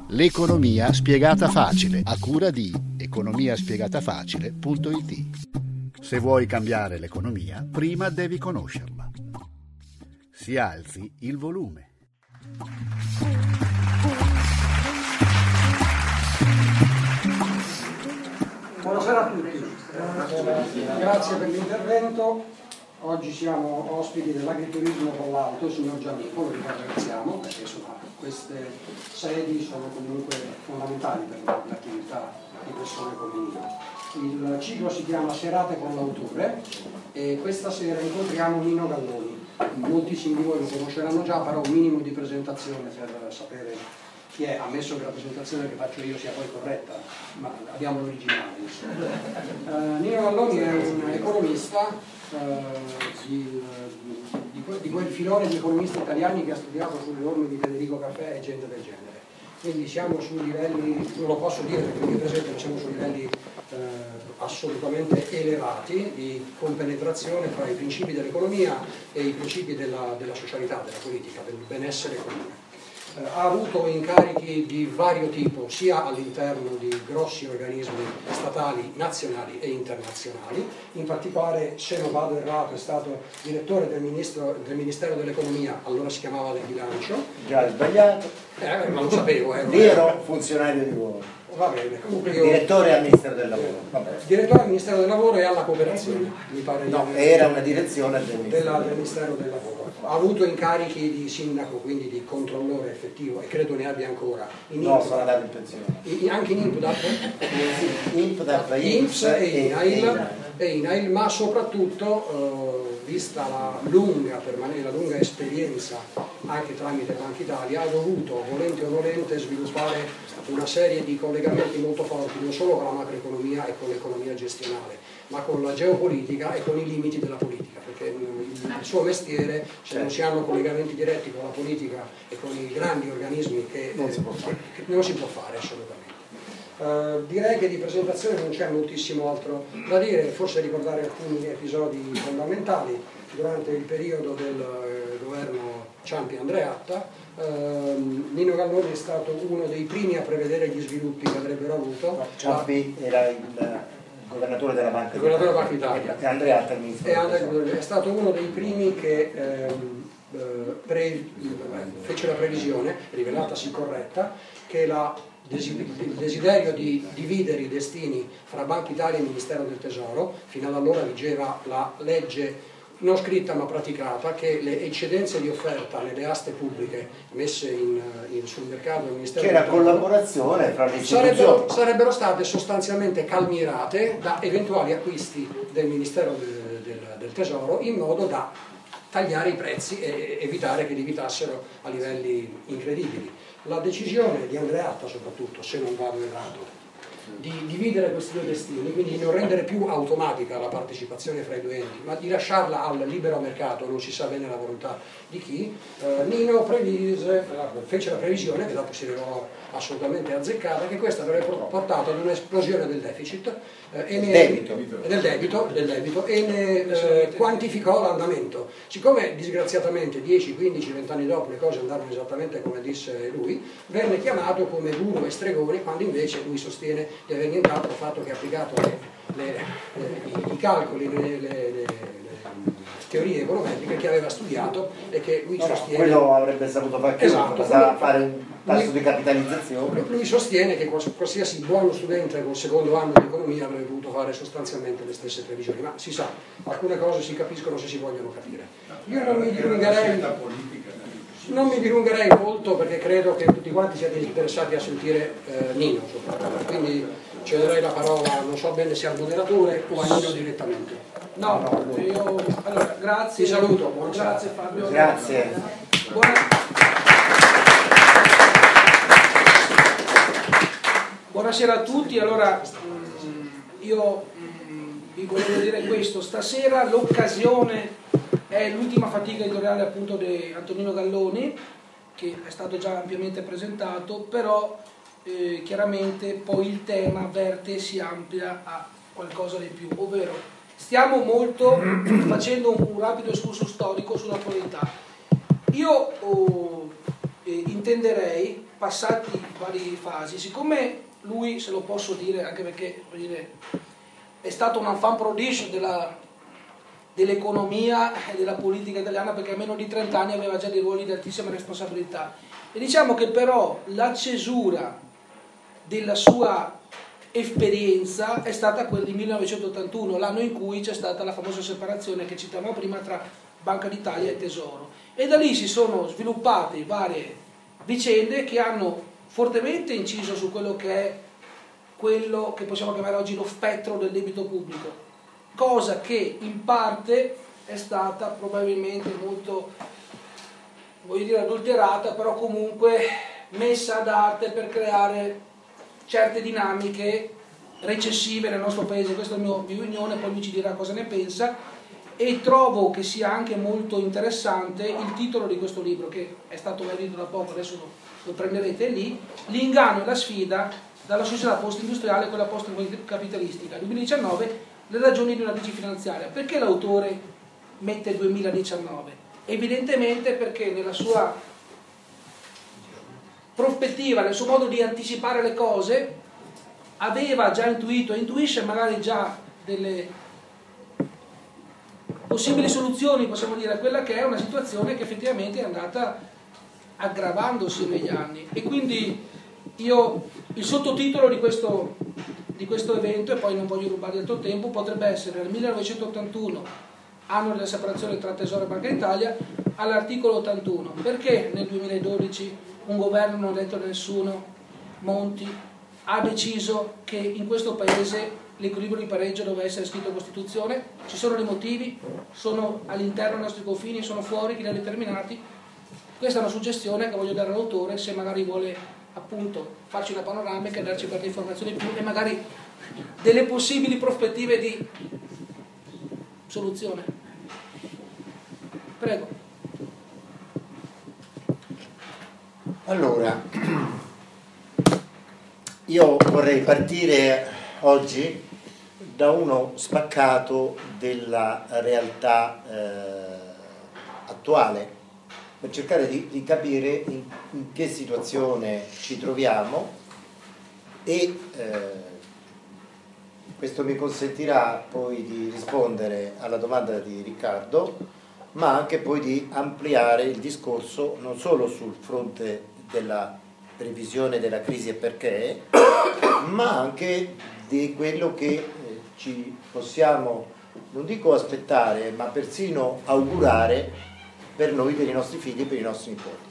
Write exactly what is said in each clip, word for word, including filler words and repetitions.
L'economia spiegata facile, a cura di economia spiegata facile punto it. Se vuoi cambiare l'economia, prima devi conoscerla. Si alzi il volume. Buonasera a tutti, grazie per l'intervento. Oggi siamo ospiti dell'agriturismo con l'auto, il signor Giannico, lo ringraziamo perché insomma, queste sedi sono comunque fondamentali per l'attività di persone come Nino. Il ciclo si chiama Serate con l'autore e questa sera incontriamo Nino Galloni. Moltissimi di voi lo conosceranno già, però un minimo di presentazione per sapere chi è, ammesso che la presentazione che faccio io sia poi corretta, ma abbiamo l'originale. Uh, Nino Galloni è un economista uh, di, di, di quel filone di economisti italiani che ha studiato sulle orme di Federico Caffè e gente del genere. Quindi siamo su livelli, non lo posso dire perché qui presente, ma siamo su livelli eh, assolutamente elevati di compenetrazione fra i principi dell'economia e i principi della, della socialità, della politica, del benessere comune. Eh, ha avuto incarichi di vario tipo, sia all'interno di grossi organismi statali, nazionali e internazionali. In particolare, se non vado errato, è stato direttore del, ministro, del Ministero dell'Economia, allora si chiamava del Bilancio. Già sbagliato. Eh, ma lo sapevo. Eh, Lì ero funzionario di lavoro. Va bene, comunque io... Direttore al Ministero del Lavoro. Vabbè. Direttore al Ministero del Lavoro e alla cooperazione, mi pare. No, di... era una direzione del Ministero. Della, del Ministero del Lavoro. Ha avuto incarichi di sindaco, quindi di controllore effettivo, e credo ne abbia ancora. In no, sono andato in pensione. In, anche in INPDAP? Sì, INPDAP, I N P S e INAIL, e INAIL, ma soprattutto... Eh, vista la lunga, permanente, la lunga esperienza anche tramite Banca Italia, ha dovuto, volente o nolente, sviluppare una serie di collegamenti molto forti, non solo con la macroeconomia e con l'economia gestionale, ma con la geopolitica e con i limiti della politica, perché il suo mestiere, se non si hanno collegamenti diretti con la politica e con i grandi organismi, che non si può fare, che non si può fare assolutamente. Uh, direi che di presentazione non c'è moltissimo altro da dire, forse ricordare alcuni episodi fondamentali. Durante il periodo del uh, governo Ciampi-Andreatta, uh, Nino Galloni è stato uno dei primi a prevedere gli sviluppi che avrebbero avuto. No, Ciampi la... era il governatore della Banca il governatore della Banca Italia e Andreatta il ministro. E Andre... è stato uno dei primi che ehm, pre... fece la previsione, rivelatasi corretta, che la il desiderio di dividere i destini fra Banca Italia e Ministero del Tesoro, fino ad allora vigeva la legge non scritta ma praticata che le eccedenze di offerta nelle aste pubbliche messe in, in, sul mercato del Ministero che del era Tesoro collaborazione fra le istituzioni sarebbero, sarebbero state sostanzialmente calmierate da eventuali acquisti del Ministero del, del, del Tesoro, in modo da tagliare i prezzi e evitare che lievitassero a livelli incredibili. La decisione di Andreatta, soprattutto, se non vado errato, di dividere questi due destini, quindi di non rendere più automatica la partecipazione fra i due enti, ma di lasciarla al libero mercato, non si sa bene la volontà di chi, eh, Nino previse, fece la previsione, che dopo si rivelò assolutamente azzeccata, che questo avrebbe portato ad un'esplosione del deficit eh, e ne, debito. Del, debito, del debito e ne eh, quantificò l'andamento. Siccome disgraziatamente dieci, quindici, venti anni dopo le cose andarono esattamente come disse lui, venne chiamato come guru e stregone, quando invece lui sostiene di aver nient'altro fatto che applicato le, le, le, i, i calcoli, le, le, le teorie econometriche che aveva studiato e che lui no, sostiene... No, quello avrebbe saputo fare, esatto, sa fare un tasso lui, di capitalizzazione. Lui sostiene che qualsiasi buono studente col secondo anno di economia avrebbe dovuto fare sostanzialmente le stesse previsioni, ma si sa, alcune cose si capiscono se si vogliono capire. Io non mi dilungherei, non mi dilungherei molto perché credo che tutti quanti siate interessati a sentire eh, Nino soprattutto, quindi cederei la parola, non so bene se al moderatore o a Nino direttamente. No, no, io allora grazie. Ti saluto, buon grazie Fabio. Grazie. Buona... Buonasera a tutti. Allora io vi volevo dire questo, stasera l'occasione è l'ultima fatica editoriale appunto di Antonino Galloni, che è stato già ampiamente presentato, però eh, chiaramente poi il tema verte e si amplia a qualcosa di più, ovvero stiamo molto facendo un rapido escursus storico sull'attualità. Io oh, eh, intenderei passati varie fasi, siccome lui, se lo posso dire, anche perché voglio dire, è stato un enfant prodige della, dell'economia e della politica italiana, perché a meno di trenta anni aveva già dei ruoli di altissima responsabilità, e diciamo che però la cesura della sua esperienza è stata quella di millenovecentottantuno, l'anno in cui c'è stata la famosa separazione che citavamo prima tra Banca d'Italia e Tesoro, e da lì si sono sviluppate varie vicende che hanno fortemente inciso su quello che è quello che possiamo chiamare oggi lo spettro del debito pubblico, cosa che in parte è stata probabilmente molto, voglio dire, adulterata, però comunque messa ad arte per creare certe dinamiche recessive nel nostro paese. Questa è la mia opinione, poi lui ci dirà cosa ne pensa, e trovo che sia anche molto interessante il titolo di questo libro, che è stato esaurito da poco, adesso lo, lo prenderete lì, L'inganno e la sfida dalla società post-industriale a quella post-capitalistica, duemiladiciannove, le ragioni di una crisi finanziaria. Perché l'autore mette duemiladiciannove? Evidentemente perché nella sua prospettiva, nel suo modo di anticipare le cose, aveva già intuito e intuisce magari già delle possibili soluzioni, possiamo dire, a quella che è una situazione che effettivamente è andata aggravandosi negli anni. E quindi io, il sottotitolo di questo, di questo evento, e poi non voglio rubare altro tempo, potrebbe essere nel millenovecentottantuno, anno della separazione tra Tesoro e Banca d'Italia, all'articolo ottantuno. Perché nel duemiladodici un governo, non ha detto nessuno, Monti, ha deciso che in questo paese l'equilibrio di pareggio doveva essere scritto in Costituzione? Ci sono dei motivi? Sono all'interno dei nostri confini? Sono fuori? Chi li ha determinati? Questa è una suggestione che voglio dare all'autore, se magari vuole appunto farci una panoramica e darci qualche informazione in più e magari delle possibili prospettive di soluzione. Prego. Allora, io vorrei partire oggi da uno spaccato della realtà eh, attuale, per cercare di, di capire in, in che situazione ci troviamo, e eh, questo mi consentirà poi di rispondere alla domanda di Riccardo, ma anche poi di ampliare il discorso non solo sul fronte della previsione della crisi e perché, ma anche di quello che eh, ci possiamo, non dico aspettare, ma persino augurare per noi, per i nostri figli e per i nostri nipoti.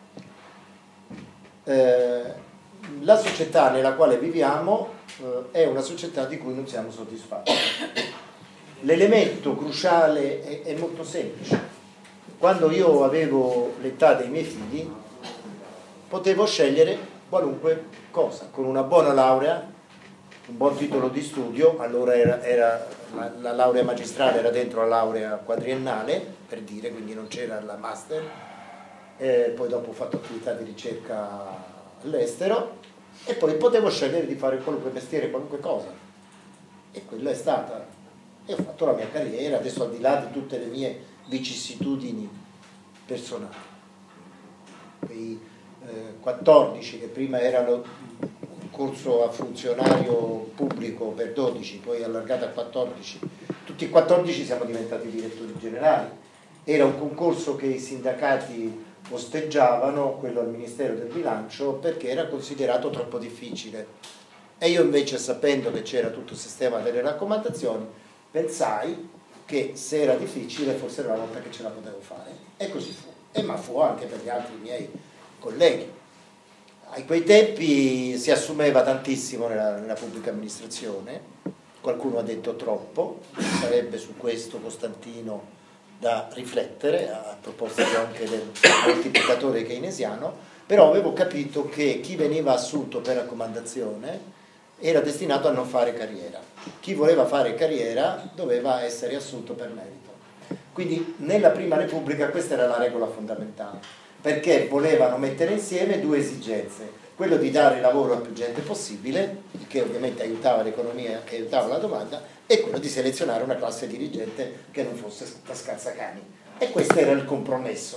Eh, la società nella quale viviamo eh, è una società di cui non siamo soddisfatti. L'elemento cruciale è, è molto semplice. Quando io avevo l'età dei miei figli, potevo scegliere qualunque cosa, con una buona laurea, un buon titolo di studio. Allora era, era la, la laurea magistrale era dentro la laurea quadriennale, per dire, quindi non c'era la master, eh, poi dopo ho fatto attività di ricerca all'estero, e poi potevo scegliere di fare qualunque mestiere, qualunque cosa, e quella è stata, e ho fatto la mia carriera, adesso al di là di tutte le mie vicissitudini personali. Quei eh, quattordici, che prima erano un corso a funzionario pubblico per dodici, poi allargato a quattordici, tutti e quattordici siamo diventati direttori generali. Era un concorso che i sindacati osteggiavano, quello al Ministero del Bilancio, perché era considerato troppo difficile, e io invece, sapendo che c'era tutto il sistema delle raccomandazioni, pensai che se era difficile forse era la volta che ce la potevo fare, e così fu, e ma fu anche per gli altri miei colleghi. A quei tempi si assumeva tantissimo nella, nella pubblica amministrazione, qualcuno ha detto troppo, sarebbe su questo Costantino da riflettere, a proposito anche del moltiplicatore keynesiano, però avevo capito che chi veniva assunto per raccomandazione era destinato a non fare carriera, chi voleva fare carriera doveva essere assunto per merito. Quindi nella Prima Repubblica questa era la regola fondamentale, perché volevano mettere insieme due esigenze: quello di dare lavoro a più gente possibile, che ovviamente aiutava l'economia e aiutava la domanda, e quello di selezionare una classe dirigente che non fosse da scazzacani. E questo era il compromesso.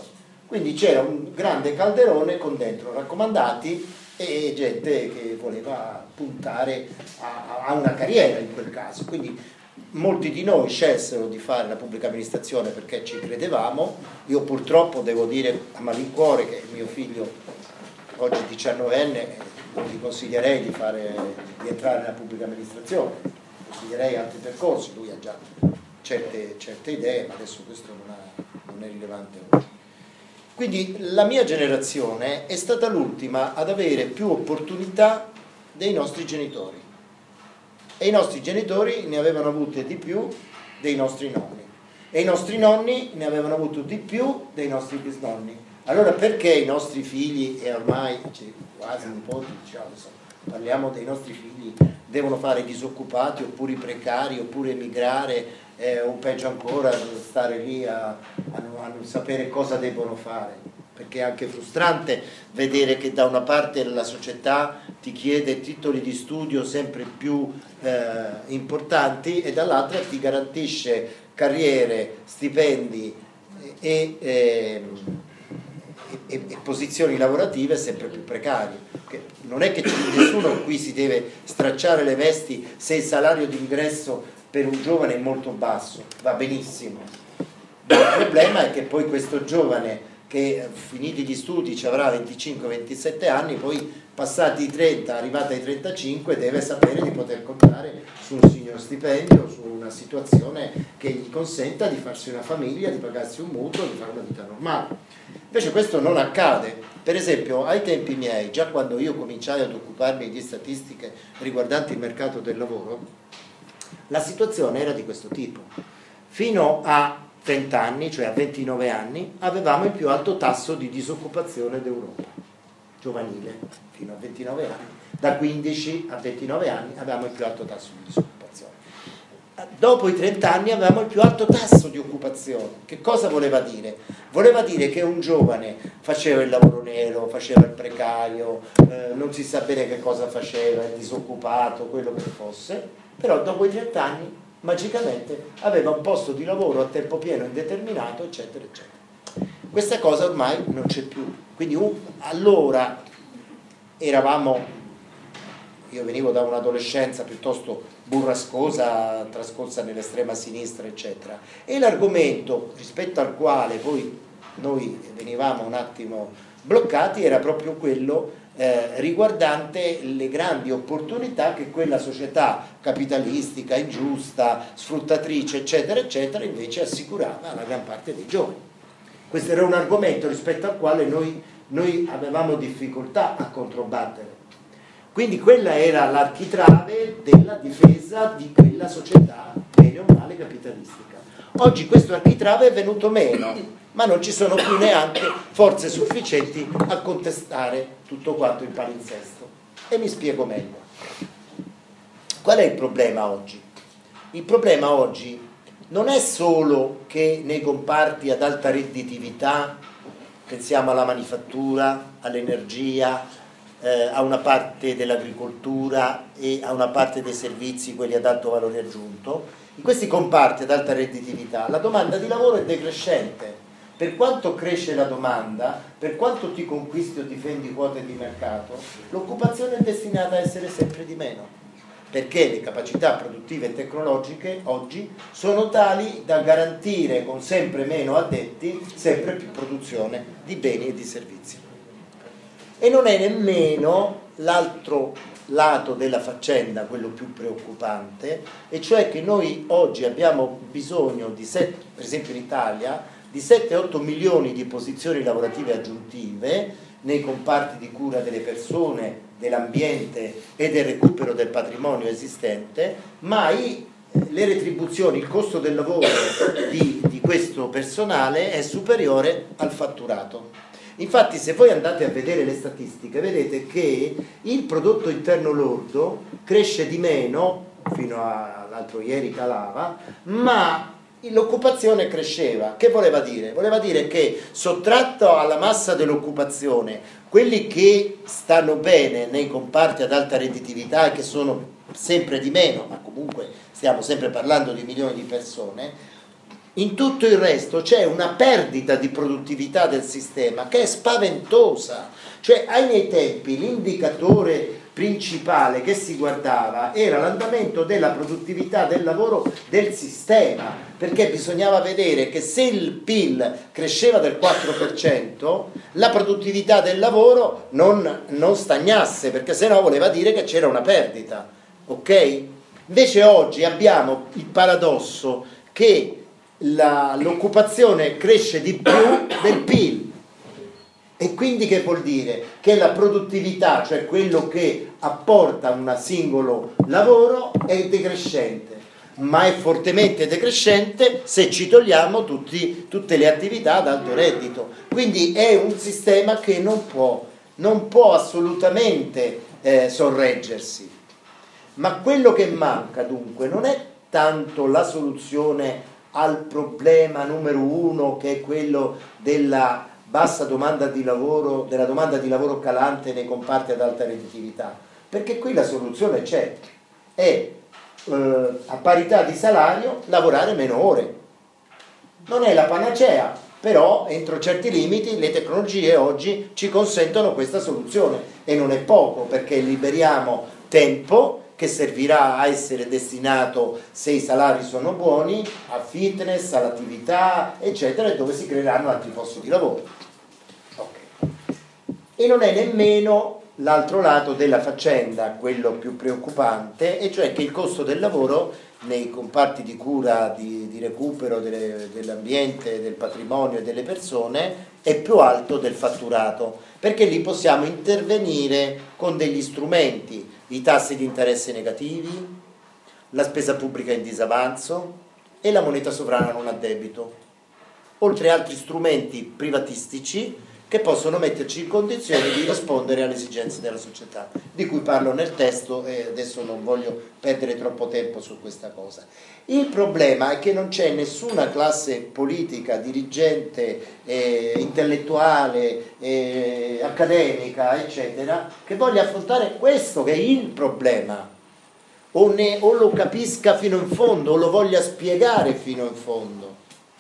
Quindi c'era un grande calderone con dentro raccomandati e gente che voleva puntare a, a una carriera in quel caso. Quindi molti di noi scelsero di fare la pubblica amministrazione perché ci credevamo. Io purtroppo devo dire a malincuore che mio figlio, oggi diciannovenne, non gli consiglierei di, fare, di entrare nella pubblica amministrazione, consiglierei altri percorsi. Lui ha già certe, certe idee, ma adesso questo non, ha, non è rilevante oggi. Quindi la mia generazione è stata l'ultima ad avere più opportunità dei nostri genitori, e i nostri genitori ne avevano avute di più dei nostri nonni, e i nostri nonni ne avevano avuto di più dei nostri bisnonni. Allora perché i nostri figli, e ormai cioè, quasi nipoti, diciamo, parliamo dei nostri figli, devono fare i disoccupati oppure i precari oppure emigrare eh, o peggio ancora stare lì a, a, a non sapere cosa debbono fare? Perché è anche frustrante vedere che da una parte la società ti chiede titoli di studio sempre più eh, importanti e dall'altra ti garantisce carriere, stipendi e, e, e, e posizioni lavorative sempre più precarie. Perché non è che nessuno qui si deve stracciare le vesti se il salario d'ingresso per un giovane è molto basso, va benissimo. Ma il problema è che poi questo giovane che finiti gli studi ci avrà venticinque ventisette anni, poi passati i trenta, arrivati ai trentacinque, deve sapere di poter contare su un signor stipendio, su una situazione che gli consenta di farsi una famiglia, di pagarsi un mutuo, di fare una vita normale. Invece questo non accade. Per esempio, ai tempi miei, già quando io cominciai ad occuparmi di statistiche riguardanti il mercato del lavoro, la situazione era di questo tipo. Fino a trenta anni, cioè a ventinove anni, avevamo il più alto tasso di disoccupazione d'Europa, giovanile, fino a ventinove anni. Da quindici a ventinove anni avevamo il più alto tasso di disoccupazione. Dopo i trenta anni avevamo il più alto tasso di occupazione. Che cosa voleva dire? Voleva dire che un giovane faceva il lavoro nero, faceva il precario, eh, non si sa bene che cosa faceva, il disoccupato, quello che fosse, però dopo i trenta anni magicamente aveva un posto di lavoro a tempo pieno indeterminato, eccetera, eccetera. Questa cosa ormai non c'è più. Quindi un, allora eravamo, io venivo da un'adolescenza piuttosto burrascosa, trascorsa nell'estrema sinistra, eccetera, e l'argomento rispetto al quale poi noi venivamo un attimo bloccati era proprio quello Eh, riguardante le grandi opportunità che quella società capitalistica, ingiusta, sfruttatrice, eccetera, eccetera, invece assicurava alla gran parte dei giovani. Questo era un argomento rispetto al quale noi, noi avevamo difficoltà a controbattere. Quindi quella era l'architrave della difesa di quella società bene o male capitalistica. Oggi questo architrave è venuto meno, ma non ci sono più neanche forze sufficienti a contestare tutto quanto il palinsesto. E mi spiego meglio. Qual è il problema oggi? Il problema oggi non è solo che nei comparti ad alta redditività, pensiamo alla manifattura, all'energia, eh, a una parte dell'agricoltura e a una parte dei servizi, quelli ad alto valore aggiunto, in questi comparti ad alta redditività la domanda di lavoro è decrescente. Per quanto cresce la domanda, per quanto ti conquisti o difendi quote di mercato, l'occupazione è destinata a essere sempre di meno, perché le capacità produttive e tecnologiche oggi sono tali da garantire con sempre meno addetti sempre più produzione di beni e di servizi. E non è nemmeno l'altro lato della faccenda quello più preoccupante, e cioè che noi oggi abbiamo bisogno di, sette, per esempio in Italia, di sette otto milioni di posizioni lavorative aggiuntive nei comparti di cura delle persone, dell'ambiente e del recupero del patrimonio esistente, ma i, le retribuzioni, il costo del lavoro di, di questo personale è superiore al fatturato. Infatti, se voi andate a vedere le statistiche, vedete che il prodotto interno lordo cresce di meno, fino all'altro ieri calava, ma l'occupazione cresceva. Che voleva dire? Voleva dire che sottratto alla massa dell'occupazione, quelli che stanno bene nei comparti ad alta redditività e che sono sempre di meno, ma comunque stiamo sempre parlando di milioni di persone, in tutto il resto c'è una perdita di produttività del sistema che è spaventosa. Cioè ai miei tempi l'indicatore principale che si guardava era l'andamento della produttività del lavoro del sistema, perché bisognava vedere che se il P I L cresceva del quattro per cento la produttività del lavoro non, non stagnasse, perché sennò voleva dire che c'era una perdita, ok? Invece oggi abbiamo il paradosso che la, l'occupazione cresce di più del P I L. E quindi che vuol dire? Che la produttività, cioè quello che apporta un singolo lavoro, è decrescente, ma è fortemente decrescente se ci togliamo tutti, tutte le attività ad alto reddito. Quindi è un sistema che non può, non può assolutamente eh, sorreggersi. Ma quello che manca dunque non è tanto la soluzione al problema numero uno, che è quello della bassa domanda di lavoro, della domanda di lavoro calante nei comparti ad alta redditività, perché qui la soluzione c'è, è eh, a parità di salario lavorare meno ore. Non è la panacea, però entro certi limiti le tecnologie oggi ci consentono questa soluzione, e non è poco, perché liberiamo tempo che servirà a essere destinato, se i salari sono buoni, a fitness, all'attività, eccetera, dove si creeranno altri posti di lavoro. Okay. E non è nemmeno l'altro lato della faccenda, quello più preoccupante, e cioè che il costo del lavoro nei comparti di cura, di, di recupero delle, dell'ambiente, del patrimonio e delle persone è più alto del fatturato, perché lì possiamo intervenire con degli strumenti, i tassi di interesse negativi, la spesa pubblica in disavanzo e la moneta sovrana non a debito, oltre a altri strumenti privatistici che possono metterci in condizione di rispondere alle esigenze della società, di cui parlo nel testo e adesso non voglio perdere troppo tempo su questa cosa. Il problema è che non c'è nessuna classe politica, dirigente, eh, intellettuale, eh, accademica, eccetera, che voglia affrontare questo che è il problema, o, ne, o lo capisca fino in fondo, o lo voglia spiegare fino in fondo,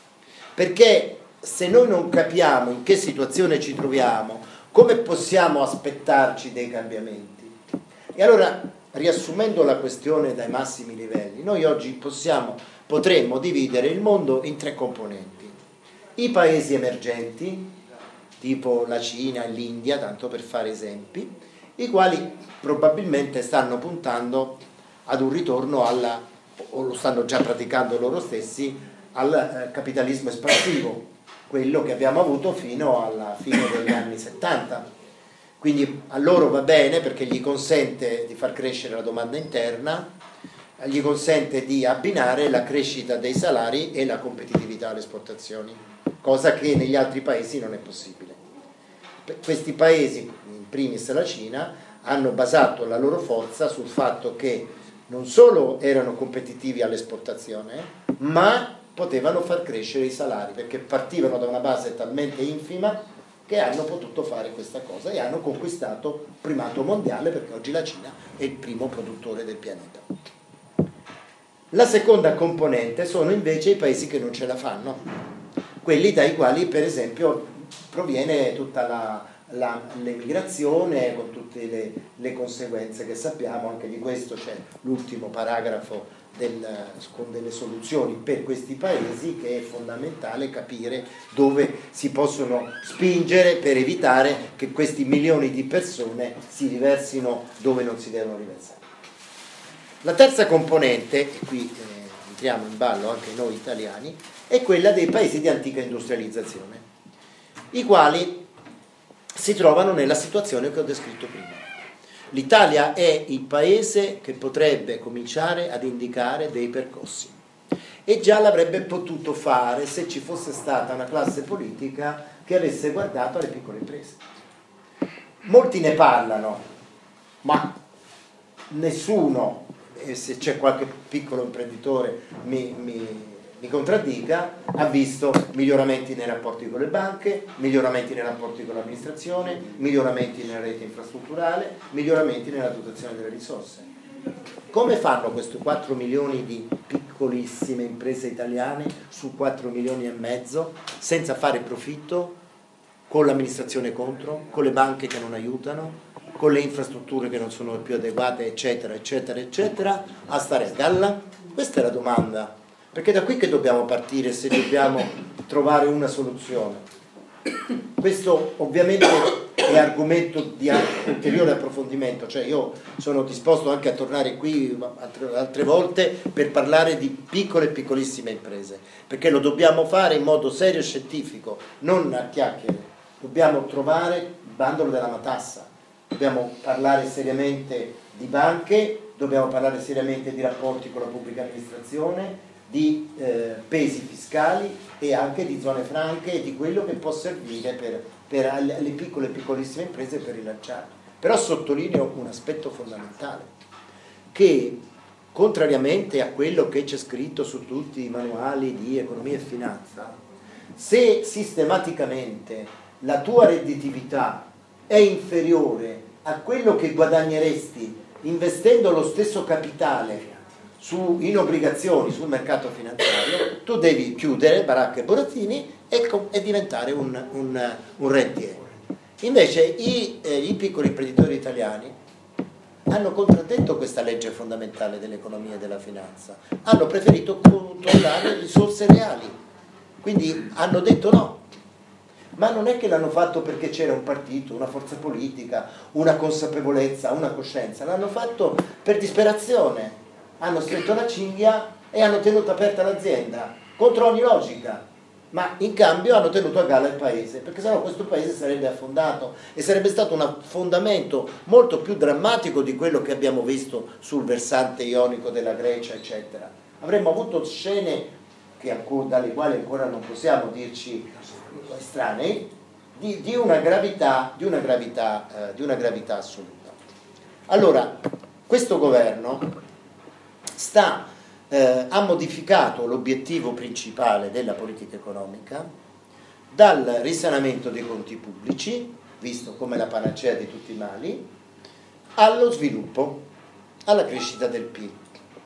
perché se noi non capiamo in che situazione ci troviamo, come possiamo aspettarci dei cambiamenti? E allora, riassumendo la questione dai massimi livelli, noi oggi possiamo, potremmo dividere il mondo in tre componenti. I paesi emergenti, tipo la Cina e l'India, tanto per fare esempi, i quali probabilmente stanno puntando ad un ritorno alla, o lo stanno già praticando loro stessi, al capitalismo espansivo, quello che abbiamo avuto fino alla fine degli anni settanta. Quindi a loro va bene perché gli consente di far crescere la domanda interna, gli consente di abbinare la crescita dei salari e la competitività alle esportazioni, cosa che negli altri paesi non è possibile. Questi paesi, in primis la Cina, hanno basato la loro forza sul fatto che non solo erano competitivi all'esportazione, ma potevano far crescere i salari, perché partivano da una base talmente infima che hanno potuto fare questa cosa e hanno conquistato il primato mondiale, perché oggi la Cina è il primo produttore del pianeta. La seconda componente sono invece i paesi che non ce la fanno, quelli dai quali per esempio proviene tutta la, la, l'emigrazione con tutte le, le conseguenze che sappiamo. Anche di questo c'è l'ultimo paragrafo Del, con delle soluzioni per questi paesi, che è fondamentale capire dove si possono spingere per evitare che questi milioni di persone si riversino dove non si devono riversare. La terza componente, e qui eh, entriamo in ballo anche noi italiani, è quella dei paesi di antica industrializzazione, i quali si trovano nella situazione che ho descritto prima. L'Italia è il paese che potrebbe cominciare ad indicare dei percorsi, e già l'avrebbe potuto fare se ci fosse stata una classe politica che avesse guardato alle piccole imprese. Molti ne parlano, ma nessuno, e se c'è qualche piccolo imprenditore mi, mi mi contraddica, ha visto miglioramenti nei rapporti con le banche, miglioramenti nei rapporti con l'amministrazione, miglioramenti nella rete infrastrutturale, miglioramenti nella dotazione delle risorse. Come fanno questi quattro milioni di piccolissime imprese italiane su quattro milioni e mezzo senza fare profitto, con l'amministrazione contro, con le banche che non aiutano, con le infrastrutture che non sono più adeguate, eccetera, eccetera, eccetera, a stare a galla? Questa è la domanda, perché è da qui che dobbiamo partire se dobbiamo trovare una soluzione. Questo ovviamente è argomento di ulteriore approfondimento, cioè io sono disposto anche a tornare qui altre, altre volte per parlare di piccole e piccolissime imprese, perché lo dobbiamo fare in modo serio e scientifico, non a chiacchiere. Dobbiamo trovare il bandolo della matassa, dobbiamo parlare seriamente di banche, dobbiamo parlare seriamente di rapporti con la pubblica amministrazione, di eh, pesi fiscali e anche di zone franche e di quello che può servire per, per le piccole e piccolissime imprese per rilanciarle. Però sottolineo un aspetto fondamentale, che contrariamente a quello che c'è scritto su tutti i manuali di economia e finanza, se sistematicamente la tua redditività è inferiore a quello che guadagneresti investendo lo stesso capitale su, in obbligazioni sul mercato finanziario, tu devi chiudere baracca e burattini e, e diventare un, un, un rentiere. Invece i, eh, i piccoli imprenditori italiani hanno contraddetto questa legge fondamentale dell'economia e della finanza, hanno preferito controllare risorse reali, quindi hanno detto no. Ma non è che l'hanno fatto perché c'era un partito, una forza politica, una consapevolezza, una coscienza, l'hanno fatto per disperazione. Hanno stretto la cinghia e hanno tenuto aperta l'azienda contro ogni logica, ma in cambio hanno tenuto a galla il paese, perché sennò questo paese sarebbe affondato e sarebbe stato un affondamento molto più drammatico di quello che abbiamo visto sul versante ionico della Grecia, eccetera. Avremmo avuto scene che ancora, dalle quali ancora non possiamo dirci estranei, di, di una gravità, di una gravità, eh, di una gravità assoluta. Allora, questo governo sta, eh, ha modificato l'obiettivo principale della politica economica dal risanamento dei conti pubblici, visto come la panacea di tutti i mali, allo sviluppo, alla crescita del P I L.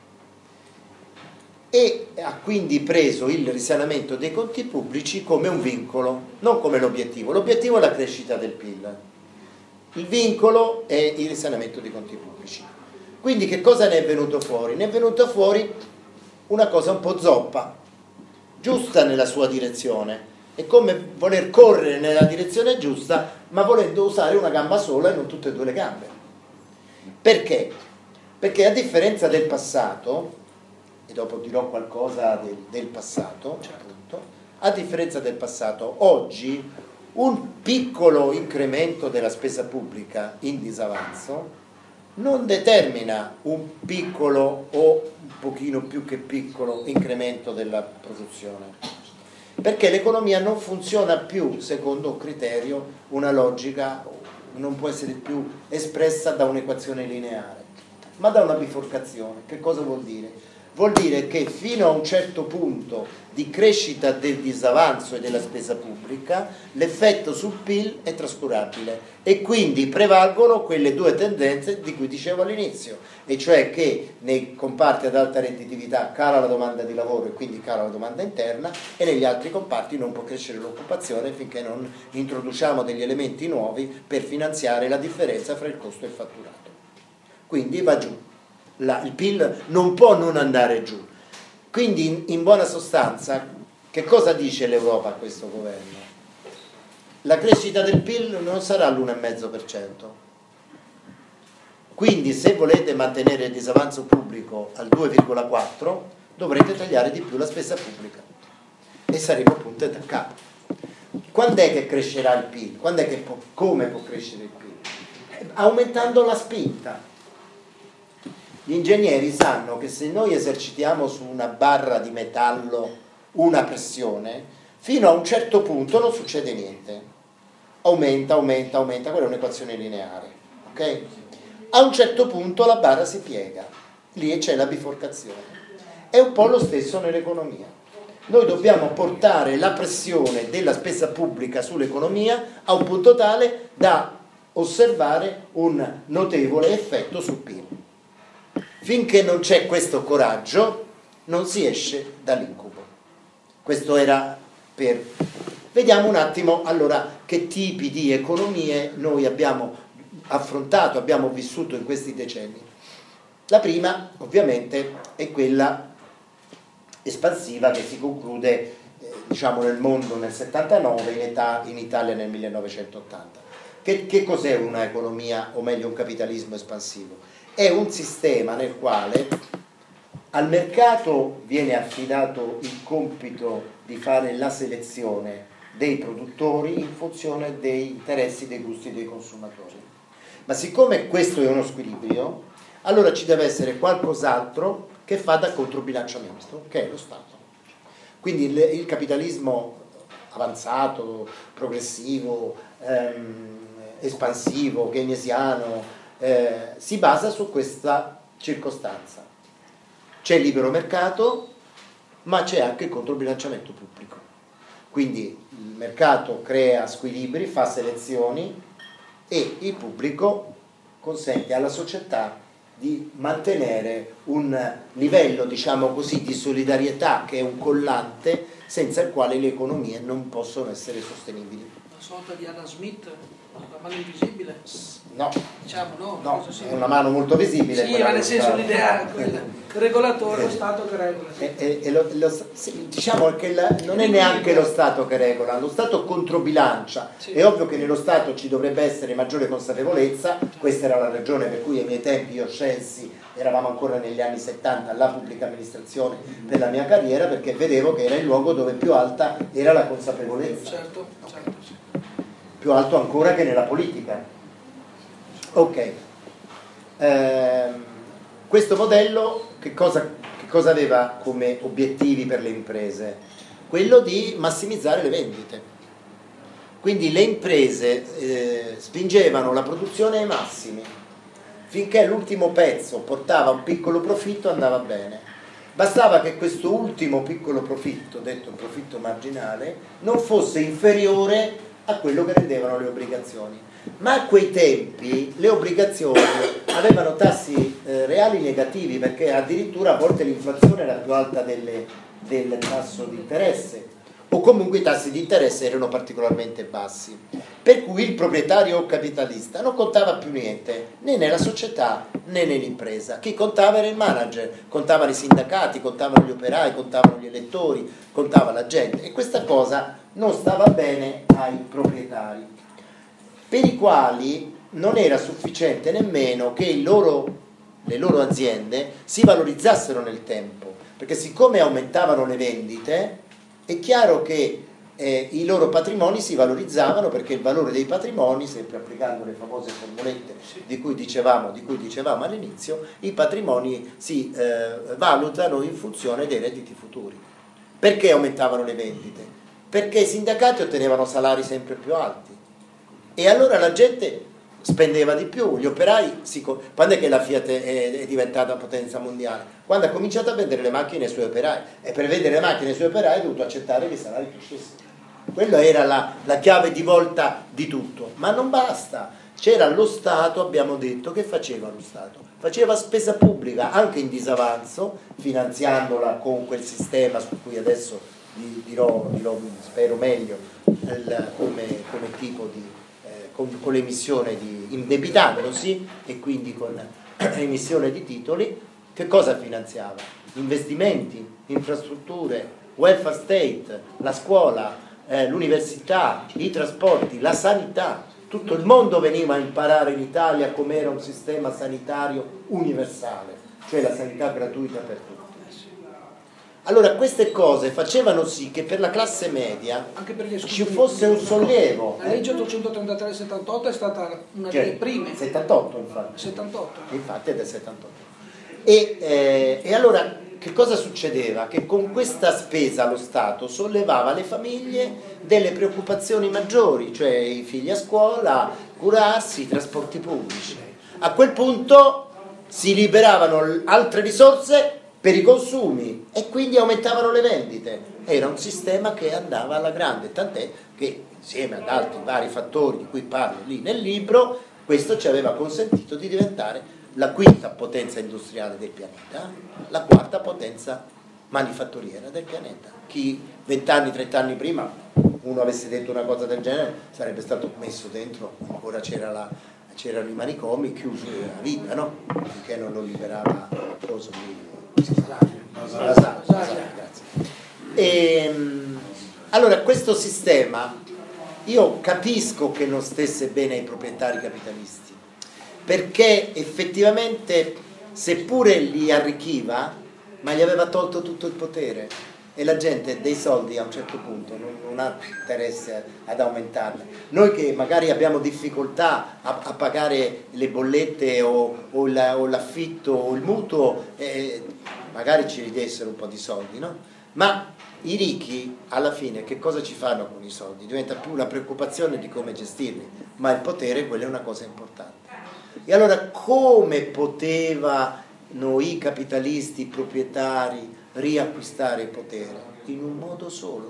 E ha quindi preso il risanamento dei conti pubblici come un vincolo, non come l'obiettivo. L'obiettivo è la crescita del P I L, il vincolo è il risanamento dei conti pubblici. Quindi che cosa ne è venuto fuori? Ne è venuta fuori una cosa un po' zoppa, giusta nella sua direzione. È come voler correre nella direzione giusta, ma volendo usare una gamba sola e non tutte e due le gambe. Perché? Perché a differenza del passato, e dopo dirò qualcosa del, del passato, appunto, a differenza del passato, oggi un piccolo incremento della spesa pubblica in disavanzo non determina un piccolo o un pochino più che piccolo incremento della produzione, perché l'economia non funziona più secondo un criterio, una logica, non può essere più espressa da un'equazione lineare, ma da una biforcazione. Che cosa vuol dire? Vuol dire che fino a un certo punto di crescita del disavanzo e della spesa pubblica l'effetto sul P I L è trascurabile e quindi prevalgono quelle due tendenze di cui dicevo all'inizio, e cioè che nei comparti ad alta redditività cala la domanda di lavoro e quindi cala la domanda interna, e negli altri comparti non può crescere l'occupazione finché non introduciamo degli elementi nuovi per finanziare la differenza fra il costo e il fatturato. Quindi va giù. La, il P I L non può non andare giù. Quindi in, in buona sostanza che cosa dice l'Europa a questo governo? La crescita del P I L non sarà l'uno virgola cinque per cento, quindi se volete mantenere il disavanzo pubblico al due virgola quattro dovrete tagliare di più la spesa pubblica e saremo appunto da capo. Quando è che crescerà il P I L? Quando è che può, come può crescere il P I L? Aumentando la spinta. Gli ingegneri sanno che se noi esercitiamo su una barra di metallo una pressione, fino a un certo punto non succede niente. Aumenta, aumenta, aumenta, quella è un'equazione lineare. Ok? A un certo punto la barra si piega, lì c'è la biforcazione. È un po' lo stesso nell'economia. Noi dobbiamo portare la pressione della spesa pubblica sull'economia a un punto tale da osservare un notevole effetto sul P I L. Finché non c'è questo coraggio non si esce dall'incubo. Questo era per... Vediamo un attimo allora che tipi di economie noi abbiamo affrontato, abbiamo vissuto in questi decenni. La prima ovviamente è quella espansiva che si conclude eh, diciamo nel mondo nel settantanove, in, età, in Italia nel millenovecentottanta. Che, che cos'è una economia, o meglio un capitalismo espansivo? È un sistema nel quale al mercato viene affidato il compito di fare la selezione dei produttori in funzione dei interessi, dei gusti dei consumatori. Ma siccome questo è uno squilibrio, allora ci deve essere qualcos'altro che fa da controbilanciamento, che è lo Stato. Quindi il, il capitalismo avanzato, progressivo, ehm, espansivo, keynesiano, eh, si basa su questa circostanza. C'è il libero mercato, ma c'è anche il controbilanciamento pubblico. Quindi il mercato crea squilibri, fa selezioni e il pubblico consente alla società di mantenere un livello, diciamo così, di solidarietà che è un collante senza il quale le economie non possono essere sostenibili. Una sorta di Adam Smith, la mano invisibile? No, Diciamo, no? no, è una mano molto visibile. Sì, ma nel senso l'idea, quella, il regolatore, lo Stato che regola. Sì. E, e, e lo, lo, sì, diciamo che la, non è neanche lo Stato che regola, lo Stato controbilancia. Sì. È ovvio che nello Stato ci dovrebbe essere maggiore consapevolezza, questa era la ragione per cui ai miei tempi io scelsi, eravamo ancora negli anni settanta, la pubblica amministrazione per la mia carriera, perché vedevo che era il luogo dove più alta era la consapevolezza. Certo, certo, sì. Più alto ancora che nella politica. Ok, ehm, questo modello che cosa, che cosa aveva come obiettivi per le imprese? Quello di massimizzare le vendite. Quindi le imprese eh, spingevano la produzione ai massimi, finché l'ultimo pezzo portava un piccolo profitto andava bene. Bastava che questo ultimo piccolo profitto, detto un profitto marginale, non fosse inferiore a quello che rendevano le obbligazioni. Ma a quei tempi le obbligazioni avevano tassi eh, reali negativi, perché addirittura a volte l'inflazione era più alta delle, del tasso di interesse, o comunque i tassi di interesse erano particolarmente bassi, per cui il proprietario capitalista non contava più niente, né nella società né nell'impresa. Chi contava era il manager, contavano i sindacati, contavano gli operai, contavano gli elettori, contava la gente, e questa cosa non stava bene ai proprietari, per i quali non era sufficiente nemmeno che il loro, le loro aziende si valorizzassero nel tempo, perché siccome aumentavano le vendite è chiaro che eh, i loro patrimoni si valorizzavano, perché il valore dei patrimoni, sempre applicando le famose formulette di cui dicevamo, di cui dicevamo all'inizio, i patrimoni si eh, valutano in funzione dei redditi futuri. Perché aumentavano le vendite? Perché i sindacati ottenevano salari sempre più alti e allora la gente spendeva di più, gli operai si... Quando è che la Fiat è, è diventata potenza mondiale? Quando ha cominciato a vendere le macchine ai suoi operai, e per vendere le macchine ai suoi operai ha dovuto accettare che i salari crescessero. Quella era la, la chiave di volta di tutto, ma non basta. C'era lo Stato, abbiamo detto, che faceva lo Stato? Faceva spesa pubblica anche in disavanzo, finanziandola con quel sistema su cui adesso dirò, dirò spero meglio, il, come, come tipo di... Con, con l'emissione di indebitandosi e quindi con l'emissione di titoli. Che cosa finanziava? Investimenti, infrastrutture, welfare state, la scuola, eh, l'università, i trasporti, la sanità. Tutto il mondo veniva a imparare in Italia com'era un sistema sanitario universale, cioè la sanità gratuita per tutti. Allora queste cose facevano sì che per la classe media anche perché, scusi, ci fosse un sollievo. La legge ottocentotrentatré settantotto è stata una cioè, delle prime. settantotto infatti. settantotto. Infatti è del settantotto. E, eh, e allora che cosa succedeva? Che con questa spesa lo Stato sollevava le famiglie delle preoccupazioni maggiori, cioè i figli a scuola, curarsi, i trasporti pubblici. A quel punto si liberavano altre risorse per i consumi e quindi aumentavano le vendite. Era un sistema che andava alla grande, tant'è che insieme ad altri vari fattori di cui parlo lì nel libro, questo ci aveva consentito di diventare la quinta potenza industriale del pianeta, la quarta potenza manifatturiera del pianeta. Chi vent'anni, trent'anni prima uno avesse detto una cosa del genere sarebbe stato messo dentro, ancora c'era la, c'erano i manicomi chiusi a vita, no? Perché non lo liberava cosa di la sala, grazie. E, allora questo sistema io capisco che non stesse bene ai proprietari capitalisti, perché effettivamente seppure li arricchiva, ma gli aveva tolto tutto il potere e la gente dei soldi a un certo punto non, non ha interesse ad aumentarli. Noi che magari abbiamo difficoltà a, a pagare le bollette o, o, la, o l'affitto o il mutuo, eh, magari ci ridessero un po' di soldi, no? Ma i ricchi alla fine che cosa ci fanno con i soldi? Diventa più una preoccupazione di come gestirli, ma il potere, quella è una cosa importante. E allora come potevano i capitalisti, i proprietari riacquistare il potere? In un modo solo,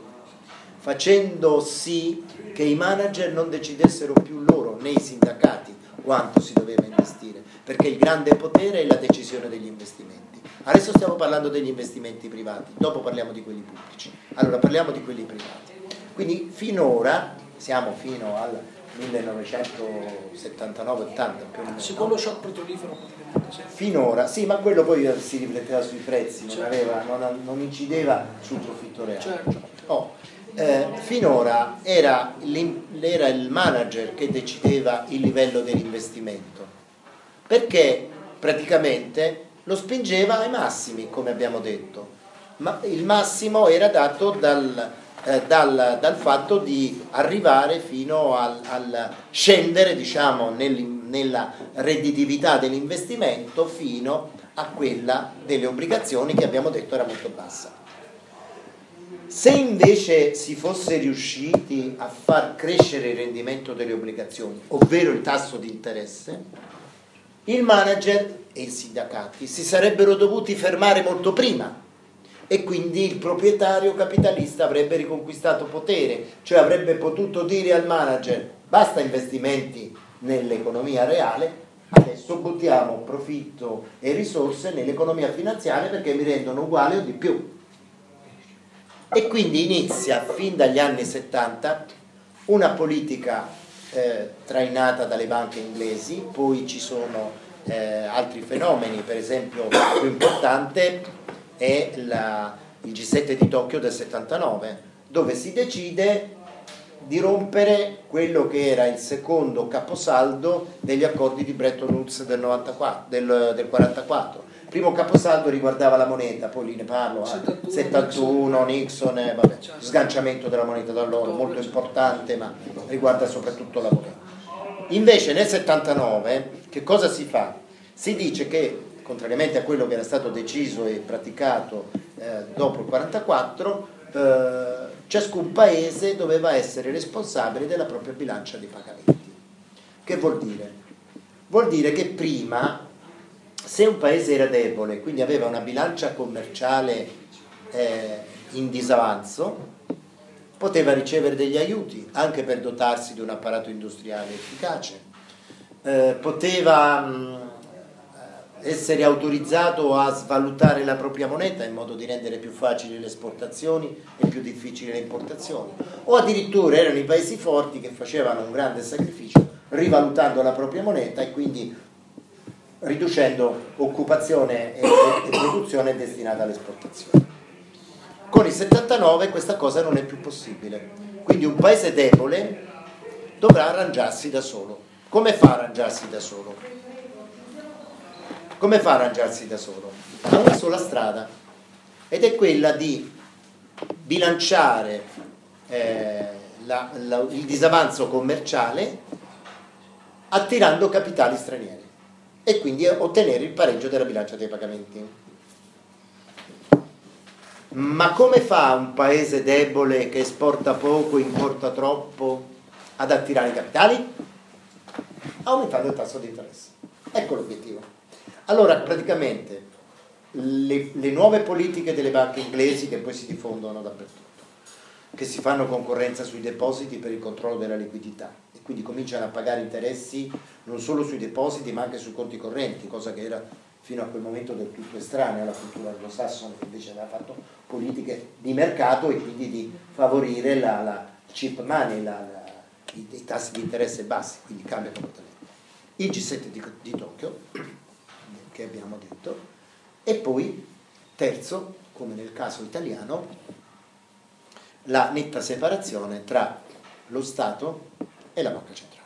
facendo sì che i manager non decidessero più loro, né i sindacati, quanto si doveva investire, perché il grande potere è la decisione degli investimenti. Adesso stiamo parlando degli investimenti privati, dopo parliamo di quelli pubblici. Allora parliamo di quelli privati. Quindi finora, siamo fino al millenovecentosettantanove ottanta più o meno. Secondo shock petrolifero praticamente. Sì. Finora, sì, ma quello poi si rifletteva sui prezzi, non, aveva, non, non incideva sul profitto reale. Certo. Oh, eh, finora era, era il manager che decideva il livello dell'investimento, perché praticamente lo spingeva ai massimi, come abbiamo detto, ma il massimo era dato dal, eh, dal, dal fatto di arrivare fino al, al scendere, diciamo, nel, nella redditività dell'investimento fino a quella delle obbligazioni, che abbiamo detto era molto bassa. Se invece si fosse riusciti a far crescere il rendimento delle obbligazioni, ovvero il tasso di interesse, il manager e i sindacati si sarebbero dovuti fermare molto prima e quindi il proprietario capitalista avrebbe riconquistato potere, cioè avrebbe potuto dire al manager: basta investimenti nell'economia reale, adesso buttiamo profitto e risorse nell'economia finanziaria perché mi rendono uguale o di più. E quindi inizia fin dagli anni settanta una politica eh, trainata dalle banche inglesi, poi ci sono eh, altri fenomeni, per esempio più importante è la, il G sette di Tokyo del settantanove, dove si decide di rompere quello che era il secondo caposaldo degli accordi di Bretton Woods del, novantaquattro, del, del quarantaquattro. Il primo caposaldo riguardava la moneta, poi lì ne parlo, settantuno, settantuno Nixon, eh, vabbè, sganciamento della moneta dall'oro, molto importante, ma riguarda soprattutto la moneta. Invece nel settantanove che cosa si fa? Si dice che, contrariamente a quello che era stato deciso e praticato eh, dopo il quarantaquattro, eh, ciascun paese doveva essere responsabile della propria bilancia dei pagamenti. Che vuol dire? Vuol dire che prima, se un paese era debole, quindi aveva una bilancia commerciale eh, in disavanzo, poteva ricevere degli aiuti anche per dotarsi di un apparato industriale efficace, eh, poteva mh, essere autorizzato a svalutare la propria moneta in modo di rendere più facili le esportazioni e più difficili le importazioni, o addirittura erano i paesi forti che facevano un grande sacrificio rivalutando la propria moneta e quindi riducendo occupazione e, e produzione destinata all'esportazione. Con il settantanove questa cosa non è più possibile, quindi un paese debole dovrà arrangiarsi da solo. Come fa a arrangiarsi da solo? Come fa a arrangiarsi da solo? Ha una sola strada, ed è quella di bilanciare eh, la, la, il disavanzo commerciale attirando capitali stranieri e quindi ottenere il pareggio della bilancia dei pagamenti. Ma come fa un paese debole che esporta poco, importa troppo ad attirare i capitali? Aumentando il tasso di interesse. Ecco l'obiettivo. Allora, praticamente, le, le nuove politiche delle banche inglesi, che poi si diffondono dappertutto, che si fanno concorrenza sui depositi per il controllo della liquidità e quindi cominciano a pagare interessi non solo sui depositi ma anche sui conti correnti, cosa che era fino a quel momento del tutto estranea alla cultura anglosassone, che invece aveva fatto politiche di mercato e quindi di favorire la, la cheap money, la, la, i, i tassi di interesse bassi, quindi cambia comportamento. Il G sette di, di Tokyo, che abbiamo detto, e poi terzo, come nel caso italiano, la netta separazione tra lo Stato e la Banca Centrale.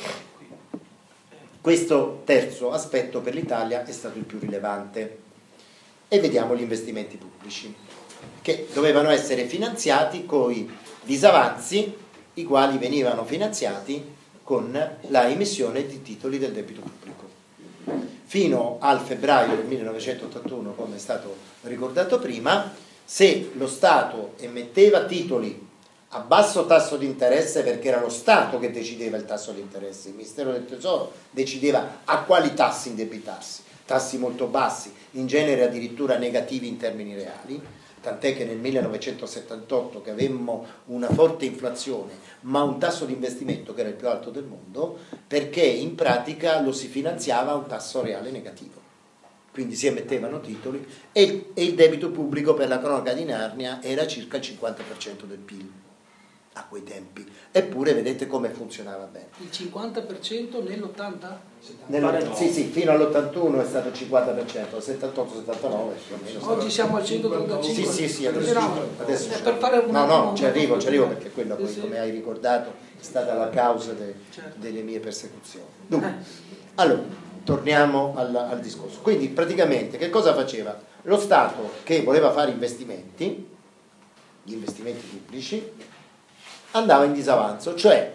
Questo terzo aspetto per l'Italia è stato il più rilevante. E vediamo gli investimenti pubblici, che dovevano essere finanziati con i disavanzi, i quali venivano finanziati con la emissione di titoli del debito pubblico. Fino al febbraio del millenovecentottantuno, come è stato ricordato prima, se lo Stato emetteva titoli a basso tasso di interesse, perché era lo Stato che decideva il tasso di interesse, il Ministero del Tesoro decideva a quali tassi indebitarsi, tassi molto bassi, in genere addirittura negativi in termini reali, tant'è che nel millenovecentosettantotto, che avemmo una forte inflazione ma un tasso di investimento che era il più alto del mondo, perché in pratica lo si finanziava a un tasso reale negativo, quindi si emettevano titoli e, e il debito pubblico, per la cronaca di Narnia, era circa il cinquanta per cento del P I L a quei tempi, eppure vedete come funzionava bene. Il cinquanta per cento nell'ottanta? Nel, sì, sì, fino all'ottantuno è stato il cinquanta per cento, settantotto settantanove oggi siamo al centotrentacinque. Sì, sì, sì, adesso, no, adesso è per fare un no, no, attimo, ci arrivo, ci arrivo perché quella poi, sì, come hai ricordato, è stata la causa de, certo. delle mie persecuzioni. Dunque, allora, torniamo al, al discorso. Quindi, praticamente, che cosa faceva? Lo Stato, che voleva fare investimenti, gli investimenti pubblici, andava in disavanzo, cioè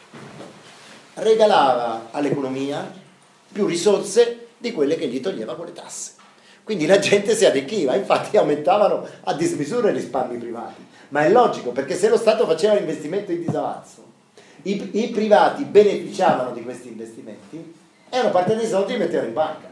regalava all'economia più risorse di quelle che gli toglieva con le tasse. Quindi la gente si arricchiva, infatti aumentavano a dismisura i risparmi privati. Ma è logico, perché se lo Stato faceva l'investimento in disavanzo, i, i privati beneficiavano di questi investimenti e una parte dei soldi li mettevano in banca.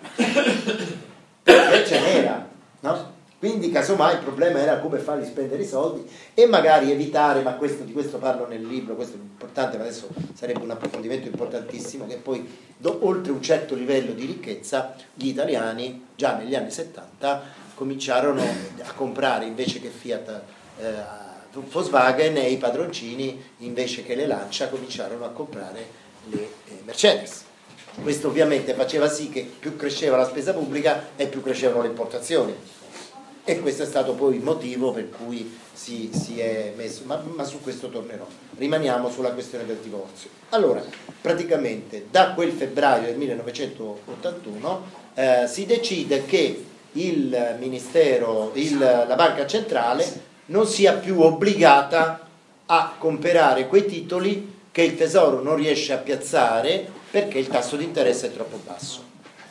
Perché ce n'era, no? Quindi casomai il problema era come farli spendere i soldi e magari evitare, ma questo, di questo parlo nel libro, questo è importante, ma adesso sarebbe un approfondimento importantissimo, che poi do, oltre un certo livello di ricchezza gli italiani già negli anni settanta cominciarono a comprare, invece che Fiat eh, Volkswagen, e i padroncini invece che le Lancia cominciarono a comprare le eh, Mercedes. Questo ovviamente faceva sì che più cresceva la spesa pubblica e più crescevano le importazioni. E questo è stato poi il motivo per cui si, si è messo, ma, ma su questo tornerò. Rimaniamo sulla questione del divorzio. Allora, praticamente da quel febbraio del millenovecentottantuno eh, si decide che il Ministero, il, la Banca Centrale non sia più obbligata a comprare quei titoli che il Tesoro non riesce a piazzare perché il tasso di interesse è troppo basso.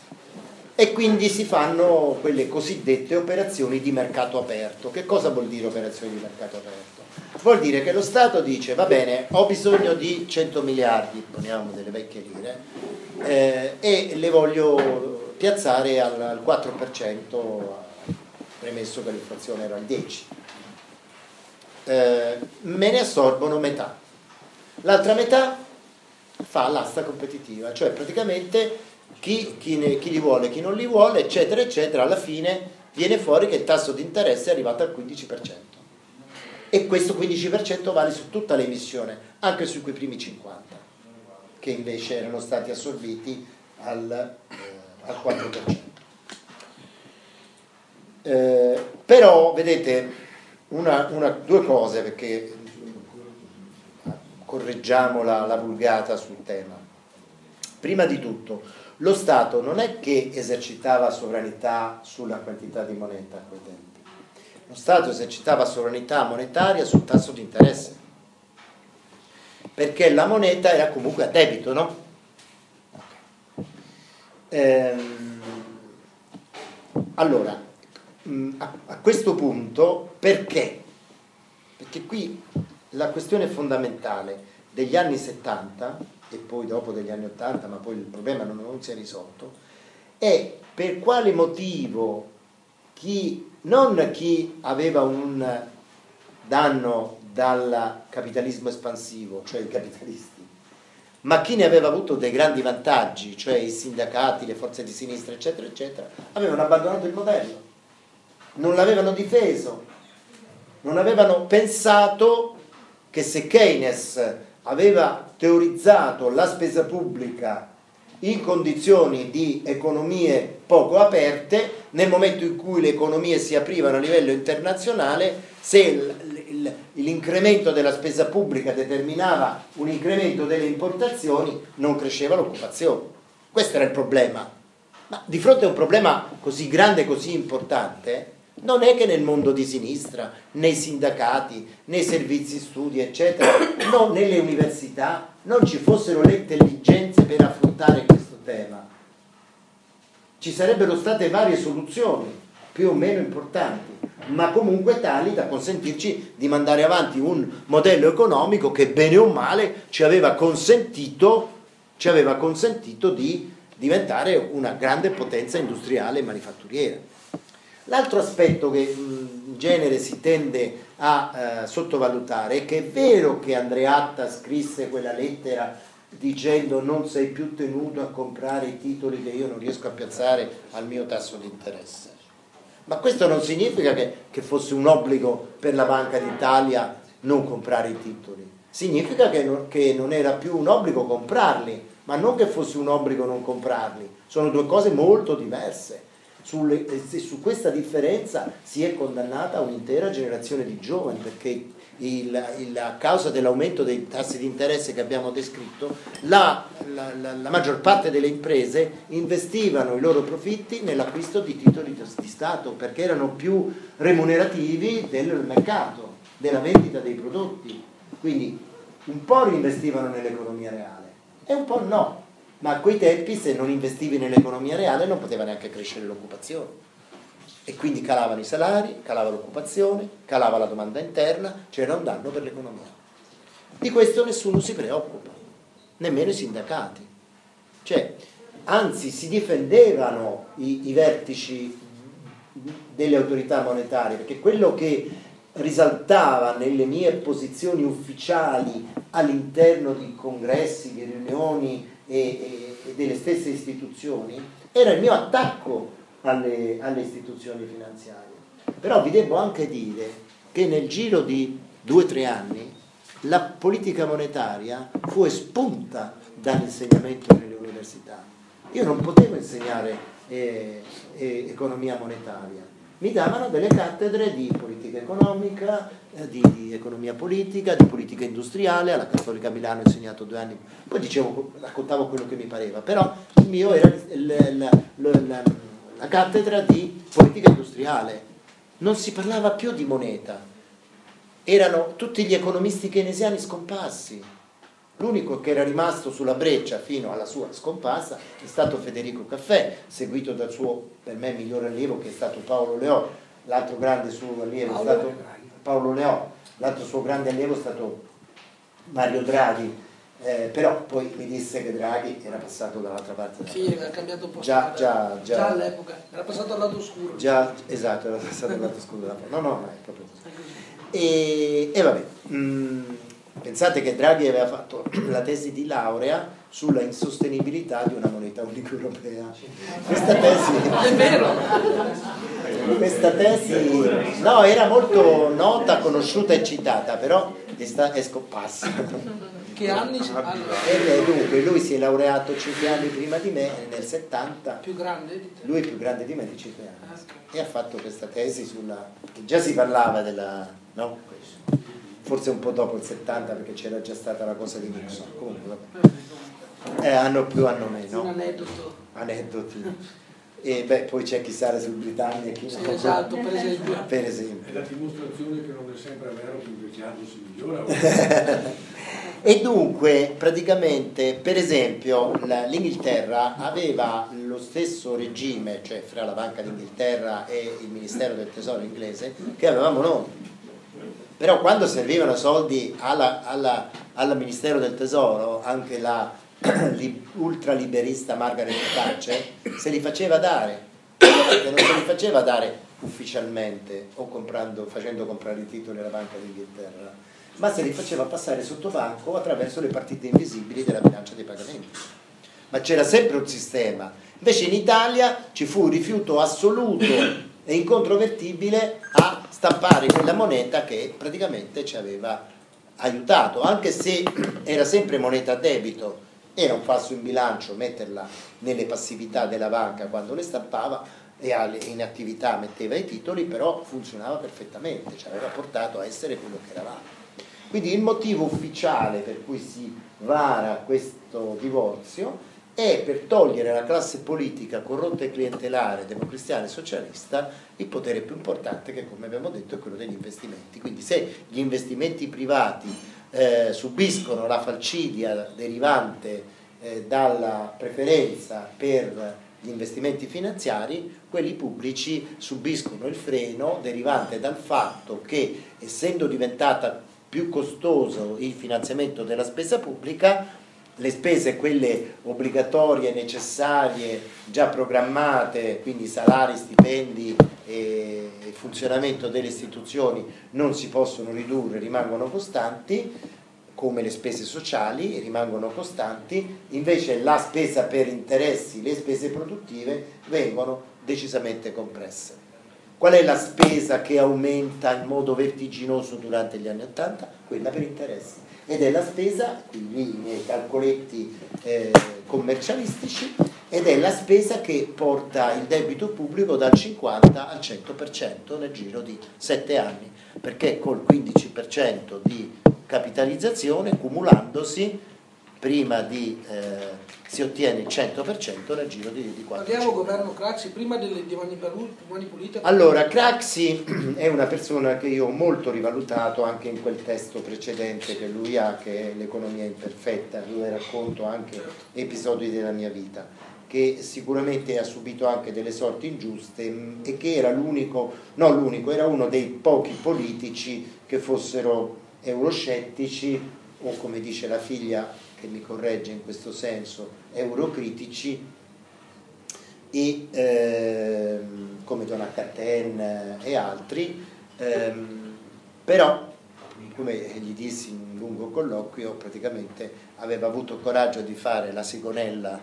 E quindi si fanno quelle cosiddette operazioni di mercato aperto. Che cosa vuol dire operazioni di mercato aperto? Vuol dire che lo Stato dice: va bene, ho bisogno di cento miliardi, poniamo delle vecchie lire, eh, e le voglio piazzare al, al quattro per cento, premesso che l'inflazione era al dieci per cento. Eh, me ne assorbono metà. L'altra metà fa l'asta competitiva, cioè praticamente Chi, chi, ne, chi li vuole, chi non li vuole, eccetera, eccetera. Alla fine viene fuori che il tasso di interesse è arrivato al quindici per cento. E questo quindici per cento vale su tutta l'emissione, anche su quei primi cinquanta, che invece erano stati assorbiti al, eh, al quattro per cento. Eh, però, vedete, una, una, due cose, perché correggiamo la, la vulgata sul tema. Prima di tutto, lo Stato non è che esercitava sovranità sulla quantità di moneta a quei tempi. Lo Stato esercitava sovranità monetaria sul tasso di interesse, perché la moneta era comunque a debito, no? Ehm, allora, a, a questo punto, perché? Perché qui la questione fondamentale degli anni settanta e poi dopo degli anni ottanta, ma poi il problema non, non si è risolto, è per quale motivo chi, non chi aveva un danno dal capitalismo espansivo, cioè i capitalisti, ma chi ne aveva avuto dei grandi vantaggi, cioè i sindacati, le forze di sinistra, eccetera, eccetera, avevano abbandonato il modello, non l'avevano difeso, non avevano pensato che se Keynes aveva teorizzato la spesa pubblica in condizioni di economie poco aperte, nel momento in cui le economie si aprivano a livello internazionale, se l'incremento della spesa pubblica determinava un incremento delle importazioni, non cresceva l'occupazione. Questo era il problema. Ma di fronte a un problema così grande, così importante, non è che nel mondo di sinistra, nei sindacati, nei servizi studi, eccetera, no, nelle università, non ci fossero le intelligenze per affrontare questo tema. Ci sarebbero state varie soluzioni, più o meno importanti, ma comunque tali da consentirci di mandare avanti un modello economico che bene o male ci aveva consentito, ci aveva consentito di diventare una grande potenza industriale e manifatturiera. L'altro aspetto che in genere si tende a eh, sottovalutare è che è vero che Andreatta scrisse quella lettera dicendo non sei più tenuto a comprare i titoli che io non riesco a piazzare al mio tasso di interesse. Ma questo non significa che, che fosse un obbligo per la Banca d'Italia non comprare i titoli. Significa che non, che non era più un obbligo comprarli, ma non che fosse un obbligo non comprarli. Sono due cose molto diverse. Sulle, su questa differenza si è condannata un'intera generazione di giovani, perché il, il, a causa dell'aumento dei tassi di interesse che abbiamo descritto, la, la, la, la maggior parte delle imprese investivano i loro profitti nell'acquisto di titoli di Stato, perché erano più remunerativi del mercato, della vendita dei prodotti. Quindi un po' reinvestivano nell'economia reale e un po' no. Ma a quei tempi, se non investivi nell'economia reale, non poteva neanche crescere l'occupazione. E quindi calavano i salari, calava l'occupazione, calava la domanda interna, c'era un danno per l'economia. Di questo nessuno si preoccupa, nemmeno i sindacati. Cioè, anzi, si difendevano i, i vertici delle autorità monetarie, perché quello che risaltava nelle mie posizioni ufficiali all'interno di congressi, di riunioni e, e delle stesse istituzioni era il mio attacco alle, alle istituzioni finanziarie. Però vi devo anche dire che nel giro di due o tre anni la politica monetaria fu espunta dall'insegnamento nelle università. Io non potevo insegnare eh, eh, economia monetaria. Mi davano delle cattedre di politica economica, eh, di, di economia politica, di politica industriale. Alla Cattolica Milano ho insegnato due anni, poi dicevo, raccontavo quello che mi pareva, però il mio era il, la, la, la, la cattedra di politica industriale. Non si parlava più di moneta, erano tutti gli economisti keynesiani scomparsi. L'unico che era rimasto sulla breccia fino alla sua scomparsa è stato Federico Caffè, seguito dal suo, per me, migliore allievo, che è stato Paolo Leò. L'altro grande suo allievo è stato Paolo Leò, l'altro suo grande allievo è stato Mario Draghi, eh, però poi mi disse che Draghi era passato dall'altra parte. Sì, era cambiato un po'. Già, già, già, già all'epoca, era passato al lato oscuro. Già, esatto, era passato al lato oscuro. No, no, no, è proprio così. E, e vabbè, mh, pensate che Draghi aveva fatto la tesi di laurea sulla insostenibilità di una moneta unica europea. Questa tesi è vero. Questa tesi no, era molto nota, conosciuta e citata, però è scomparsa. Che anni? Allora. E dunque lui si è laureato cinque anni prima di me, nel settanta. Più grande di te? Lui è più grande di me di cinque anni. E ha fatto questa tesi sulla... già si parlava della... no? Forse un po' dopo il settanta, perché c'era già stata la cosa di Nixon. Comunque vabbè. Eh, hanno più, hanno meno. Un aneddoto. Aneddoti. E beh, poi c'è chi sale sul Britannia e chi sì, no. Esatto, per esempio. Per esempio. È la dimostrazione che non è sempre vero che invecchiando si migliora. E dunque, praticamente, per esempio, l'Inghilterra aveva lo stesso regime, cioè fra la Banca d'Inghilterra e il Ministero del Tesoro inglese, che avevamo noi. Però quando servivano soldi alla, alla, al Ministero del Tesoro, anche la ultraliberista Margaret Thatcher se li faceva dare, perché non se li faceva dare ufficialmente o comprando, facendo comprare i titoli alla Banca d'Inghilterra, ma se li faceva passare sotto banco attraverso le partite invisibili della bilancia dei pagamenti. Ma c'era sempre un sistema. Invece in Italia ci fu un rifiuto assoluto e incontrovertibile a stampare quella moneta che praticamente ci aveva aiutato, anche se era sempre moneta a debito, era un falso in bilancio metterla nelle passività della banca quando le stampava e in attività metteva i titoli, però funzionava perfettamente, ci aveva portato a essere quello che eravamo. Quindi il motivo ufficiale per cui si vara questo divorzio è per togliere alla classe politica corrotta e clientelare, democristiana e socialista il potere più importante che, come abbiamo detto, è quello degli investimenti. Quindi se gli investimenti privati eh, subiscono la falcidia derivante eh, dalla preferenza per gli investimenti finanziari, quelli pubblici subiscono il freno derivante dal fatto che, essendo diventata più costoso il finanziamento della spesa pubblica, le spese, quelle obbligatorie, necessarie, già programmate, quindi salari, stipendi e funzionamento delle istituzioni non si possono ridurre, rimangono costanti, come le spese sociali rimangono costanti, invece la spesa per interessi, le spese produttive vengono decisamente compresse. Qual è la spesa che aumenta in modo vertiginoso durante gli anni Ottanta? Quella per interessi. Ed è la spesa, quindi nei calcoletti eh, commercialistici, ed è la spesa che porta il debito pubblico dal cinquanta al cento per cento nel giro di sette anni, perché col quindici per cento di capitalizzazione, cumulandosi, prima di, eh, si ottiene il cento per cento nel giro di, di quattro anni. Parliamo governo Craxi, prima delle di Mani Pulite. Allora, Craxi è una persona che io ho molto rivalutato anche in quel testo precedente che lui ha, che è L'economia imperfetta, dove racconto anche episodi della mia vita, che sicuramente ha subito anche delle sorti ingiuste e che era l'unico, no l'unico, era uno dei pochi politici che fossero euroscettici o, come dice la figlia che mi corregge in questo senso, eurocritici, e ehm, come Don Accaten e altri, ehm, però, come gli dissi in un lungo colloquio, praticamente aveva avuto coraggio di fare la sigonella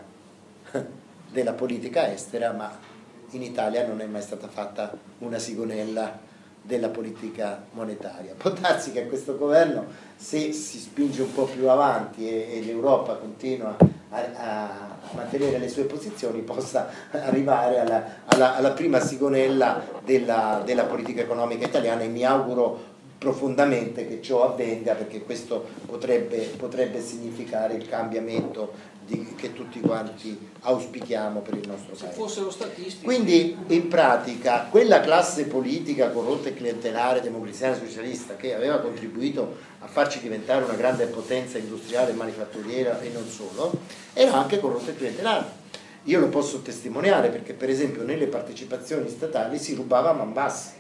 della politica estera, ma in Italia non è mai stata fatta una sigonella della politica monetaria. Può darsi che questo governo, se si spinge un po' più avanti e, e l'Europa continua a, a mantenere le sue posizioni, possa arrivare alla, alla, alla prima sigonella della, della politica economica italiana, e mi auguro profondamente che ciò avvenga, perché questo potrebbe, potrebbe significare il cambiamento di, che tutti quanti auspichiamo per il nostro paese. Se fossero statistici. Quindi in pratica quella classe politica corrotta e clientelare, democristiana e socialista, che aveva contribuito a farci diventare una grande potenza industriale e manifatturiera e non solo, era anche corrotta e clientelare. Io lo posso testimoniare perché, per esempio, nelle partecipazioni statali si rubava a man basse,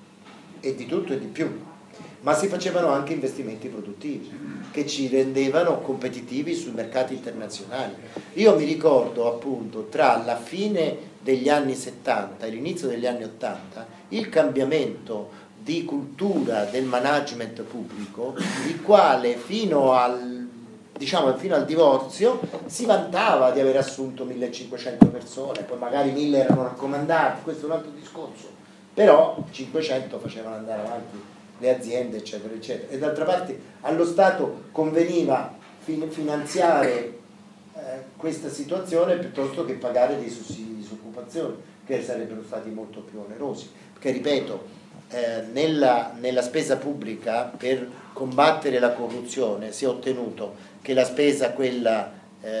e di tutto e di più, ma si facevano anche investimenti produttivi che ci rendevano competitivi sui mercati internazionali. Io mi ricordo appunto tra la fine degli anni settanta e l'inizio degli anni ottanta il cambiamento di cultura del management pubblico, il quale fino al, diciamo, fino al divorzio si vantava di aver assunto millecinquecento persone, poi magari mille erano raccomandati, questo è un altro discorso, però cinquecento facevano andare avanti le aziende, eccetera, eccetera. E d'altra parte allo Stato conveniva fin- finanziare eh, questa situazione piuttosto che pagare dei sussidi di disoccupazione, che sarebbero stati molto più onerosi. Perché, ripeto, eh, nella, nella spesa pubblica, per combattere la corruzione, si è ottenuto che la spesa, quella eh,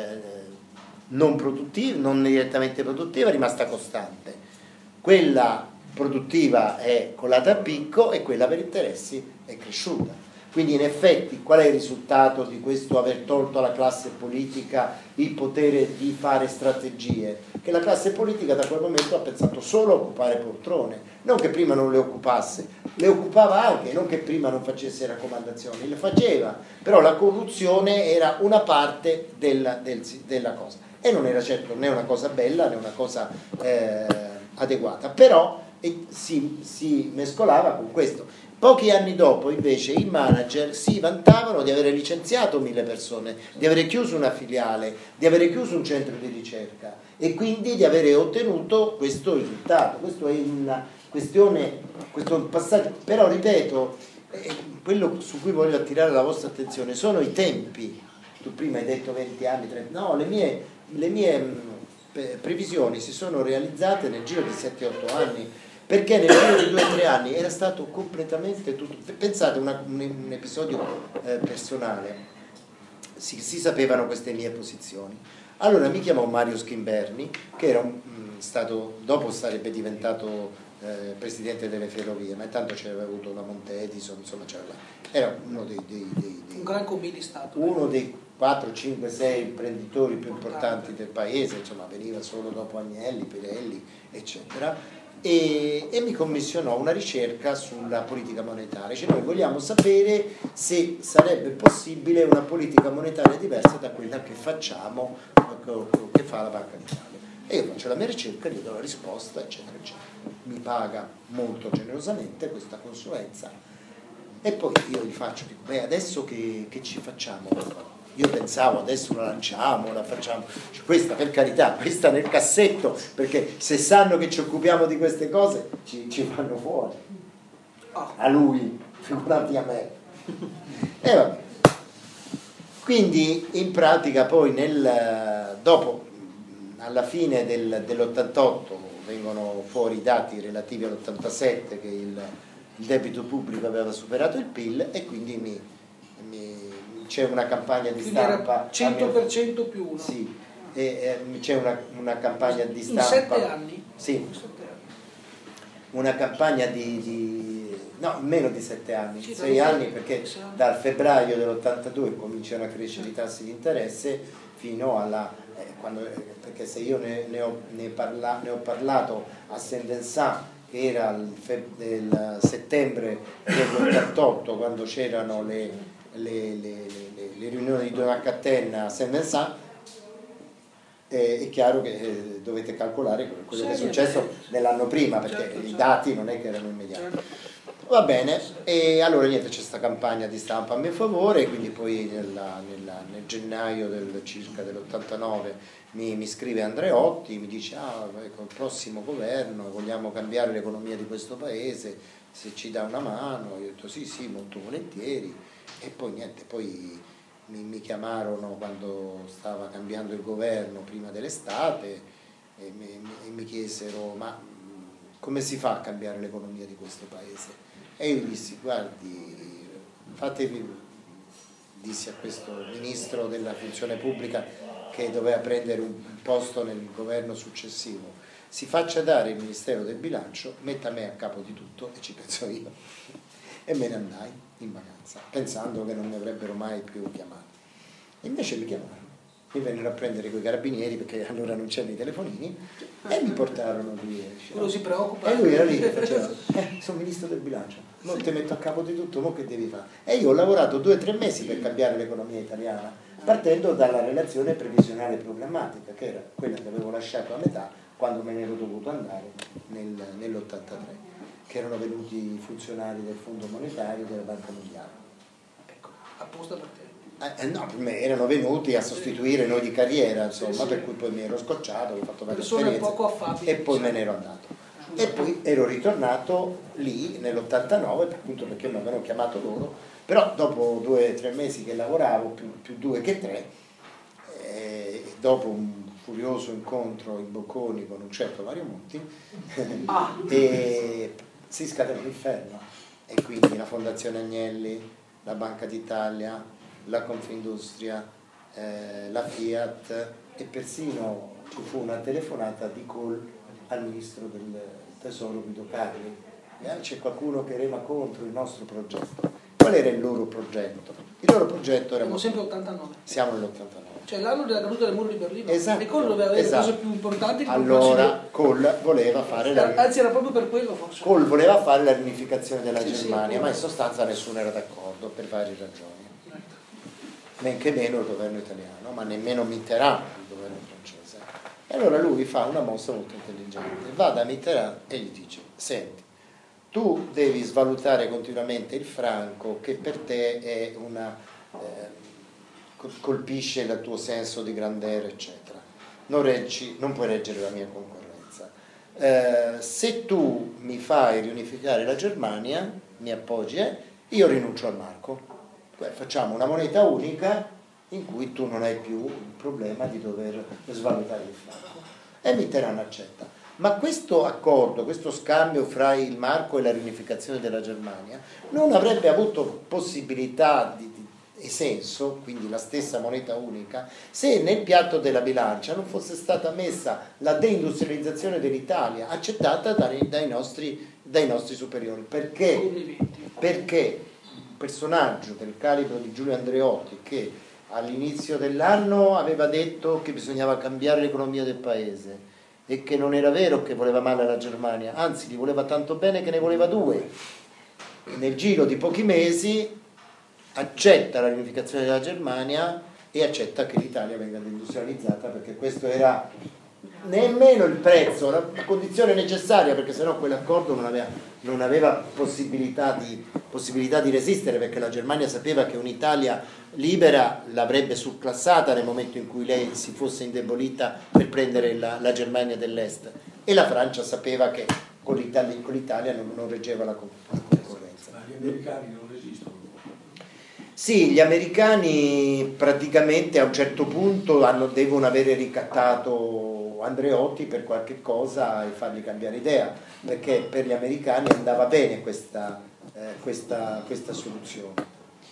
non produttiva, non direttamente produttiva, è rimasta costante. Quella produttiva è colata a picco e quella per interessi è cresciuta. Quindi in effetti qual è il risultato di questo aver tolto alla classe politica il potere di fare strategie? Che la classe politica da quel momento ha pensato solo a occupare poltrone, non che prima non le occupasse, le occupava anche, non che prima non facesse raccomandazioni, le faceva, però la corruzione era una parte della, del, della cosa, e non era certo né una cosa bella né una cosa eh, adeguata, però e si, si mescolava con questo. Pochi anni dopo invece i manager si vantavano di avere licenziato mille persone, di avere chiuso una filiale, di avere chiuso un centro di ricerca e quindi di avere ottenuto questo risultato. Questo è una questione, questo è un passaggio, però ripeto, eh, quello su cui voglio attirare la vostra attenzione sono i tempi. Tu prima hai detto venti anni, trenta, no, le mie, le mie mh, previsioni si sono realizzate nel giro di sette otto anni, perché nel giro di due o tre anni era stato completamente tutto. Pensate, una, un, un episodio eh, personale, si, si sapevano queste mie posizioni. Allora mi chiamò Mario Schimberni, che era un, mh, stato, dopo sarebbe diventato eh, presidente delle ferrovie, ma intanto c'aveva avuto una Monte Edison, insomma c'era, era uno dei, dei, dei, dei un gran comì di Stato, uno dei quattro, cinque, sei imprenditori più importanti del paese, insomma veniva solo dopo Agnelli, Pirelli, eccetera. E, e mi commissionò una ricerca sulla politica monetaria, cioè noi vogliamo sapere se sarebbe possibile una politica monetaria diversa da quella che facciamo, che fa la Banca d'Italia. E io faccio la mia ricerca, gli do la risposta, eccetera, eccetera. Mi paga molto generosamente questa consulenza e poi io gli faccio, dico, beh adesso che, che ci facciamo? Io pensavo adesso la lanciamo, la facciamo, cioè, questa per carità, questa nel cassetto, perché se sanno che ci occupiamo di queste cose ci, ci fanno fuori. A lui, figurati a me. E vabbè. Quindi in pratica poi nel, dopo, alla fine del, dell'ottantotto vengono fuori i dati relativi all'ottantasette che il, il debito pubblico aveva superato il P I L e quindi mi, mi c'è una campagna di quindi stampa era cento per cento più uno, sì, e, e, c'è una, una campagna di stampa in sette anni? Sì, In sette anni. una campagna di, di no, meno di sette anni, Sì, sei anni, perché sei anni. dal febbraio dell'ottantadue cominciano a crescere i tassi di interesse fino alla eh, quando, perché se io ne, ne, ho, ne, parla, ne ho parlato a Saint-Vincent, che era il, feb, il settembre dell'ottantotto, quando c'erano le Le, le, le, le riunioni di Don Catena a Saint-Vincent, eh, è chiaro che eh, dovete calcolare quello che è successo nell'anno prima, perché certo, i certo. dati non è che erano immediati. Certo. Va bene, e allora niente, c'è questa campagna di stampa a mio favore, quindi poi nella, nella, nel gennaio del, circa dell'ottantanove mi, mi scrive Andreotti, mi dice ah, ecco, il prossimo governo vogliamo cambiare l'economia di questo paese, se ci dà una mano. Io ho detto sì sì, molto volentieri. E poi niente, poi mi, mi chiamarono quando stava cambiando il governo prima dell'estate e mi, mi, mi chiesero ma come si fa a cambiare l'economia di questo paese? E io gli dissi guardi, fatevi, dissi a questo ministro della funzione pubblica che doveva prendere un posto nel governo successivo, si faccia dare il Ministero del Bilancio, metta me a capo di tutto e ci penso io. E me ne andai in vacanza, pensando che non mi avrebbero mai più chiamato. E invece mi chiamarono, mi vennero a prendere coi carabinieri, perché allora non c'erano i telefonini, e mi portarono lì. Quello si preoccupa. E lui era lì che faceva, eh, sono ministro del bilancio, non ti metto a capo di tutto, mo che devi fare? E io ho lavorato due o tre mesi per cambiare l'economia italiana, partendo dalla relazione previsionale programmatica, che era quella che avevo lasciato a metà quando me ne ero dovuto andare nel, nell'ottantatré. Che erano venuti i funzionari del Fondo Monetario della Banca Mondiale. Ecco, apposta per te. Eh, no, per me erano venuti a sostituire noi di carriera, insomma, sì, sì. Per cui poi mi ero scocciato, ho fatto varie persone esperienze poco affabili, e poi me ne ero andato. E poi ero ritornato lì nell'ottantanove, appunto perché mi avevano chiamato loro, però dopo due o tre mesi che lavoravo, più, più due che tre, eh, dopo un furioso incontro in Bocconi con un certo Mario Monti, ah. e si scatenò l'inferno e quindi la Fondazione Agnelli, la Banca d'Italia, la Confindustria, eh, la Fiat e persino ci fu una telefonata di Kohl al ministro del Tesoro Guido Carli. Eh, c'è qualcuno che rema contro il nostro progetto. Qual era il loro progetto? Il loro progetto era... Siamo sempre ottantanove. Siamo nell'ottantanove. Cioè l'anno della caduta del muro di Berlino. Esatto, e Kohl doveva avere esatto. cose più importanti che allora Kohl voleva fare la... anzi era proprio per quello forse Kohl voleva fare la riunificazione della sì, Germania, sì, ma in sostanza nessuno era d'accordo per varie ragioni, men che meno il governo italiano, ma nemmeno Mitterrand, il governo francese. E allora lui fa una mossa molto intelligente, va da Mitterrand e gli dice: senti, tu devi svalutare continuamente il franco, che per te è una, eh, colpisce il tuo senso di grandezza, eccetera. Non, reggi, non puoi reggere la mia concorrenza. Eh, se tu mi fai riunificare la Germania, mi appoggi, eh, io rinuncio al marco. Beh, facciamo una moneta unica in cui tu non hai più il problema di dover svalutare il franco. E Mitterrand accetta. Ma questo accordo, questo scambio fra il marco e la riunificazione della Germania non avrebbe avuto possibilità di, di, e senso, quindi la stessa moneta unica, se nel piatto della bilancia non fosse stata messa la deindustrializzazione dell'Italia, accettata dai, dai, nostri, dai nostri superiori. Perché? Perché un personaggio del calibro di Giulio Andreotti, che all'inizio dell'anno aveva detto che bisognava cambiare l'economia del paese e che non era vero che voleva male alla Germania, anzi gli voleva tanto bene che ne voleva due. Nel giro di pochi mesi accetta la riunificazione della Germania e accetta che l'Italia venga deindustrializzata, perché questo era nemmeno il prezzo, la condizione necessaria, perché sennò quell'accordo non aveva, non aveva possibilità, di, possibilità di resistere, perché la Germania sapeva che un'Italia libera l'avrebbe surclassata nel momento in cui lei si fosse indebolita per prendere la, la Germania dell'Est, e la Francia sapeva che con l'Italia, con l'Italia non, non reggeva la, la concorrenza. Ma gli americani non resistono? Sì, gli americani praticamente a un certo punto hanno, devono avere ricattato Andreotti per qualche cosa e fargli cambiare idea, perché per gli americani andava bene questa, eh, questa, questa soluzione.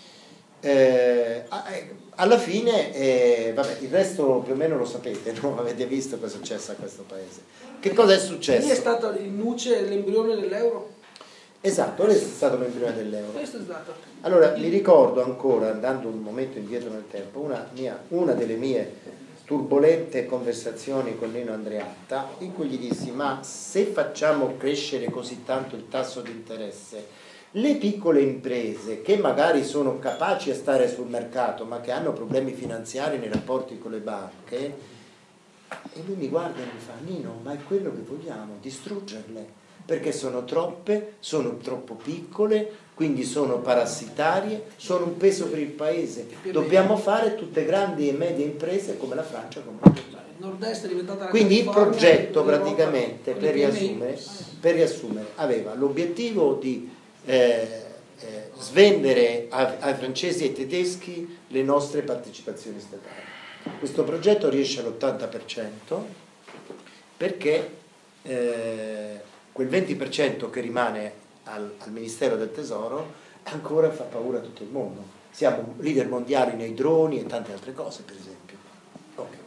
Eh, alla fine, eh, vabbè, il resto più o meno lo sapete, no? Avete visto cosa è successo a questo paese. Che cosa è successo? Quindi è stato il nuce, l'embrione dell'euro? Esatto, questo è stato l'embrione dell'euro. Questo è stato. Allora, mi ricordo ancora, andando un momento indietro nel tempo, una, mia, una delle mie turbolente conversazioni con Nino Andreatta, in cui gli dissi: ma se facciamo crescere così tanto il tasso di interesse, le piccole imprese che magari sono capaci a stare sul mercato ma che hanno problemi finanziari nei rapporti con le banche, e lui mi guarda e mi fa: Nino, ma è quello che vogliamo, distruggerle, perché sono troppe, sono troppo piccole, quindi sono parassitarie, sono un peso per il paese. Dobbiamo fare tutte grandi e medie imprese come la Francia, come la Germania. Il nord-est è diventata la Quindi il California, progetto l'Europa, praticamente, con per i P M I. riassumere, per riassumere, aveva l'obiettivo di eh, eh, svendere a, ai francesi e ai tedeschi le nostre partecipazioni statali. Questo progetto riesce all'ottanta per cento perché eh, quel venti per cento che rimane al, al Ministero del Tesoro ancora fa paura a tutto il mondo. Siamo leader mondiali nei droni e tante altre cose, per esempio. Okay.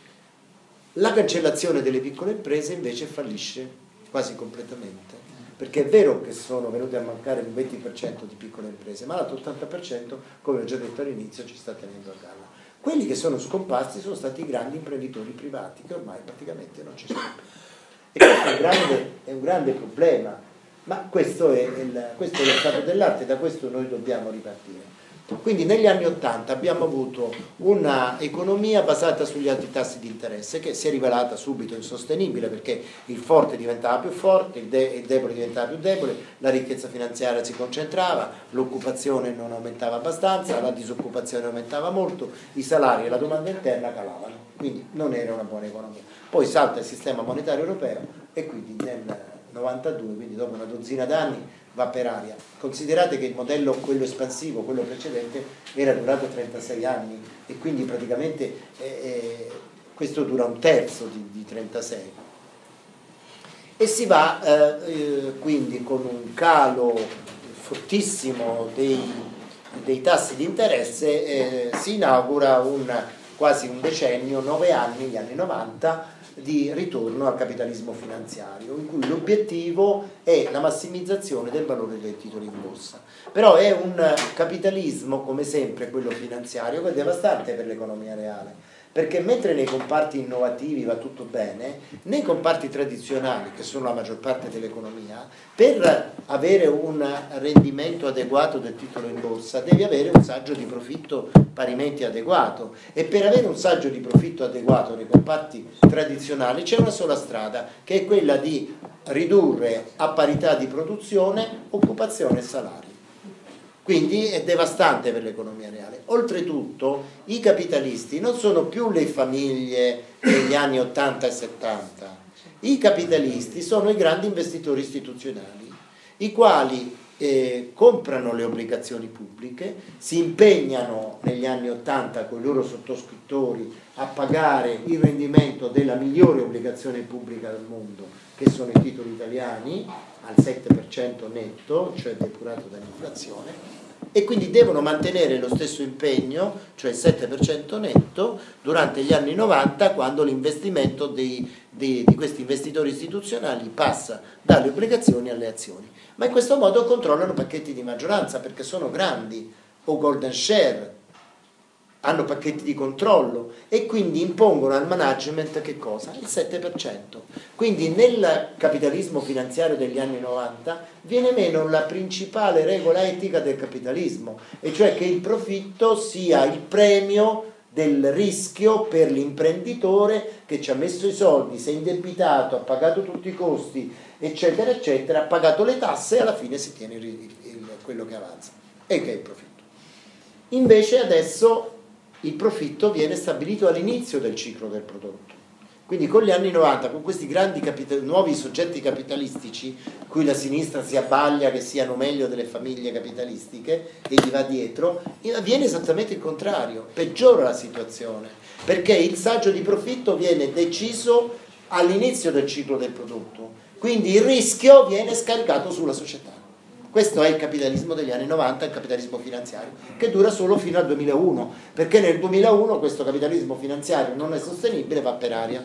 La cancellazione delle piccole imprese invece fallisce quasi completamente, perché è vero che sono venute a mancare un venti per cento di piccole imprese, ma l'altro ottanta per cento, come ho già detto all'inizio, ci sta tenendo a galla. Quelli che sono scomparsi sono stati i grandi imprenditori privati, che ormai praticamente non ci sono più. E questo è un grande, è un grande problema, ma questo è, il, questo è lo stato dell'arte, da questo noi dobbiamo ripartire. Quindi negli anni Ottanta abbiamo avuto una economia basata sugli alti tassi di interesse, che si è rivelata subito insostenibile, perché il forte diventava più forte, il, de- il debole diventava più debole, la ricchezza finanziaria si concentrava, l'occupazione non aumentava abbastanza, la disoccupazione aumentava molto, i salari e la domanda interna calavano, quindi non era una buona economia. Poi salta il sistema monetario europeo e quindi nel novantadue, quindi dopo una dozzina d'anni, va per aria. Considerate che il modello, quello espansivo, quello precedente, era durato trentasei anni e quindi praticamente eh, eh, questo dura un terzo di, di trentasei. E si va eh, eh, quindi con un calo fortissimo dei, dei tassi di interesse, eh, si inaugura un, quasi un decennio, nove anni, gli anni novanta, di ritorno al capitalismo finanziario, in cui l'obiettivo è la massimizzazione del valore dei titoli in borsa. Però è un capitalismo, come sempre quello finanziario, che è devastante per l'economia reale, perché mentre nei comparti innovativi va tutto bene, nei comparti tradizionali, che sono la maggior parte dell'economia, per avere un rendimento adeguato del titolo in borsa devi avere un saggio di profitto parimenti adeguato, e per avere un saggio di profitto adeguato nei comparti tradizionali c'è una sola strada, che è quella di ridurre a parità di produzione occupazione e salari. Quindi è devastante per l'economia reale. Oltretutto i capitalisti non sono più le famiglie degli anni ottanta e settanta, i capitalisti sono i grandi investitori istituzionali, i quali eh, comprano le obbligazioni pubbliche, si impegnano negli anni ottanta con i loro sottoscrittori a pagare il rendimento della migliore obbligazione pubblica del mondo, che sono i titoli italiani, al sette per cento netto, cioè depurato dall'inflazione, e quindi devono mantenere lo stesso impegno, cioè il sette per cento netto, durante gli anni novanta, quando l'investimento dei, dei, di questi investitori istituzionali passa dalle obbligazioni alle azioni. Ma in questo modo controllano pacchetti di maggioranza, perché sono grandi, o golden share, hanno pacchetti di controllo, e quindi impongono al management che cosa? Il sette per cento. Quindi nel capitalismo finanziario degli anni novanta viene meno la principale regola etica del capitalismo, e cioè che il profitto sia il premio del rischio per l'imprenditore che ci ha messo i soldi, si è indebitato, ha pagato tutti i costi, eccetera, eccetera, ha pagato le tasse e alla fine si tiene il, il, quello che avanza, e che è il profitto. Invece adesso il profitto viene stabilito all'inizio del ciclo del prodotto. Quindi con gli anni novanta, con questi grandi capital- nuovi soggetti capitalistici, cui la sinistra si abbaglia che siano meglio delle famiglie capitalistiche e gli va dietro, avviene esattamente il contrario, peggiora la situazione, perché il saggio di profitto viene deciso all'inizio del ciclo del prodotto, quindi il rischio viene scaricato sulla società. Questo è il capitalismo degli anni novanta, il capitalismo finanziario, che dura solo fino al duemilauno, perché nel duemilauno questo capitalismo finanziario non è sostenibile, va per aria.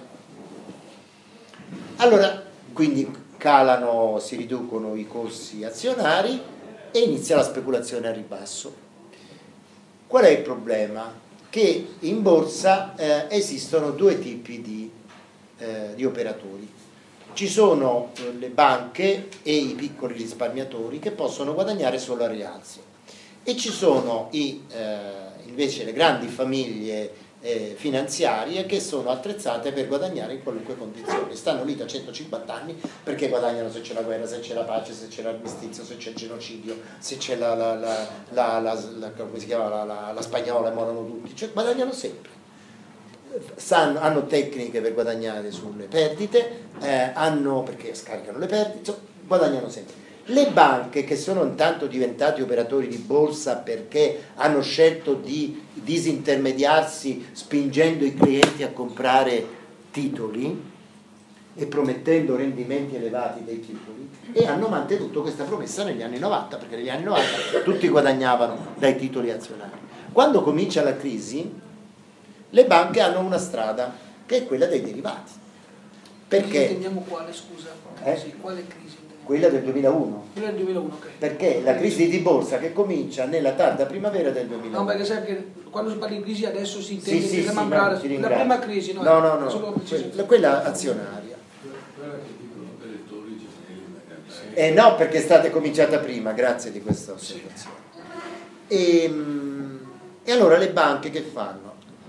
Allora, quindi calano, si riducono i corsi azionari e inizia la speculazione a ribasso. Qual è il problema? Che in borsa eh, esistono due tipi di, eh, di operatori. Ci sono le banche e i piccoli risparmiatori che possono guadagnare solo a rialzo, e ci sono i, eh, invece le grandi famiglie eh, finanziarie che sono attrezzate per guadagnare in qualunque condizione. Stanno lì da centocinquanta anni perché guadagnano se c'è la guerra, se c'è la pace, se c'è l'armistizio, se c'è il genocidio, se c'è la, la, la, la, la, la, come si chiama, la, la, la spagnola e morono tutti, cioè guadagnano sempre. Sanno, hanno tecniche per guadagnare sulle perdite, eh, hanno, perché scaricano le perdite, insomma, guadagnano sempre. Le banche, che sono intanto diventati operatori di borsa perché hanno scelto di disintermediarsi spingendo i clienti a comprare titoli e promettendo rendimenti elevati dei titoli, e hanno mantenuto questa promessa negli anni novanta, perché negli anni novanta tutti guadagnavano dai titoli azionari. Quando comincia la crisi, le banche hanno una strada, che è quella dei derivati. Perché? Intendiamo quale, scusa? Eh? Sì, quale crisi? Quella del duemilauno. Quella del duemilauno, ok. Perché la crisi di borsa che comincia nella tarda primavera del duemilauno. No, perché sai che quando si parla di crisi adesso si intende sì, sì, sì, sì, membrana, no, ti la ringrazio. prima crisi, no? No, no, no, Solo quella, quella azionaria. Quella che dicono per le torri ci Eh no, perché è stata cominciata prima, grazie di questa osservazione. E, e allora le banche che fanno?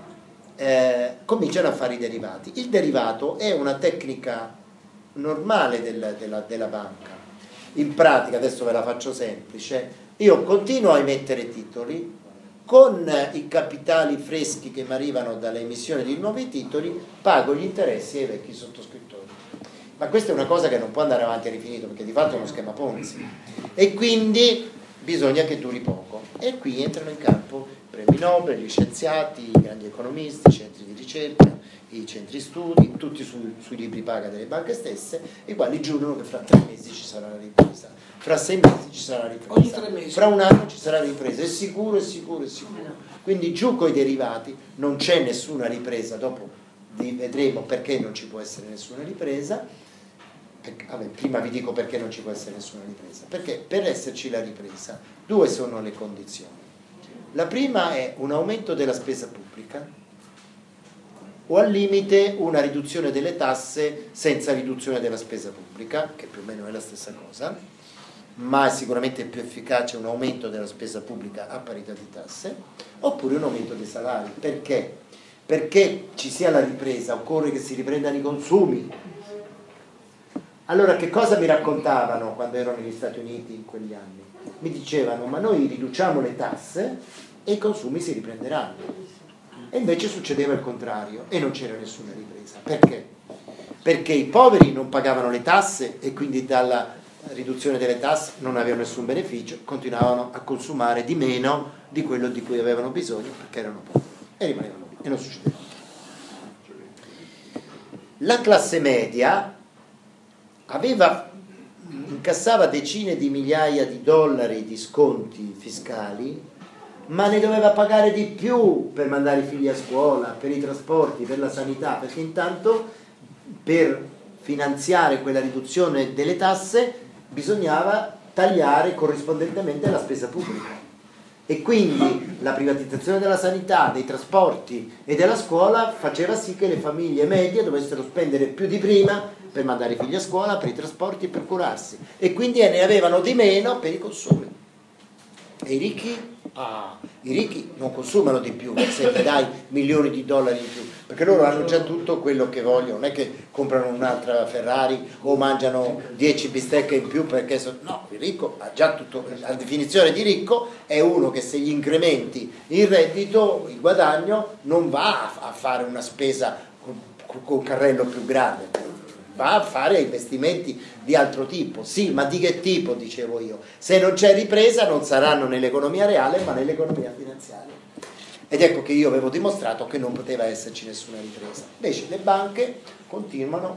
Eh, cominciano a fare i derivati. Il derivato è una tecnica normale del, della, della banca. In pratica, adesso ve la faccio semplice, io continuo a emettere titoli con i capitali freschi che mi arrivano dall'emissione di nuovi titoli, pago gli interessi ai vecchi sottoscrittori. Ma questa è una cosa che non può andare avanti all'infinito, perché di fatto è uno schema Ponzi, e quindi bisogna che duri poco, e qui entrano in campo premi Nobel, gli scienziati, i grandi economisti, i centri di ricerca, i centri studi, tutti su, sui libri paga delle banche stesse, i quali giurano che fra tre mesi ci sarà la ripresa, fra sei mesi ci sarà la ripresa, ogni tre mesi, fra un anno ci sarà la ripresa, è sicuro, è sicuro, è sicuro. Quindi giù coi derivati, non c'è nessuna ripresa, dopo vedremo perché non ci può essere nessuna ripresa. Perché, vabbè, prima vi dico perché non ci può essere nessuna ripresa, perché per esserci la ripresa due sono le condizioni. La prima è un aumento della spesa pubblica o al limite una riduzione delle tasse senza riduzione della spesa pubblica, che più o meno è la stessa cosa, ma è sicuramente più efficace un aumento della spesa pubblica a parità di tasse, oppure un aumento dei salari. Perché? Perché ci sia la ripresa, occorre che si riprendano i consumi. Allora, che cosa mi raccontavano quando ero negli Stati Uniti in quegli anni? Mi dicevano, ma noi riduciamo le tasse e i consumi si riprenderanno. E invece succedeva il contrario e non c'era nessuna ripresa. Perché? Perché i poveri non pagavano le tasse e quindi dalla riduzione delle tasse non avevano nessun beneficio, continuavano a consumare di meno di quello di cui avevano bisogno perché erano poveri e rimanevano lì e non succedeva. La classe media aveva, incassava decine di migliaia di dollari di sconti fiscali, ma ne doveva pagare di più per mandare i figli a scuola, per i trasporti, per la sanità, perché intanto per finanziare quella riduzione delle tasse bisognava tagliare corrispondentemente la spesa pubblica. E quindi la privatizzazione della sanità, dei trasporti e della scuola faceva sì che le famiglie medie dovessero spendere più di prima per mandare i figli a scuola, per i trasporti e per curarsi, e quindi ne avevano di meno per i consumi. E i ricchi? Ah, i ricchi non consumano di più se gli dai milioni di dollari in più, perché loro hanno già tutto quello che vogliono, non è che comprano un'altra Ferrari o mangiano dieci bistecche in più perché so... no, il ricco ha già tutto. La definizione di ricco è uno che se gli incrementi il reddito, il guadagno, non va a fare una spesa con un carrello più grande, va a fare investimenti di altro tipo. Sì, ma di che tipo, dicevo io? Se non c'è ripresa non saranno nell'economia reale ma nell'economia finanziaria. Ed ecco che io avevo dimostrato che non poteva esserci nessuna ripresa. Invece le banche continuano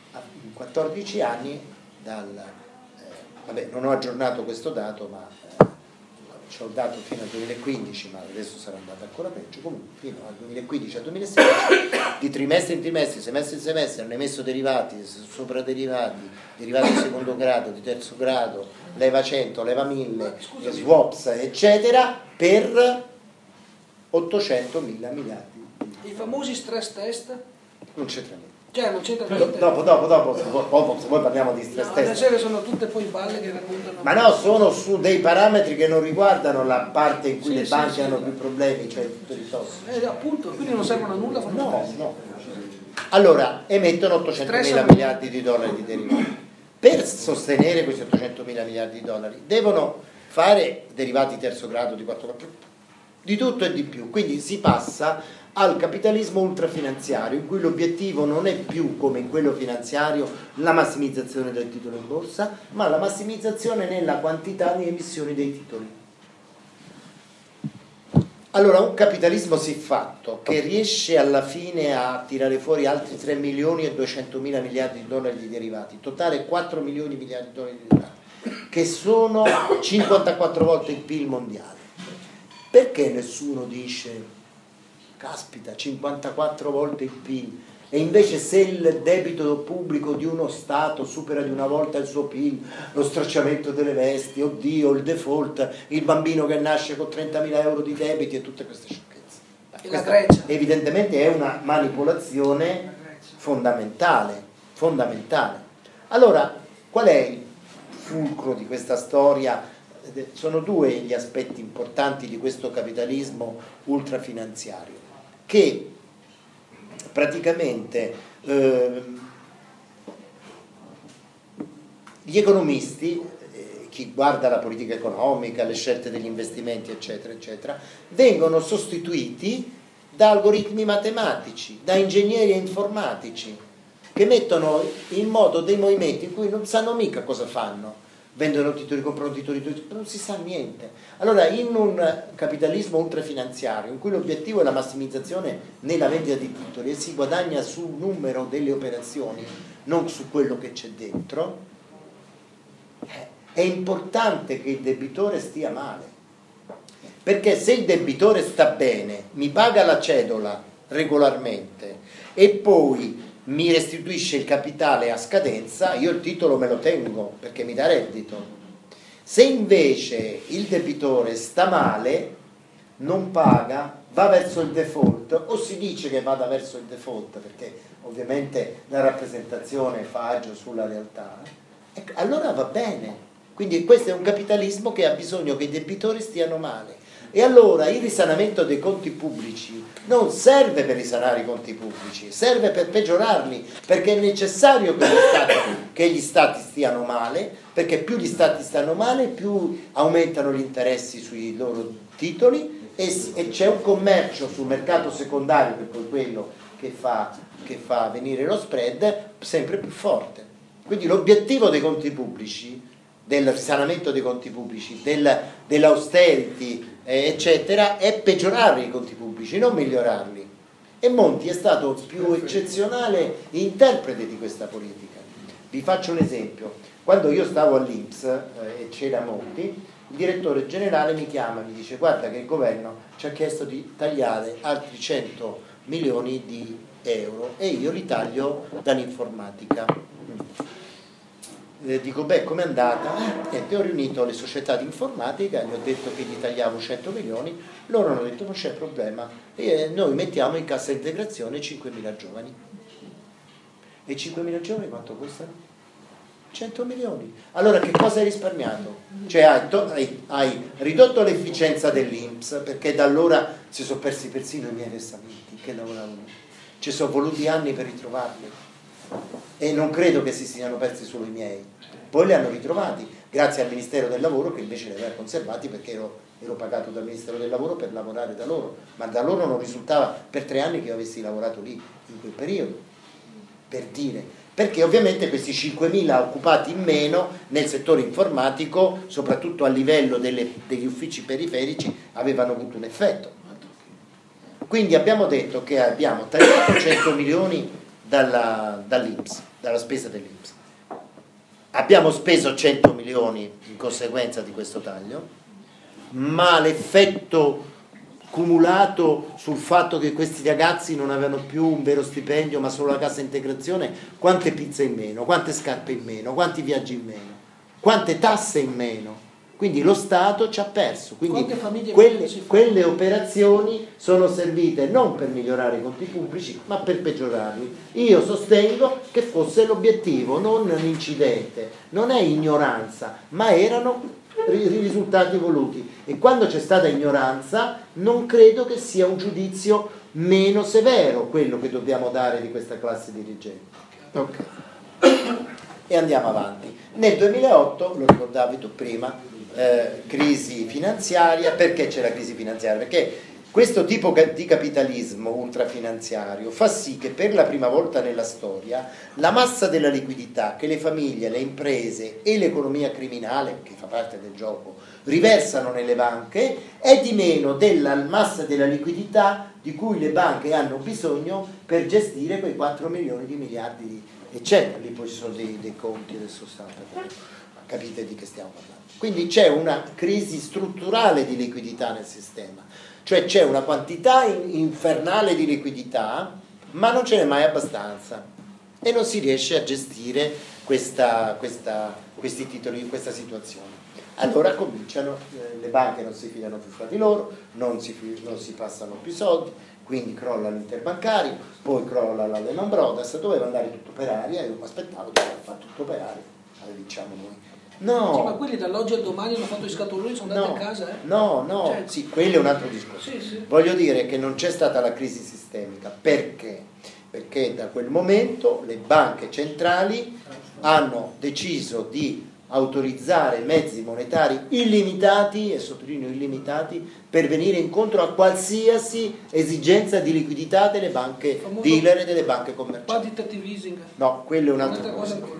in quattordici anni dal... Eh, vabbè, non ho aggiornato questo dato, ma eh, c'ho il dato fino al duemilaquindici, ma adesso sarà andato ancora peggio. Comunque fino al duemilaquindici al duemilasedici, di trimestre in trimestre, semestre in semestre, hanno emesso derivati, sopraderivati, derivati di secondo grado, di terzo grado, leva cento, leva mille, swaps, eccetera, per ottocentomila miliardi. I famosi stress test? Non c'entra niente. Cioè, non c'entra niente. Dopo, dopo, dopo, dopo, se poi parliamo di stress No, test. stasera sono tutte poi balle che raccontano. Ma no, sono su dei parametri che non riguardano la parte in cui Sì, le sì, banche sì, hanno sì. più problemi, cioè tutto il tosso. Eh, appunto, quindi non servono a nulla. fanno No, stress. no. Allora, emettono ottocentomila Stress- miliardi di dollari di derivati. Per sostenere questi ottocentomila miliardi di dollari devono fare derivati terzo grado di quattro di tutto e di più. Quindi si passa al capitalismo ultrafinanziario, in cui l'obiettivo non è più, come in quello finanziario, la massimizzazione del titolo in borsa, ma la massimizzazione nella quantità di emissioni dei titoli. Allora, un capitalismo siffatto che riesce alla fine a tirare fuori altri tre milioni e duecentomila miliardi di dollari di derivati, totale quattro milioni di miliardi di dollari di derivati, che sono cinquantaquattro volte il P I L mondiale. Perché nessuno dice, caspita, cinquantaquattro volte il P I L, e invece se il debito pubblico di uno Stato supera di una volta il suo P I L, lo stracciamento delle vesti, oddio, il default, il bambino che nasce con trentamila euro di debiti e tutte queste sciocchezze. E la Questa Grecia. evidentemente è una manipolazione fondamentale, fondamentale. Allora, qual è il fulcro di questa storia? Sono due gli aspetti importanti di questo capitalismo ultrafinanziario, che praticamente eh, gli economisti, eh, chi guarda la politica economica, le scelte degli investimenti, eccetera, eccetera, vengono sostituiti da algoritmi matematici, da ingegneri informatici, che mettono in moto dei movimenti in cui non sanno mica cosa fanno. Vendono titoli, comprano titoli, titoli, non si sa niente. Allora, in un capitalismo ultrafinanziario, in cui l'obiettivo è la massimizzazione nella vendita di titoli e si guadagna sul numero delle operazioni, non su quello che c'è dentro, è importante che il debitore stia male. Perché se il debitore sta bene, mi paga la cedola regolarmente e poi mi restituisce il capitale a scadenza, io il titolo me lo tengo perché mi dà reddito. Se invece il debitore sta male, non paga, va verso il default, o si dice che vada verso il default perché ovviamente la rappresentazione fa agio sulla realtà, ecco, allora va bene. Quindi questo è un capitalismo che ha bisogno che i debitori stiano male. E allora il risanamento dei conti pubblici non serve per risanare i conti pubblici, serve per peggiorarli, perché è necessario che gli stati, che gli stati stiano male, perché più gli stati stanno male, più aumentano gli interessi sui loro titoli e, e c'è un commercio sul mercato secondario, che è poi quello che fa, che fa venire lo spread, sempre più forte. Quindi l'obiettivo dei conti pubblici, del risanamento dei conti pubblici, del, dell'austerity, eh, eccetera, è peggiorare i conti pubblici, non migliorarli. E Monti è stato più eccezionale interprete di questa politica. Vi faccio un esempio. Quando io stavo all'I N P S eh, e c'era Monti, il direttore generale mi chiama e mi dice: guarda che il governo ci ha chiesto di tagliare altri cento milioni di euro e io li taglio dall'informatica. Eh, dico, beh, com'è andata? Eh, e ho riunito le società di informatica, gli ho detto che gli tagliamo cento milioni, loro hanno detto non c'è problema, e noi mettiamo in cassa integrazione cinquemila giovani. E cinquemila giovani quanto costano? cento milioni. Allora che cosa hai risparmiato? Cioè hai, to- hai, hai ridotto l'efficienza dell'I N P S, perché da allora si sono persi persino i miei versamenti che lavoravano, ci sono voluti anni per ritrovarli e non credo che si siano persi solo i miei, poi li hanno ritrovati grazie al Ministero del Lavoro, che invece li aveva conservati perché ero, ero pagato dal Ministero del Lavoro per lavorare da loro, ma da loro non risultava per tre anni che io avessi lavorato lì in quel periodo, per dire, perché ovviamente questi cinquemila occupati in meno nel settore informatico, soprattutto a livello delle, degli uffici periferici, avevano avuto un effetto. Quindi abbiamo detto che abbiamo tagliato cento milioni dalla, dall'I N P S, dalla spesa dell'I N P S. Abbiamo speso cento milioni in conseguenza di questo taglio, ma l'effetto cumulato sul fatto che questi ragazzi non avevano più un vero stipendio ma solo la cassa integrazione, quante pizze in meno, quante scarpe in meno, quanti viaggi in meno, quante tasse in meno. Quindi lo Stato ci ha perso. Quindi quelle, quelle operazioni sono servite non per migliorare i conti pubblici ma per peggiorarli. Io sostengo che fosse l'obiettivo, non un incidente, non è ignoranza, ma erano i risultati voluti. E quando c'è stata ignoranza non credo che sia un giudizio meno severo quello che dobbiamo dare di questa classe dirigente. Okay. E andiamo avanti. Nel duemilaotto, lo ricordavi tu prima, Eh, crisi finanziaria. Perché c'è la crisi finanziaria? Perché questo tipo di capitalismo ultrafinanziario fa sì che per la prima volta nella storia la massa della liquidità che le famiglie, le imprese e l'economia criminale, che fa parte del gioco, riversano nelle banche è di meno della massa della liquidità di cui le banche hanno bisogno per gestire quei quattro milioni di miliardi di eccetera. Lì poi ci sono dei, dei conti del sostanza. Capite di che stiamo parlando? Quindi c'è una crisi strutturale di liquidità nel sistema, cioè c'è una quantità infernale di liquidità, ma non ce n'è mai abbastanza e non si riesce a gestire questa, questa, questi titoli in questa situazione. Allora cominciano, eh, le banche non si fidano più fra di loro, non si, non si passano più soldi, quindi crolla l'interbancario, poi crolla la Lehman Brothers, doveva andare tutto per aria e io mi aspettavo di fare tutto per aria, allora diciamo noi. No. Sì, ma quelli dall'oggi al domani hanno fatto i scatoloni e sono andati no, a casa, eh? No, no, cioè, sì, quello è un altro discorso. Sì, sì. Voglio dire che non c'è stata la crisi sistemica. Perché? Perché da quel momento le banche centrali hanno deciso di autorizzare mezzi monetari illimitati, e sottolineo illimitati, per venire incontro a qualsiasi esigenza di liquidità delle banche dealer e delle banche commerciali. Quantitative easing. No, quello è un'altra cosa.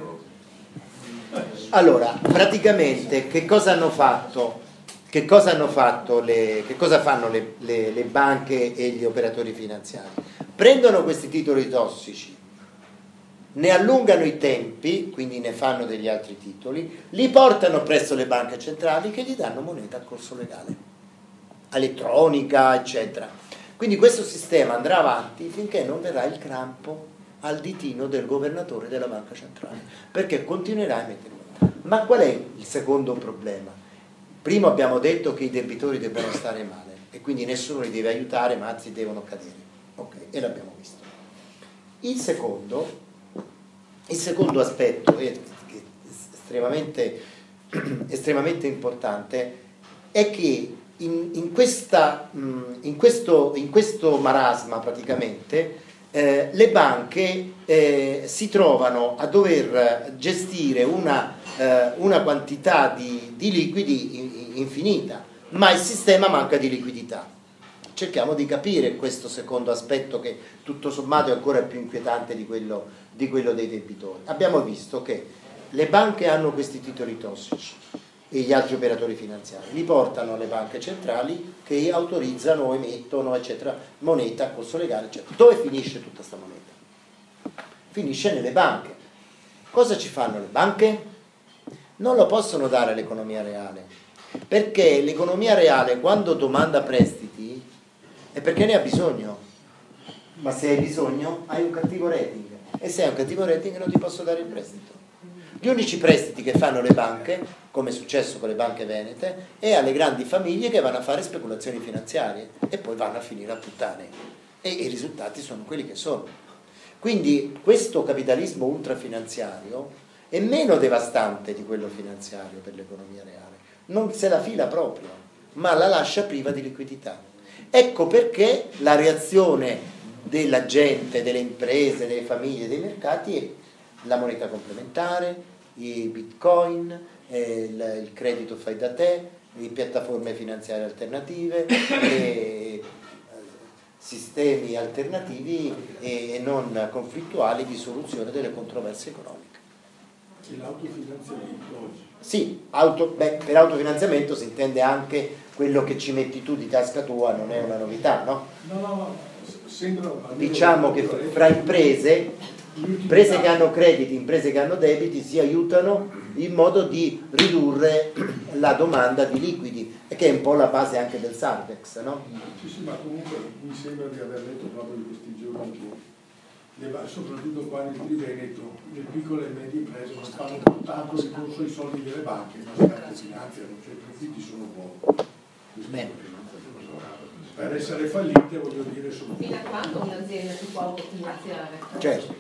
Allora, praticamente che cosa hanno fatto? Che cosa hanno fatto le, che cosa fanno le, le, le banche e gli operatori finanziari? Prendono questi titoli tossici, ne allungano i tempi, quindi ne fanno degli altri titoli, li portano presso le banche centrali che gli danno moneta a corso legale, elettronica, eccetera. Quindi questo sistema andrà avanti finché non verrà il crampo al ditino del governatore della banca centrale, perché continuerà a mettere. Ma qual è il secondo problema? Primo abbiamo detto che i debitori debbano stare male. e quindi nessuno li deve aiutare, ma anzi devono cadere. Ok, e l'abbiamo visto. Il secondo, il secondo aspetto, che è estremamente, estremamente importante, è che in, in, questa, in, questo, in questo marasma praticamente eh, le banche eh, si trovano a dover gestire una, eh, una quantità di, di liquidi infinita, ma il sistema manca di liquidità. Cerchiamo di capire questo secondo aspetto, che tutto sommato è ancora più inquietante di quello, di quello dei debitori. Abbiamo visto che le banche hanno questi titoli tossici e gli altri operatori finanziari li portano alle banche centrali che autorizzano o emettono eccetera moneta a corso legale eccetera. Dove finisce tutta questa moneta? Finisce nelle banche. Cosa ci fanno le banche? Non lo possono dare all'economia reale, perché l'economia reale quando domanda prestiti è perché ne ha bisogno, ma se hai bisogno hai un cattivo rating, e se hai un cattivo rating non ti posso dare il prestito. Gli unici prestiti che fanno le banche, come è successo con le banche venete, è alle grandi famiglie che vanno a fare speculazioni finanziarie e poi vanno a finire a puttane, e i risultati sono quelli che sono. Quindi questo capitalismo ultrafinanziario è meno devastante di quello finanziario per l'economia reale, non se la fila proprio, ma la lascia priva di liquidità. Ecco perché la reazione della gente, delle imprese, delle famiglie, dei mercati è la moneta complementare, i bitcoin, eh, il, il credito fai da te, le piattaforme finanziarie alternative, e sistemi alternativi e non conflittuali di soluzione delle controversie economiche. E l'autofinanziamento oggi? Sì, auto, beh, per autofinanziamento si intende anche quello che ci metti tu di tasca tua, non è una novità, no? No, no, no, sembra... Diciamo che fra imprese, imprese che hanno crediti, imprese che hanno debiti, si aiutano in modo di ridurre la domanda di liquidi, e che è un po' la base anche del Sardex, no? Sì, sì, ma comunque mi sembra di aver letto proprio in questi giorni che le, soprattutto qua nel Triveneto, le piccole e medie imprese non fanno tanto ricorso ai soldi delle banche, ma si autofinanziano, cioè i profitti sono buoni. Bene. Per essere fallite, voglio dire, sono... Fino a quando un'azienda si può autofinanziare? Certo.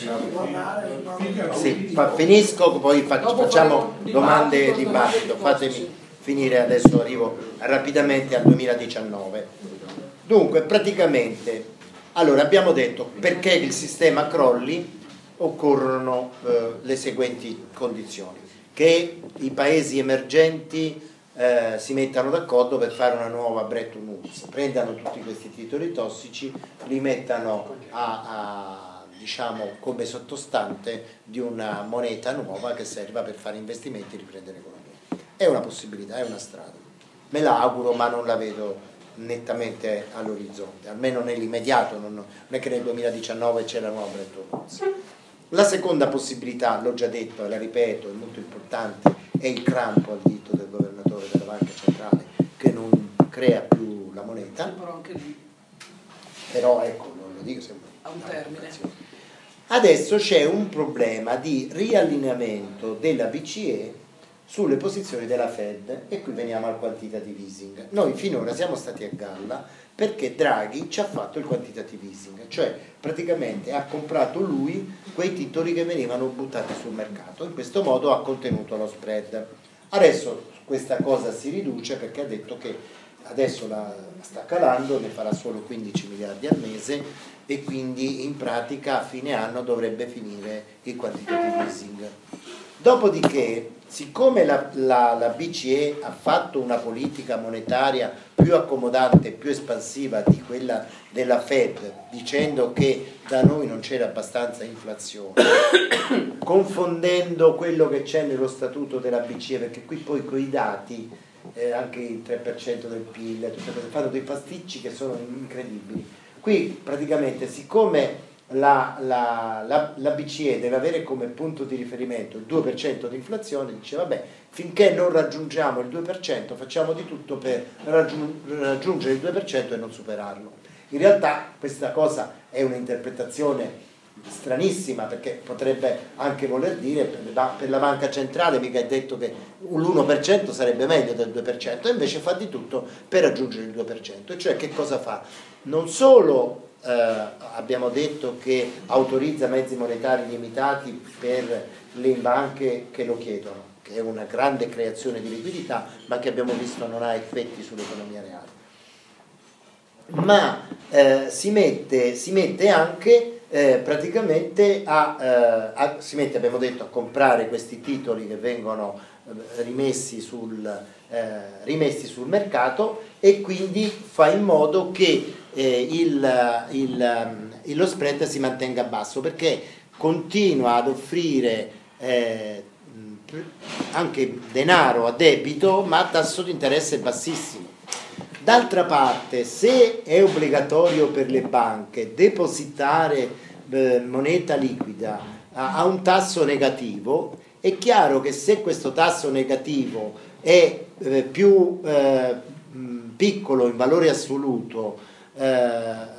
Finché- Sì, fa- finisco, poi fac- facciamo domande e dibattito. Fatemi finire, adesso arrivo rapidamente al duemiladiciannove. Dunque, praticamente, allora abbiamo detto perché il sistema crolli occorrono eh, le seguenti condizioni: che i paesi emergenti eh, si mettano d'accordo per fare una nuova Bretton Woods, prendano tutti questi titoli tossici, li mettano a, a diciamo come sottostante di una moneta nuova che serva per fare investimenti e riprendere l'economia. È una possibilità, è una strada. Me la auguro, ma non la vedo nettamente all'orizzonte, almeno nell'immediato. Non, non è che nel duemiladiciannove c'è la nuova Bretton Woods. La seconda possibilità, l'ho già detto e la ripeto, è molto importante, è il crampo al dito del governatore della banca centrale che non crea più la moneta. Sì, però anche lì Però ecco, non lo dico sempre. a un termine. Adesso c'è un problema di riallineamento della B C E sulle posizioni della Fed, e qui veniamo al quantitative easing. Noi finora siamo stati a galla perché Draghi ci ha fatto il quantitative easing, cioè praticamente ha comprato lui quei titoli che venivano buttati sul mercato, in questo modo ha contenuto lo spread. Adesso questa cosa si riduce perché ha detto che adesso la sta calando, ne farà solo quindici miliardi al mese, e quindi in pratica a fine anno dovrebbe finire il quantitative easing. Dopodiché, siccome la, la, la B C E ha fatto una politica monetaria più accomodante, più espansiva di quella della Fed, dicendo che da noi non c'era abbastanza inflazione, confondendo quello che c'è nello statuto della B C E, perché qui poi coi dati, eh, anche il tre per cento del P I L, tutte cose, fanno dei pasticci che sono incredibili. Qui praticamente, siccome La, la, la, la B C E deve avere come punto di riferimento il due per cento di inflazione, dice vabbè, finché non raggiungiamo il due per cento facciamo di tutto per raggiung- raggiungere il due per cento e non superarlo. In realtà questa cosa è un'interpretazione stranissima, perché potrebbe anche voler dire per la banca centrale mica è detto che l'uno per cento sarebbe meglio del due per cento, e invece fa di tutto per raggiungere il due per cento. E cioè che cosa fa? Non solo eh, abbiamo detto che autorizza mezzi monetari limitati per le banche che lo chiedono, che è una grande creazione di liquidità, ma che abbiamo visto non ha effetti sull'economia reale, ma eh, si, mette, si mette anche Eh, praticamente a, eh, a, si mette, abbiamo detto, a comprare questi titoli che vengono eh, rimessi, sul, eh, rimessi sul mercato, e quindi fa in modo che eh, il, il, il, lo spread si mantenga basso, perché continua ad offrire eh, anche denaro a debito, ma a tasso di interesse bassissimo. D'altra parte, se è obbligatorio per le banche depositare eh, moneta liquida a, a un tasso negativo, è chiaro che se questo tasso negativo è eh, più eh, piccolo in valore assoluto eh,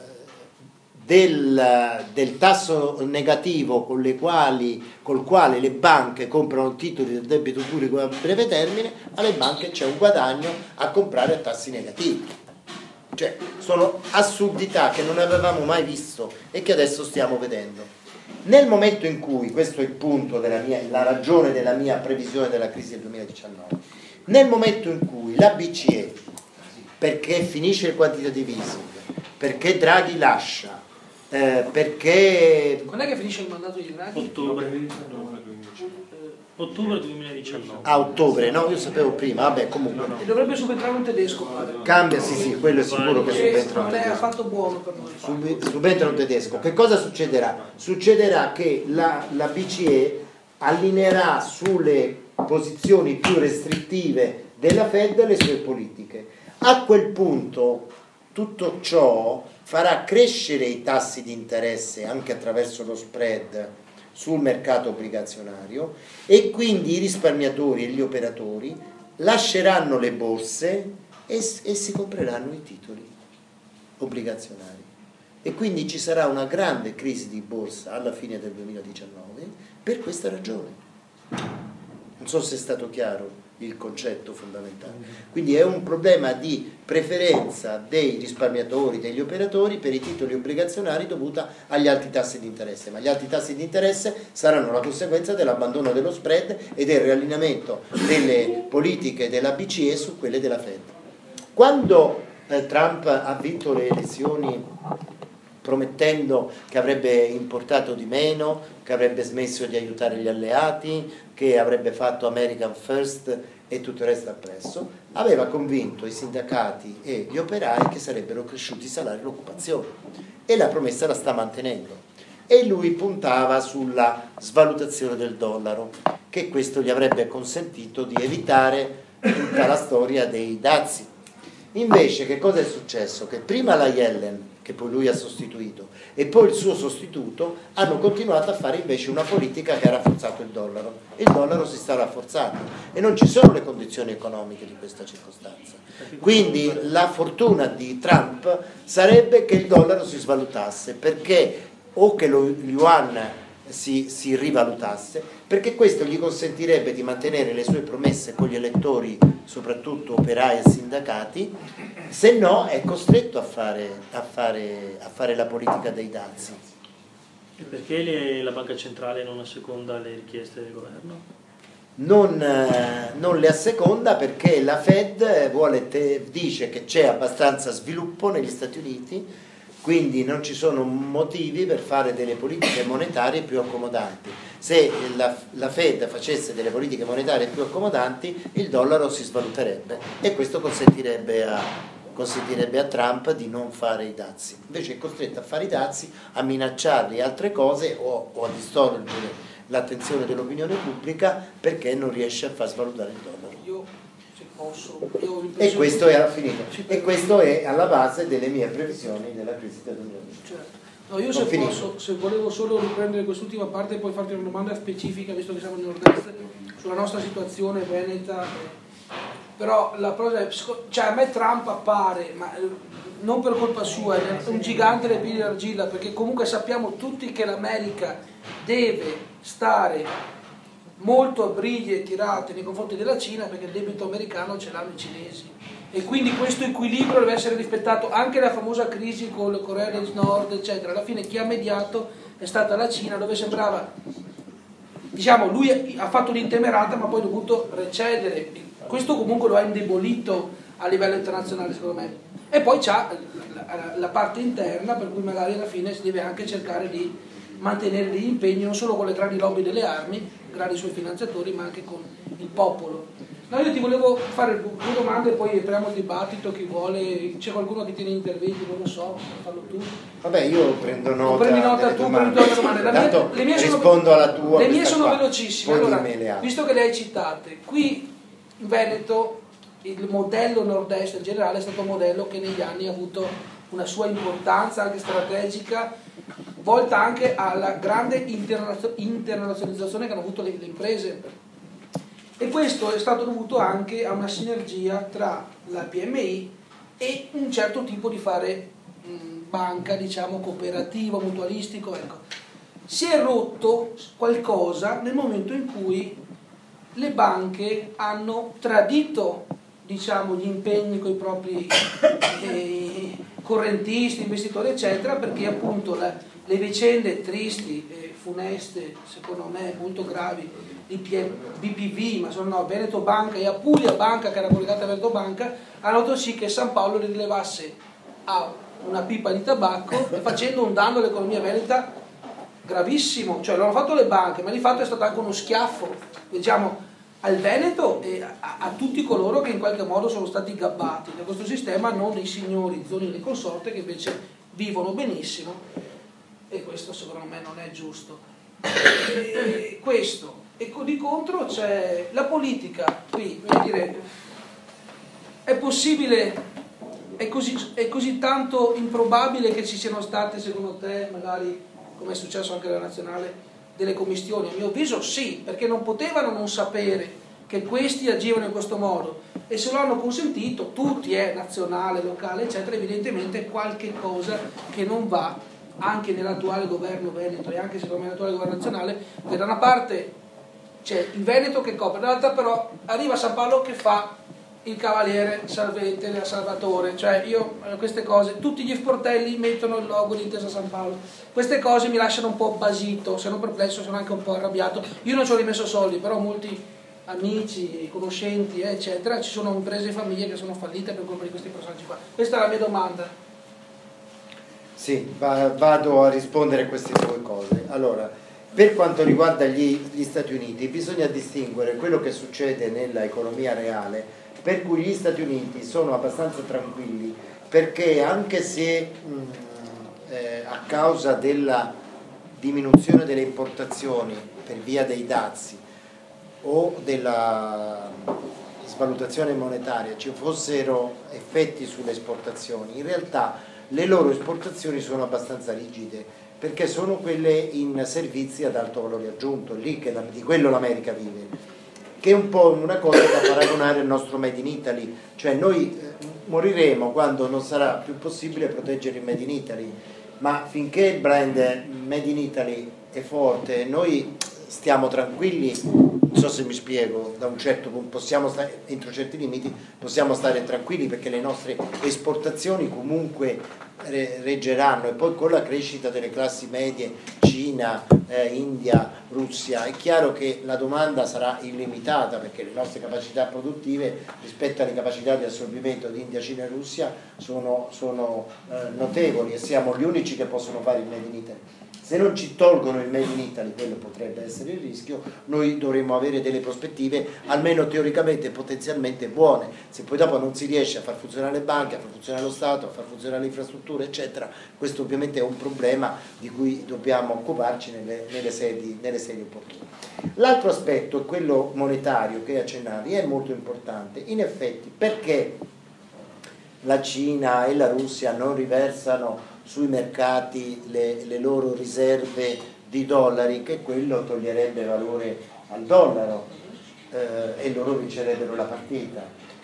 Del, del tasso negativo con le quali, col quale le banche comprano titoli del debito pubblico a breve termine, alle banche c'è un guadagno a comprare a tassi negativi. Cioè, sono assurdità che non avevamo mai visto e che adesso stiamo vedendo. Nel momento in cui, questo è il punto della mia, la ragione della mia previsione della crisi del duemiladiciannove, nel momento in cui la B C E, perché finisce il quantitative easing, perché Draghi lascia, Eh, perché quando è che finisce il mandato di Draghi? Ottobre ottobre duemiladiciannove. A ottobre, no? Io sapevo prima, vabbè, comunque. E dovrebbe subentrare un tedesco, padre. Cambia, sì, sì, quello è sicuro che subentra un non è tedesco. affatto buono per noi. Sub- Subentra un tedesco. Che cosa succederà? Succederà che la, la B C E allineerà sulle posizioni più restrittive della Fed le sue politiche. A quel punto tutto ciò farà crescere i tassi di interesse anche attraverso lo spread sul mercato obbligazionario, e quindi i risparmiatori e gli operatori lasceranno le borse e, e si compreranno i titoli obbligazionari, e quindi ci sarà una grande crisi di borsa alla fine del duemiladiciannove per questa ragione. Non so se è stato chiaro il concetto fondamentale. Quindi è un problema di preferenza dei risparmiatori, degli operatori per i titoli obbligazionari dovuta agli alti tassi di interesse, ma gli alti tassi di interesse saranno la conseguenza dell'abbandono dello spread e del riallineamento delle politiche della B C E su quelle della Fed. Quando eh, Trump ha vinto le elezioni promettendo che avrebbe importato di meno, che avrebbe smesso di aiutare gli alleati, che avrebbe fatto American First e tutto il resto appresso, aveva convinto i sindacati e gli operai che sarebbero cresciuti i salari e l'occupazione, e la promessa la sta mantenendo, e lui puntava sulla svalutazione del dollaro, che questo gli avrebbe consentito di evitare tutta la storia dei dazi. Invece che cosa è successo? Che prima la Yellen, che poi lui ha sostituito, e poi il suo sostituto hanno continuato a fare invece una politica che ha rafforzato il dollaro. Il dollaro si sta rafforzando e non ci sono le condizioni economiche di questa circostanza. Quindi la fortuna di Trump sarebbe che il dollaro si svalutasse, perché o che lo yuan si, si rivalutasse, perché questo gli consentirebbe di mantenere le sue promesse con gli elettori, soprattutto operai e sindacati, se no è costretto a fare, a fare, a fare la politica dei dazi. E perché le, la banca centrale non asseconda le richieste del governo? Non, eh, non le asseconda perché la Fed vuole te, dice che c'è abbastanza sviluppo negli Stati Uniti, quindi non ci sono motivi per fare delle politiche monetarie più accomodanti. Se la, la Fed facesse delle politiche monetarie più accomodanti, il dollaro si svaluterebbe, e questo consentirebbe a, consentirebbe a Trump di non fare i dazi. Invece è costretto a fare i dazi, a minacciarli altre cose o, o a distogliere l'attenzione dell'opinione pubblica perché non riesce a far svalutare il dollaro. Io, se posso, io ho E questo è finito. Sì, E questo è alla base delle mie previsioni della crisi del duemiladiciannove. certo. No, io se posso, se volevo solo riprendere quest'ultima parte e poi farti una domanda specifica, visto che siamo in nord-est, sulla nostra situazione veneta. Però la cosa è, cioè a me Trump appare, ma non per colpa sua, è un gigante delle pile d'argilla, perché comunque sappiamo tutti che l'America deve stare molto a briglie tirate nei confronti della Cina, perché il debito americano ce l'hanno i cinesi, e quindi questo equilibrio deve essere rispettato. Anche la famosa crisi con le Corea del Nord eccetera, alla fine chi ha mediato è stata la Cina, dove sembrava, diciamo, lui ha fatto l'intemerata ma poi ha dovuto recedere. Questo comunque lo ha indebolito a livello internazionale secondo me. E poi c'ha la, la parte interna, per cui magari alla fine si deve anche cercare di mantenere degli impegni non solo con le grandi lobby delle armi, grandi suoi finanziatori, ma anche con il popolo. No, io ti volevo fare due domande e poi apriamo il dibattito, chi vuole, c'è qualcuno che tiene interventi, non lo so, farlo tu. Vabbè, io prendo nota, prendi nota delle tu, domande. prendi domande. La mia, le mie rispondo sono, alla tua. Le mie sono qua. velocissime. Poi Allora, le visto che le hai citate, qui in Veneto il modello nord-est in generale è stato un modello che negli anni ha avuto una sua importanza anche strategica, volta anche alla grande internazionalizzazione che hanno avuto le, le imprese, e questo è stato dovuto anche a una sinergia tra la P M I e un certo tipo di fare mh, banca, diciamo cooperativo, mutualistico. Ecco. Si è rotto qualcosa nel momento in cui le banche hanno tradito, diciamo, gli impegni con i propri eh, correntisti, investitori eccetera, perché appunto la, le vicende tristi e funeste, secondo me molto gravi, di B P V, ma sono no, Veneto Banca e Apulia Banca, che era collegata a Veneto Banca, hanno fatto sì che San Paolo rilevasse a una pipa di tabacco e facendo un danno all'economia veneta gravissimo. Cioè l'hanno fatto le banche, ma di fatto è stato anche uno schiaffo, diciamo, al Veneto e a, a tutti coloro che in qualche modo sono stati gabbati da questo sistema, non i signori Zonini e consorte che invece vivono benissimo, e questo secondo me non è giusto. E questo, e di contro c'è la politica qui, voglio dire, è possibile, è così, è così tanto improbabile che ci siano state, secondo te, magari come è successo anche alla nazionale, delle commistioni? A mio avviso sì, perché non potevano non sapere che questi agivano in questo modo, e se lo hanno consentito tutti, eh, nazionale, locale eccetera, evidentemente qualche cosa che non va anche nell'attuale governo veneto e anche secondo me nell'attuale governo nazionale, che da una parte c'è il Veneto che copre, dall'altra però arriva San Paolo che fa il cavaliere salvete del Salvatore. Cioè io queste cose, tutti gli sportelli mettono il logo di Intesa San Paolo, queste cose mi lasciano un po' basito, se non perplesso sono anche un po' arrabbiato. Io non ci ho rimesso soldi, però molti amici, conoscenti eccetera, ci sono imprese e famiglie che sono fallite per colpa di questi personaggi qua. Questa è la mia domanda. Sì, vado a rispondere a queste due cose. Allora, per quanto riguarda gli, gli Stati Uniti, bisogna distinguere quello che succede nella economia reale, per cui gli Stati Uniti sono abbastanza tranquilli, perché anche se mh, eh, a causa della diminuzione delle importazioni per via dei dazi o della svalutazione monetaria ci fossero effetti sulle esportazioni, in realtà le loro esportazioni sono abbastanza rigide, perché sono quelle in servizi ad alto valore aggiunto, lì che la, di quello l'America vive, che è un po' una cosa da paragonare al nostro Made in Italy. Cioè noi eh, moriremo quando non sarà più possibile proteggere il Made in Italy, ma finché il brand Made in Italy è forte, noi stiamo tranquilli, non so se mi spiego, da un certo punto possiamo stare, entro certi limiti possiamo stare tranquilli, perché le nostre esportazioni comunque reggeranno, e poi con la crescita delle classi medie, Cina, eh, India, Russia, è chiaro che la domanda sarà illimitata, perché le nostre capacità produttive rispetto alle capacità di assorbimento di India, Cina e Russia sono, sono eh, notevoli, e siamo gli unici che possono fare il Made in Italy. Se non ci tolgono il Made in Italy, quello potrebbe essere il rischio, noi dovremmo avere delle prospettive almeno teoricamente e potenzialmente buone. Se poi dopo non si riesce a far funzionare le banche, a far funzionare lo Stato, a far funzionare le infrastrutture eccetera, questo ovviamente è un problema di cui dobbiamo occuparci nelle, nelle, sedi, nelle sedi opportune. L'altro aspetto è quello monetario che accennavi, è molto importante. In effetti, perché la Cina e la Russia non riversano sui mercati le, le loro riserve di dollari, che quello toglierebbe valore al dollaro eh, e loro vincerebbero la partita?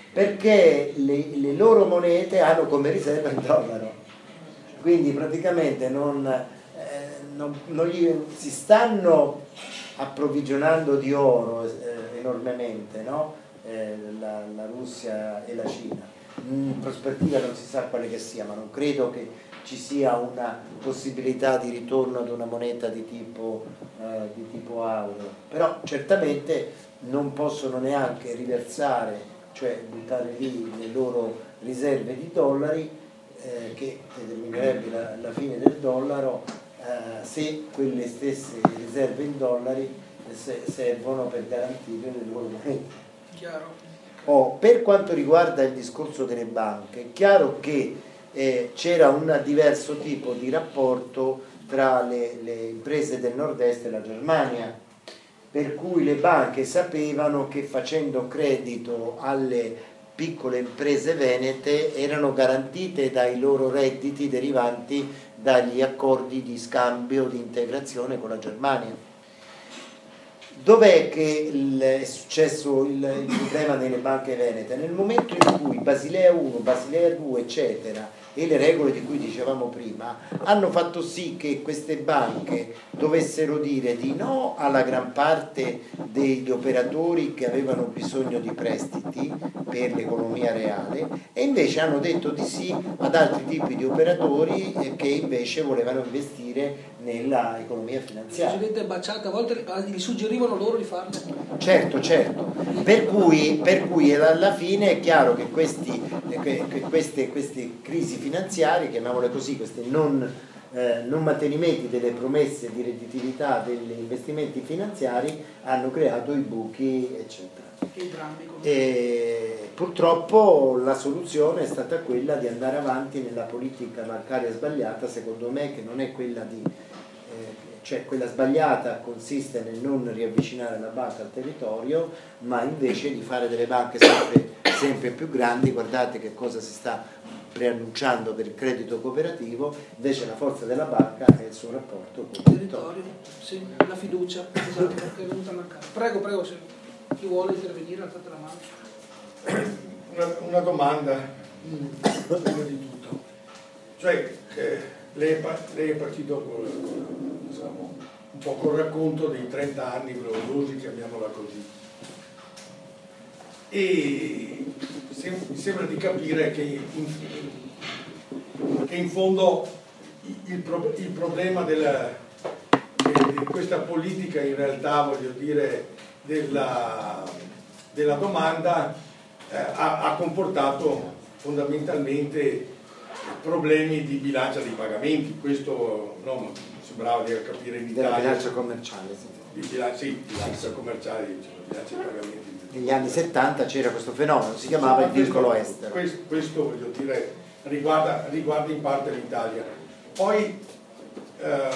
perché le, le loro monete hanno come riserva il dollaro, quindi praticamente non, eh, non, non gli, si stanno approvvigionando di oro eh, enormemente, no? eh, la, la Russia e la Cina. In prospettiva non si sa quale che sia, ma non credo che ci sia una possibilità di ritorno ad una moneta di tipo, eh, di tipo euro, però certamente non possono neanche riversare, cioè buttare lì le loro riserve di dollari, eh, che determinerebbe la, la fine del dollaro, eh, se quelle stesse riserve in dollari se, servono per garantire le loro monete. Chiaro. Oh, per quanto riguarda il discorso delle banche, è chiaro che eh, c'era un diverso tipo di rapporto tra le, le imprese del nord-est e la Germania, per cui le banche sapevano che facendo credito alle piccole imprese venete erano garantite dai loro redditi derivanti dagli accordi di scambio, di integrazione con la Germania. Dov'è che il, è successo il, il problema nelle banche venete? Nel momento in cui Basilea uno, Basilea due, eccetera, e le regole di cui dicevamo prima hanno fatto sì che queste banche dovessero dire di no alla gran parte degli operatori che avevano bisogno di prestiti per l'economia reale e invece hanno detto di sì ad altri tipi di operatori che invece volevano investire nella economia finanziaria. Le cosiddette baciate, a volte gli suggerivano loro di farlo. Certo, certo, per cui, per cui alla fine è chiaro che, questi, che queste, queste crisi finanziarie, chiamiamole così, questi non, eh, non mantenimenti delle promesse di redditività degli investimenti finanziari hanno creato i buchi, eccetera. Che drammi, E purtroppo la soluzione è stata quella di andare avanti nella politica bancaria sbagliata, secondo me, che non è quella di eh, cioè quella sbagliata consiste nel non riavvicinare la banca al territorio, ma invece di fare delle banche sempre, sempre più grandi. Guardate che cosa si sta preannunciando per il credito cooperativo, invece la forza della banca è il suo rapporto con il territorio. Sì, la fiducia, esatto, che è venuta a mancare. Prego, prego, se chi vuole intervenire alzate la mano. Una, una domanda, prima di tutto, cioè eh, lei, lei è partito con, diciamo, un po' col racconto dei trenta anni gloriosi, chiamiamola così, e se, mi sembra di capire che in, che in fondo il, pro, il problema della, di, di questa politica, in realtà voglio dire della, della domanda eh, ha, ha comportato fondamentalmente problemi di bilancia dei pagamenti. Questo no, mi sembrava di capire in Italia. Della bilancia commerciale, sì. Di bilancia, sì, bilancia commerciale, cioè, bilancia dei pagamenti. Negli anni settanta c'era questo fenomeno, si chiamava il vincolo estero. Questo, questo voglio dire riguarda, riguarda in parte l'Italia. Poi eh,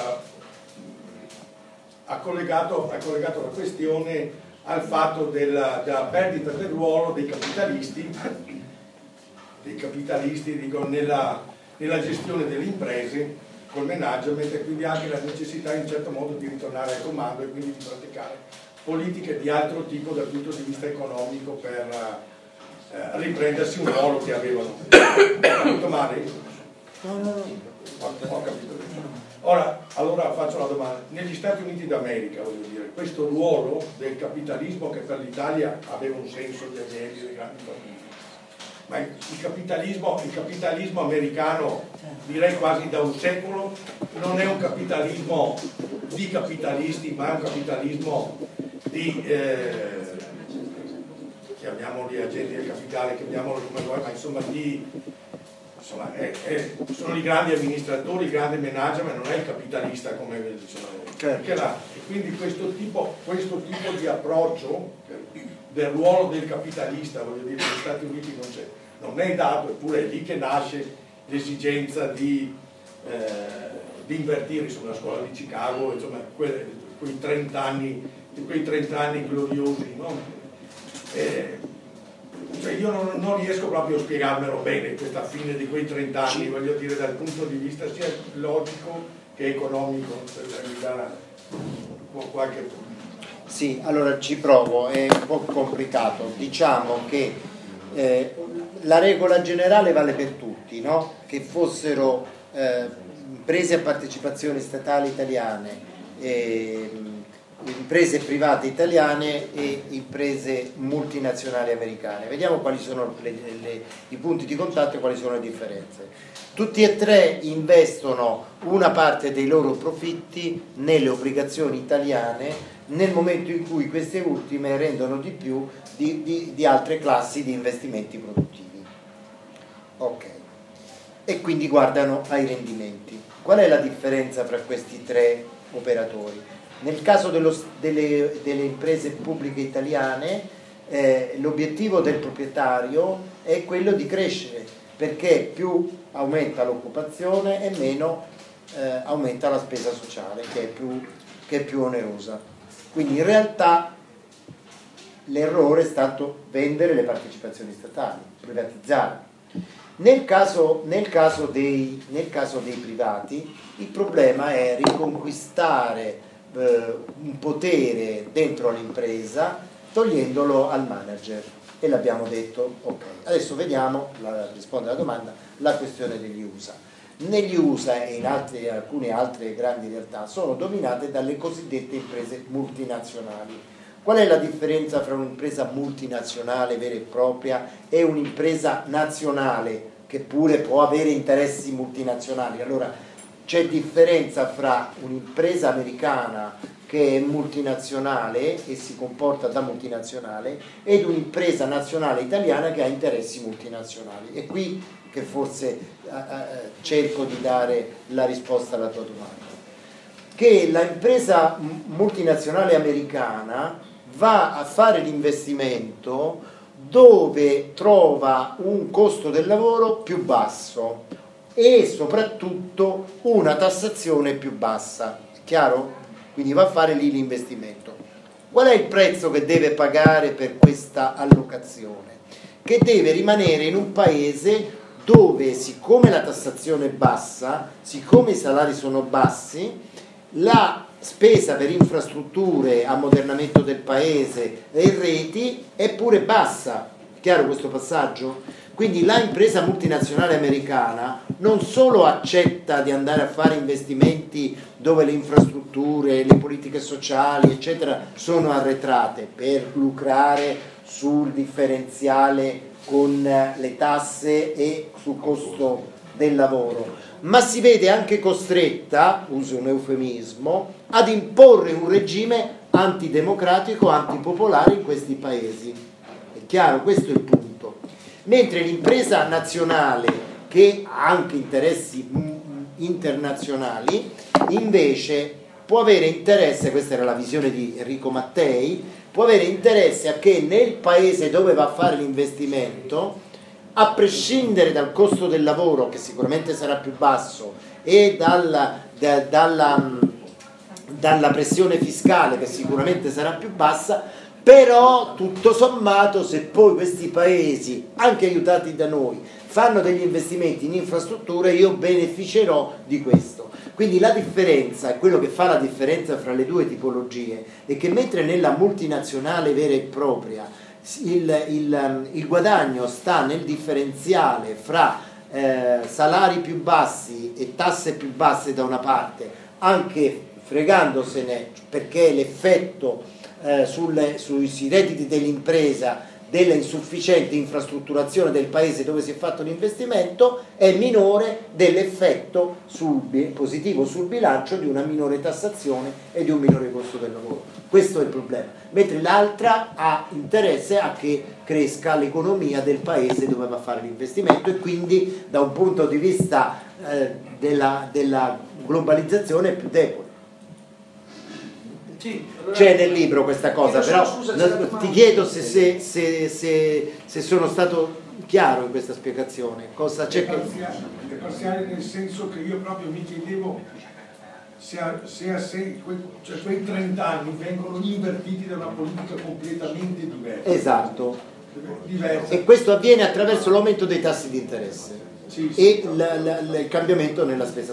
ha, collegato, ha collegato la questione al fatto della, della perdita del ruolo dei capitalisti, dei capitalisti dico, nella, nella gestione delle imprese, col management, e quindi anche la necessità in un certo modo di ritornare al comando e quindi di praticare politiche di altro tipo dal punto di vista economico per eh, riprendersi un ruolo che avevano. Ho capito male? No, no, no. Ho, ho capito. Ora, allora faccio la domanda. Negli Stati Uniti d'America, voglio dire, questo ruolo del capitalismo che per l'Italia aveva un senso di aziende, di grandi famiglie, ma il capitalismo, il capitalismo americano, direi quasi da un secolo, non è un capitalismo di capitalisti, ma è un capitalismo di, eh, chiamiamoli agenti del capitale, chiamiamoli come vuoi, ma insomma di, insomma, è, è, sono i grandi amministratori, il grande management, non è il capitalista come diciamo. Certo. La, e quindi questo tipo, questo tipo di approccio del ruolo del capitalista, voglio dire, negli Stati Uniti non c'è, non è dato, eppure è lì che nasce l'esigenza di, eh, di invertire, insomma, la scuola di Chicago, insomma, que, quei trenta anni, quei trenta anni gloriosi, no? Eh, cioè io non, non riesco proprio a spiegarmelo bene questa fine di quei trenta anni, voglio dire, dal punto di vista sia logico che economico, per dare qualche punto. Sì, allora ci provo, è un po' complicato. Diciamo che eh, la regola generale vale per tutti, no? Che fossero eh, imprese a partecipazione statale italiane, eh, imprese private italiane e imprese multinazionali americane. Vediamo quali sono le, le, i punti di contatto e quali sono le differenze. Tutti e tre investono una parte dei loro profitti nelle obbligazioni italiane nel momento in cui queste ultime rendono di più di, di, di altre classi di investimenti produttivi. Ok. E quindi guardano ai rendimenti. Qual è la differenza tra questi tre operatori? Nel caso dello, delle, delle imprese pubbliche italiane, eh, l'obiettivo del proprietario è quello di crescere, perché più aumenta l'occupazione e meno eh, aumenta la spesa sociale, che è più, che è più onerosa. Quindi in realtà l'errore è stato vendere le partecipazioni statali, privatizzarle. Nel caso, nel caso dei, nel caso dei privati, il problema è riconquistare eh, un potere dentro l'impresa togliendolo al manager. E l'abbiamo detto, ok. Adesso vediamo, la, risponde alla domanda, la questione degli U S A. Negli U S A e in altre, alcune altre grandi realtà sono dominate dalle cosiddette imprese multinazionali. Qual è la differenza fra un'impresa multinazionale vera e propria e un'impresa nazionale che pure può avere interessi multinazionali? Allora, c'è differenza fra un'impresa americana che è multinazionale e si comporta da multinazionale ed un'impresa nazionale italiana che ha interessi multinazionali. È qui che forse eh, eh, cerco di dare la risposta alla tua domanda. Che l'impresa multinazionale americana va a fare l'investimento dove trova un costo del lavoro più basso e soprattutto una tassazione più bassa. Chiaro? Quindi va a fare lì l'investimento. Qual è il prezzo che deve pagare per questa allocazione? Che deve rimanere in un paese dove, siccome la tassazione è bassa, siccome i salari sono bassi, la spesa per infrastrutture, ammodernamento del paese e reti è pure bassa. Chiaro questo passaggio? Quindi la impresa multinazionale americana non solo accetta di andare a fare investimenti dove le infrastrutture, le politiche sociali, eccetera, sono arretrate per lucrare sul differenziale con le tasse e sul costo del lavoro, ma si vede anche costretta, uso un eufemismo, ad imporre un regime antidemocratico, antipopolare in questi paesi. È chiaro? Questo è il punto. Mentre l'impresa nazionale, che ha anche interessi internazionali, invece può avere interesse, questa era la visione di Enrico Mattei, può avere interesse a che nel paese dove va a fare l'investimento, a prescindere dal costo del lavoro, che sicuramente sarà più basso, e dalla, da, dalla, dalla pressione fiscale, che sicuramente sarà più bassa, però tutto sommato, se poi questi paesi, anche aiutati da noi, fanno degli investimenti in infrastrutture, io beneficerò di questo. Quindi la differenza, è quello che fa la differenza fra le due tipologie, è che mentre nella multinazionale vera e propria il, il, il guadagno sta nel differenziale fra eh, salari più bassi e tasse più basse da una parte, anche fregandosene, perché l'effetto eh, sulle, sui redditi dell'impresa della insufficiente infrastrutturazione del paese dove si è fatto l'investimento è minore dell'effetto sul, positivo sul bilancio di una minore tassazione e di un minore costo del lavoro. Questo è il problema. Mentre l'altra ha interesse a che cresca l'economia del paese dove va a fare l'investimento e quindi da un punto di vista eh, della, della globalizzazione è più debole. Sì, allora, c'è nel libro questa cosa, però scusa, no, ti chiedo se, se, se, se, se sono stato chiaro in questa spiegazione. Cosa c'è che... È parziale nel senso che io proprio mi chiedevo se, a, se, a, se que, cioè quei trenta anni vengono invertiti da una politica completamente diversa. Esatto. Diversa. E questo avviene attraverso l'aumento dei tassi di interesse sì, sì, e l, l, l, il cambiamento nella spesa pubblica.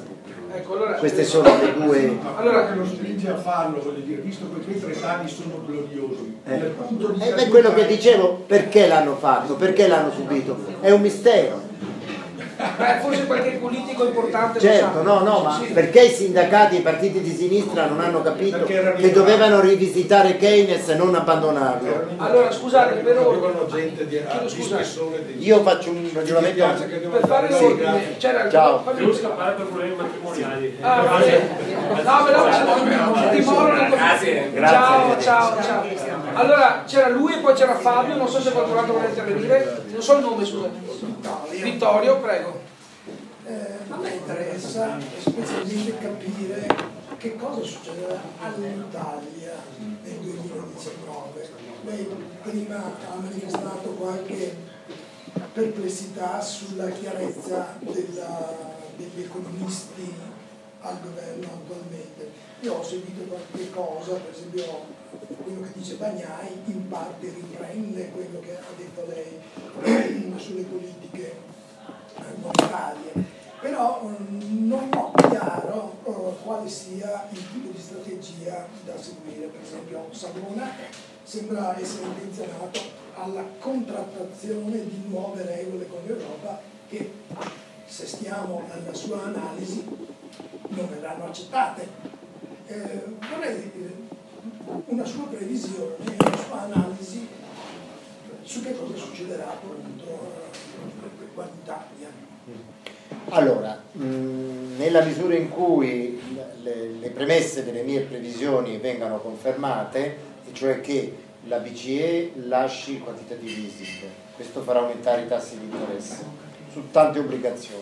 Ecco, allora, Queste sono le due. Allora che lo spinge a farlo, voglio dire, visto che quei tre anni sono gloriosi. Eh. Nel punto di Eh, beh, quello che dicevo, perché l'hanno fatto, perché l'hanno subito, è un mistero. Beh, forse qualche politico importante. Certo, no, no, ma sì. perché i sindacati, i partiti di sinistra non hanno capito che dovevano rivisitare Keynes e non abbandonarlo? Allora, scusate, per avevano ora, gente di, chiedo di scusa. spessore di... Io faccio un ragionamento. Per fare l'ordine, c'era Ciao. Devo scappare per problemi matrimoniali. Ah, va bene. No, però ti moro nel Grazie. Ciao, ciao, ciao. Allora, c'era lui e poi c'era Fabio, non so se qualcun altro vuole intervenire. Non so il nome, scusate. Vittorio, prego. Eh, a me interessa specialmente capire che cosa succederà all'Italia nel duemiladiciannove. Lei prima ha manifestato qualche perplessità sulla chiarezza della, degli economisti al governo attualmente. Io ho seguito qualche cosa, per esempio quello che dice Bagnai in parte riprende quello che ha detto lei sulle politiche monetarie, però um, non ho chiaro uh, quale sia il tipo di strategia da seguire. Per esempio Savona sembra essere intenzionato alla contrattazione di nuove regole con l'Europa che, se stiamo alla sua analisi, non verranno accettate. Eh, vorrei una sua previsione, una sua analisi su che cosa succederà appunto qua in Italia. Allora, mh, nella misura in cui le, le premesse delle mie previsioni vengano confermate, e cioè che la B C E lasci il quantitative easing, questo farà aumentare i tassi di interesse su tante obbligazioni.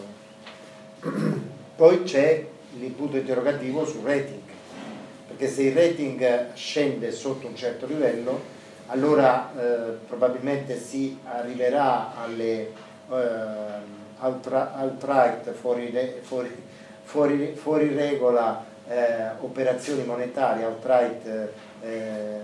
Poi c'è il punto interrogativo sul rating, perché se il rating scende sotto un certo livello, allora eh, probabilmente si arriverà alle eh, outright fuori, fuori, fuori, fuori regola eh, operazioni monetarie, outright, eh,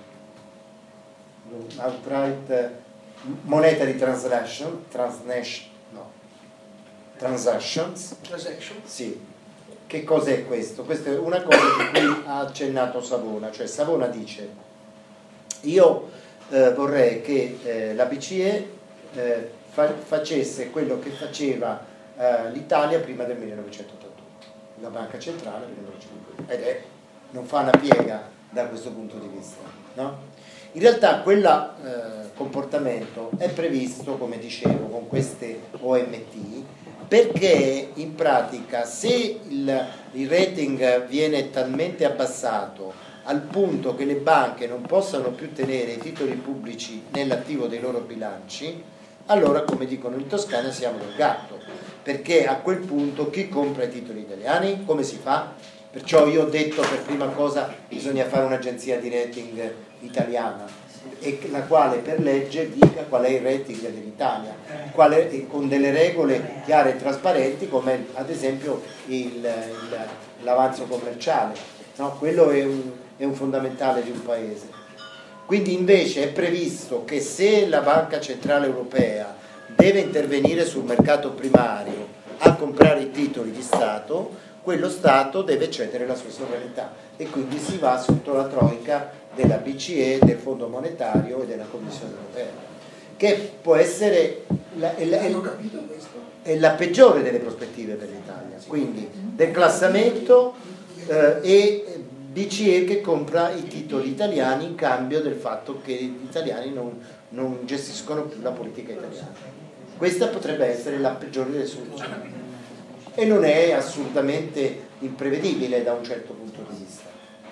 outright monetary transaction, transnation, no, transactions. Transaction. Sì. Che cos'è questo? Questa è una cosa di cui ha accennato Savona, cioè Savona dice: io eh, vorrei che eh, la B C E eh, fa- facesse quello che faceva eh, l'Italia prima del millenovecentottantuno, la banca centrale del millenovecentottantuno, ed è, non fa una piega da questo punto di vista, no? In realtà quel eh, comportamento è previsto, come dicevo, con queste O M T, perché in pratica se il, il rating viene talmente abbassato al punto che le banche non possano più tenere i titoli pubblici nell'attivo dei loro bilanci, allora, come dicono in Toscana, siamo nel gatto, perché a quel punto chi compra i titoli italiani? Come si fa? Perciò io ho detto per prima cosa bisogna fare un'agenzia di rating italiana, e la quale per legge dica qual è il rating dell'Italia, quale, con delle regole chiare e trasparenti, come ad esempio il, il, l'avanzo commerciale, no? Quello è un, è un fondamentale di un paese. Quindi invece è previsto che se la Banca Centrale Europea deve intervenire sul mercato primario a comprare i titoli di Stato, quello Stato deve cedere la sua sovranità e quindi si va sotto la troica della B C E, del Fondo Monetario e della Commissione Europea, che può essere la, è la, è la, è la peggiore delle prospettive per l'Italia, quindi declassamento eh, e B C E che compra i titoli italiani in cambio del fatto che gli italiani non, non gestiscono più la politica italiana. Questa potrebbe essere la peggiore delle soluzioni e non è assolutamente imprevedibile da un certo punto di vista.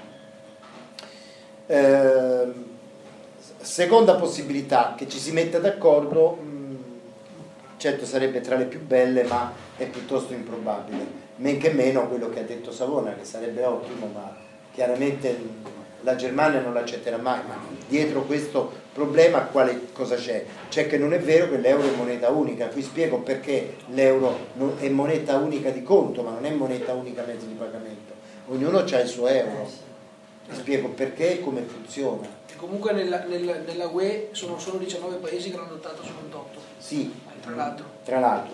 Eh, seconda possibilità, che ci si metta d'accordo, mh, certo sarebbe tra le più belle, ma è piuttosto improbabile, men che meno quello che ha detto Savona, che sarebbe ottimo, ma chiaramente la Germania non l'accetterà mai. Ma dietro questo problema quale cosa c'è? C'è che non è vero che l'euro è moneta unica. Qui spiego perché l'euro è moneta unica di conto, ma non è moneta unica mezzo di pagamento. Ognuno ha il suo euro. Spiego perché e come funziona. E comunque nella, nella, nella U E sono solo diciannove paesi che l'hanno adottato su ventotto. Sì, tra l'altro. Tra l'altro.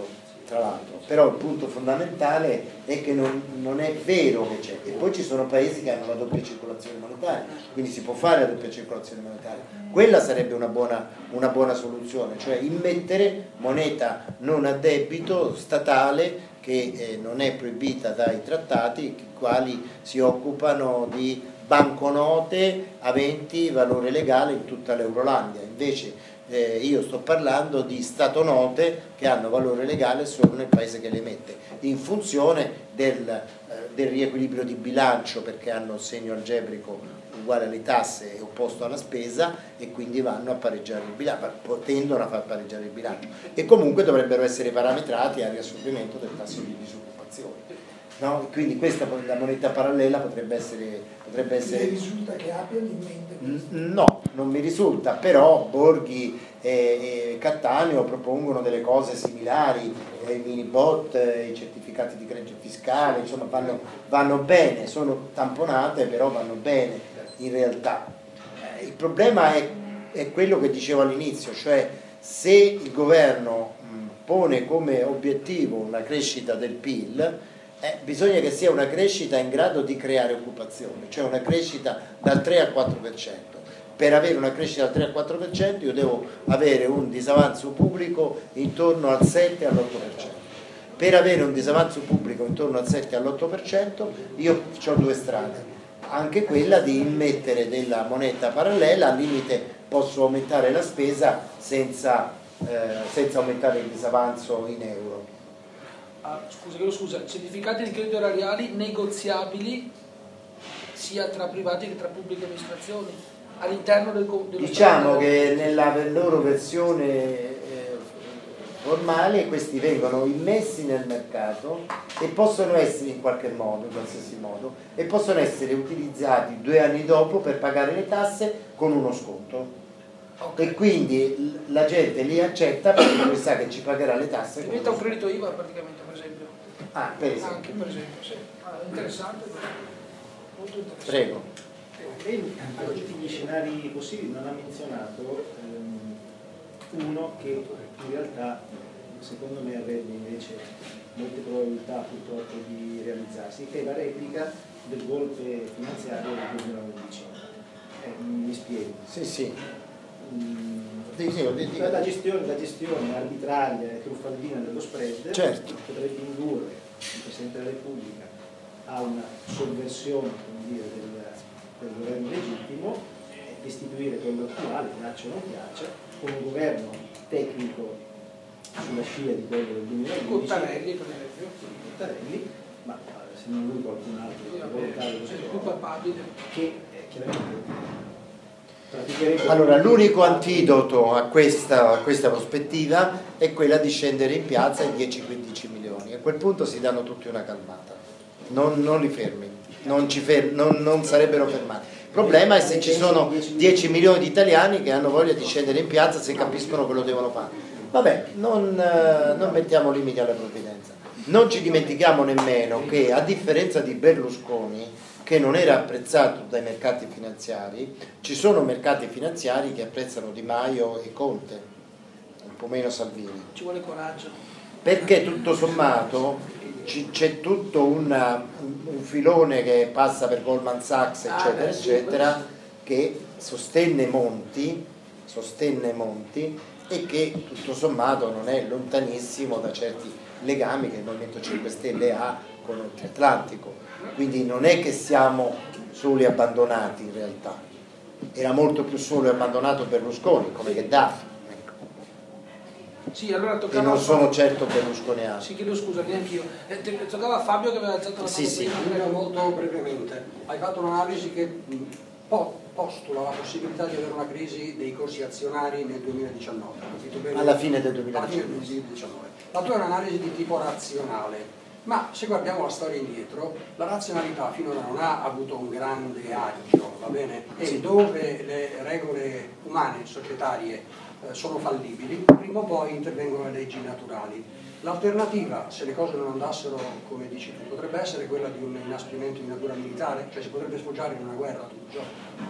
tra l'altro, però il punto fondamentale è che non, non è vero che c'è, e poi ci sono paesi che hanno la doppia circolazione monetaria, quindi si può fare la doppia circolazione monetaria, quella sarebbe una buona, una buona soluzione, cioè immettere moneta non a debito statale che eh, non è proibita dai trattati, i quali si occupano di banconote aventi valore legale in tutta l'Eurolandia. Invece eh, io sto parlando di statonote che hanno valore legale solo nel paese che le emette, in funzione del, eh, del riequilibrio di bilancio, perché hanno segno algebrico uguale alle tasse e opposto alla spesa, e quindi vanno a pareggiare il bilancio, tendono a far pareggiare il bilancio, e comunque dovrebbero essere parametrati al riassorbimento del tasso di disoccupazione. No? Quindi questa, la moneta parallela potrebbe essere, potrebbe essere... Mi risulta che abbiano in mente questo? No, non mi risulta, però Borghi e, e Cattaneo propongono delle cose similari, eh, i mini bot, eh, i certificati di credito fiscale, insomma vanno, vanno bene, sono tamponate, però vanno bene in realtà. Eh, il problema è, è quello che dicevo all'inizio, cioè se il governo mh, pone come obiettivo una crescita del P I L, Eh, bisogna che sia una crescita in grado di creare occupazione, cioè una crescita dal tre al quattro per cento. Per avere una crescita dal tre al quattro per cento io devo avere un disavanzo pubblico intorno al sette all'otto per cento. Per avere un disavanzo pubblico intorno al sette all'otto per cento io ho due strade, anche quella di immettere della moneta parallela, al limite posso aumentare la spesa senza, eh, senza aumentare il disavanzo in euro. Ah, scusa, chiedo scusa, certificati di credito erariali negoziabili sia tra privati che tra pubbliche amministrazioni all'interno del, dello diciamo Stato? Che nella loro versione eh, formale questi vengono immessi nel mercato e possono essere in qualche modo, in qualsiasi modo, e possono essere utilizzati due anni dopo per pagare le tasse con uno sconto. Okay. E quindi la gente li accetta perché lui sa che ci pagherà le tasse. Diventa un credito I V A praticamente, per esempio. Ah, per esempio. Anche per esempio, sì. Ah, interessante, molto interessante. Prego. Lei tra tutti gli scenari possibili non ha menzionato ehm, uno che in realtà secondo me avrebbe invece molte probabilità purtroppo di realizzarsi, che è la replica del golpe finanziario del duemilaundici. Eh, mi spiego. Sì, sì. Mm, Sì, sì, la, la, gestione, la gestione arbitraria e truffaldina dello spread, certo, potrebbe indurre il Presidente della Repubblica a una sovversione, come dire, del, del governo legittimo e istituire quello attuale, piaccia o non piaccia, con un governo tecnico sulla scia di quello del duemilaundici, Cottarelli per esempio, Cottarelli, ma se non lui qualcun altro sì, più papabile, che eh, chiaramente. Allora, l'unico antidoto a questa, a questa prospettiva è quella di scendere in piazza in dieci quindici milioni. A quel punto si danno tutti una calmata, non, non li fermi, non, ci fer- non, non sarebbero fermati. Il problema è se ci sono dieci milioni di italiani che hanno voglia di scendere in piazza se capiscono che lo devono fare. Vabbè, non, non mettiamo limiti alla provvidenza. Non ci dimentichiamo nemmeno che, a differenza di Berlusconi, che non era apprezzato dai mercati finanziari, ci sono mercati finanziari che apprezzano Di Maio e Conte, un po' meno Salvini. ci vuole coraggio. Perché tutto sommato ci, c'è tutto una, un filone che passa per Goldman Sachs, eccetera, eccetera, che sostenne Monti, sostenne Monti e che tutto sommato non è lontanissimo da certi legami che il Movimento cinque Stelle ha con l'Atlantico. Quindi non è che siamo soli e abbandonati in realtà, era molto più solo e abbandonato Berlusconi come Gheddafi, ecco. Sì, allora toccava E non sono Fabio. certo berlusconiano. Sì, chiedo scusa, neanche io. Eh, te- toccava a Fabio che aveva alzato la mano Sì, sì. prima. Molto brevemente, hai fatto un'analisi che mh, po- postula la possibilità di avere una crisi dei corsi azionari nel duemiladiciannove. Capito bene? Alla fine del Alla fine del duemiladiciannove. duemiladiciannove. La tua è un'analisi di tipo razionale, ma se guardiamo la storia indietro, la razionalità finora non ha avuto un grande agio, va bene? E Sì. dove le regole umane, societarie, eh, sono fallibili, prima o poi intervengono le leggi naturali. L'alternativa, se le cose non andassero come dici tu, potrebbe essere quella di un inasprimento di natura militare, cioè si potrebbe sfoggiare in una guerra tutto il giorno.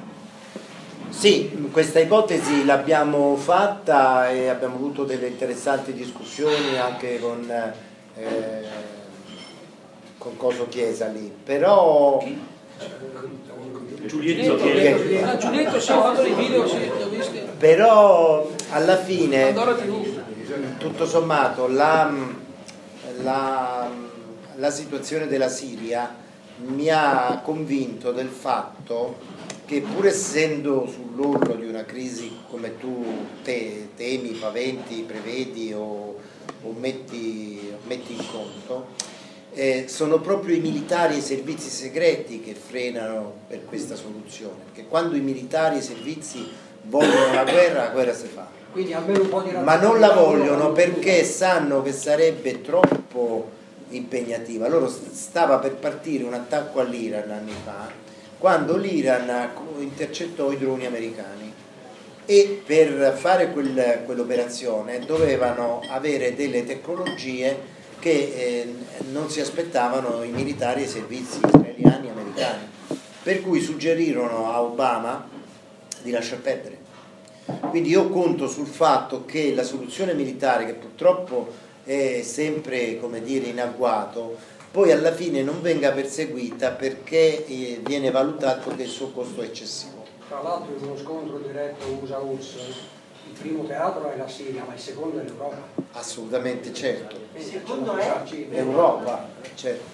Sì, questa ipotesi l'abbiamo fatta e abbiamo avuto delle interessanti discussioni anche con eh, con Coso Chiesa lì, però Giulietto, che- Ah, Giulietto, sì, ho fatto dei video, sì, li ho visti. però alla fine Pandora tivù. tutto sommato la, la, la situazione della Siria mi ha convinto del fatto che, pur essendo sull'orlo di una crisi come tu te, temi, paventi, prevedi o, o metti, metti in conto, eh, sono proprio i militari e i servizi segreti che frenano per questa soluzione, perché quando i militari e i servizi vogliono la guerra, la guerra si fa. Quindi almeno un po' di Ma non la razionalità vogliono loro perché sanno che sarebbe troppo impegnativa. Loro stava per partire un attacco all'Iran anni fa, quando l'Iran intercettò i droni americani, e per fare quel, quell'operazione dovevano avere delle tecnologie che eh, non si aspettavano i militari e i servizi israeliani e americani, per cui suggerirono a Obama di lasciar perdere. Quindi io conto sul fatto che la soluzione militare, che purtroppo è sempre, come dire, in agguato, poi alla fine non venga perseguita perché eh, viene valutato che il suo costo è eccessivo. Tra l'altro, in uno scontro diretto U S A U R S S, il primo teatro è la Siria, ma il secondo è l'Europa. Assolutamente certo. Il secondo è Europa, certo.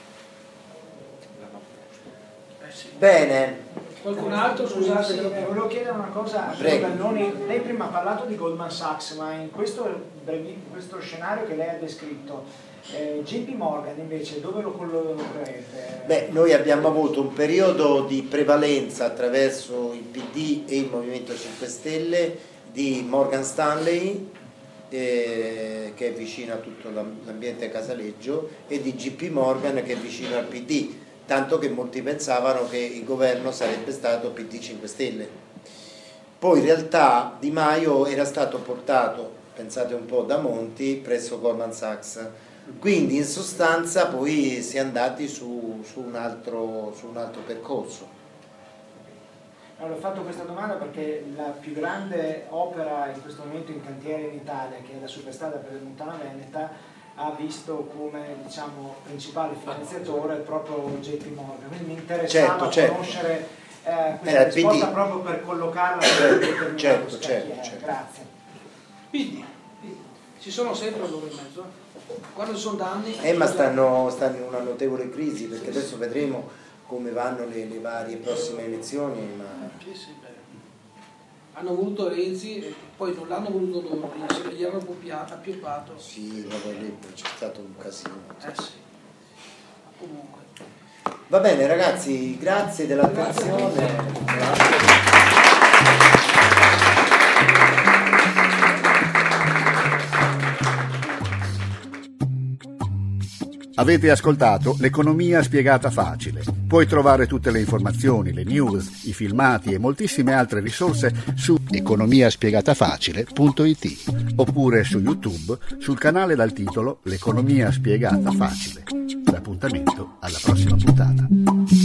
Bene. Qualcun altro, Scusate, scusate? eh, volevo chiedere una cosa a Prego. Galloni. Lei prima ha parlato di Goldman Sachs, ma in questo, brevi- in questo scenario che lei ha descritto, eh, J P Morgan invece dove lo collocherebbe? Beh, noi abbiamo avuto un periodo di prevalenza attraverso il P D e il Movimento cinque Stelle di Morgan Stanley, eh, che è vicino a tutto l'am- l'ambiente Casaleggio, e di J P Morgan, che è vicino al P D, tanto che molti pensavano che il governo sarebbe stato P D cinque Stelle. Poi in realtà Di Maio era stato portato, pensate un po', da Monti presso Goldman Sachs. Quindi in sostanza poi si è andati su, su, un, altro, su un altro percorso. Allora, ho fatto questa domanda perché la più grande opera in questo momento in cantiere in Italia, che è la superstrada per la Montana Veneta, ha visto come, diciamo, principale finanziatore proprio J P Morgan. Quindi mi interessava Certo, certo. conoscere eh, Era questa il P D. risposta proprio per collocarla Certo, su un determinato certo, scacchiere. certo, certo. Grazie. Quindi, ci sono sempre loro in mezzo. Quando sono danni... Eh, ma stanno, stanno in una notevole crisi, perché adesso vedremo come vanno le, le varie prossime elezioni. Ma... Sì, sì, beh. Hanno voluto Renzi e poi non l'hanno voluto loro, gli- gli hanno appioppiato, appioppato. Sì, vabbè, lì c'è stato un casino. Eh sì. Comunque. Va bene ragazzi, grazie dell'attenzione. Avete ascoltato L'Economia Spiegata Facile. Puoi trovare tutte le informazioni, le news, i filmati e moltissime altre risorse su economia spiegata facile punto it oppure su YouTube sul canale dal titolo L'Economia Spiegata Facile. L'appuntamento alla prossima puntata.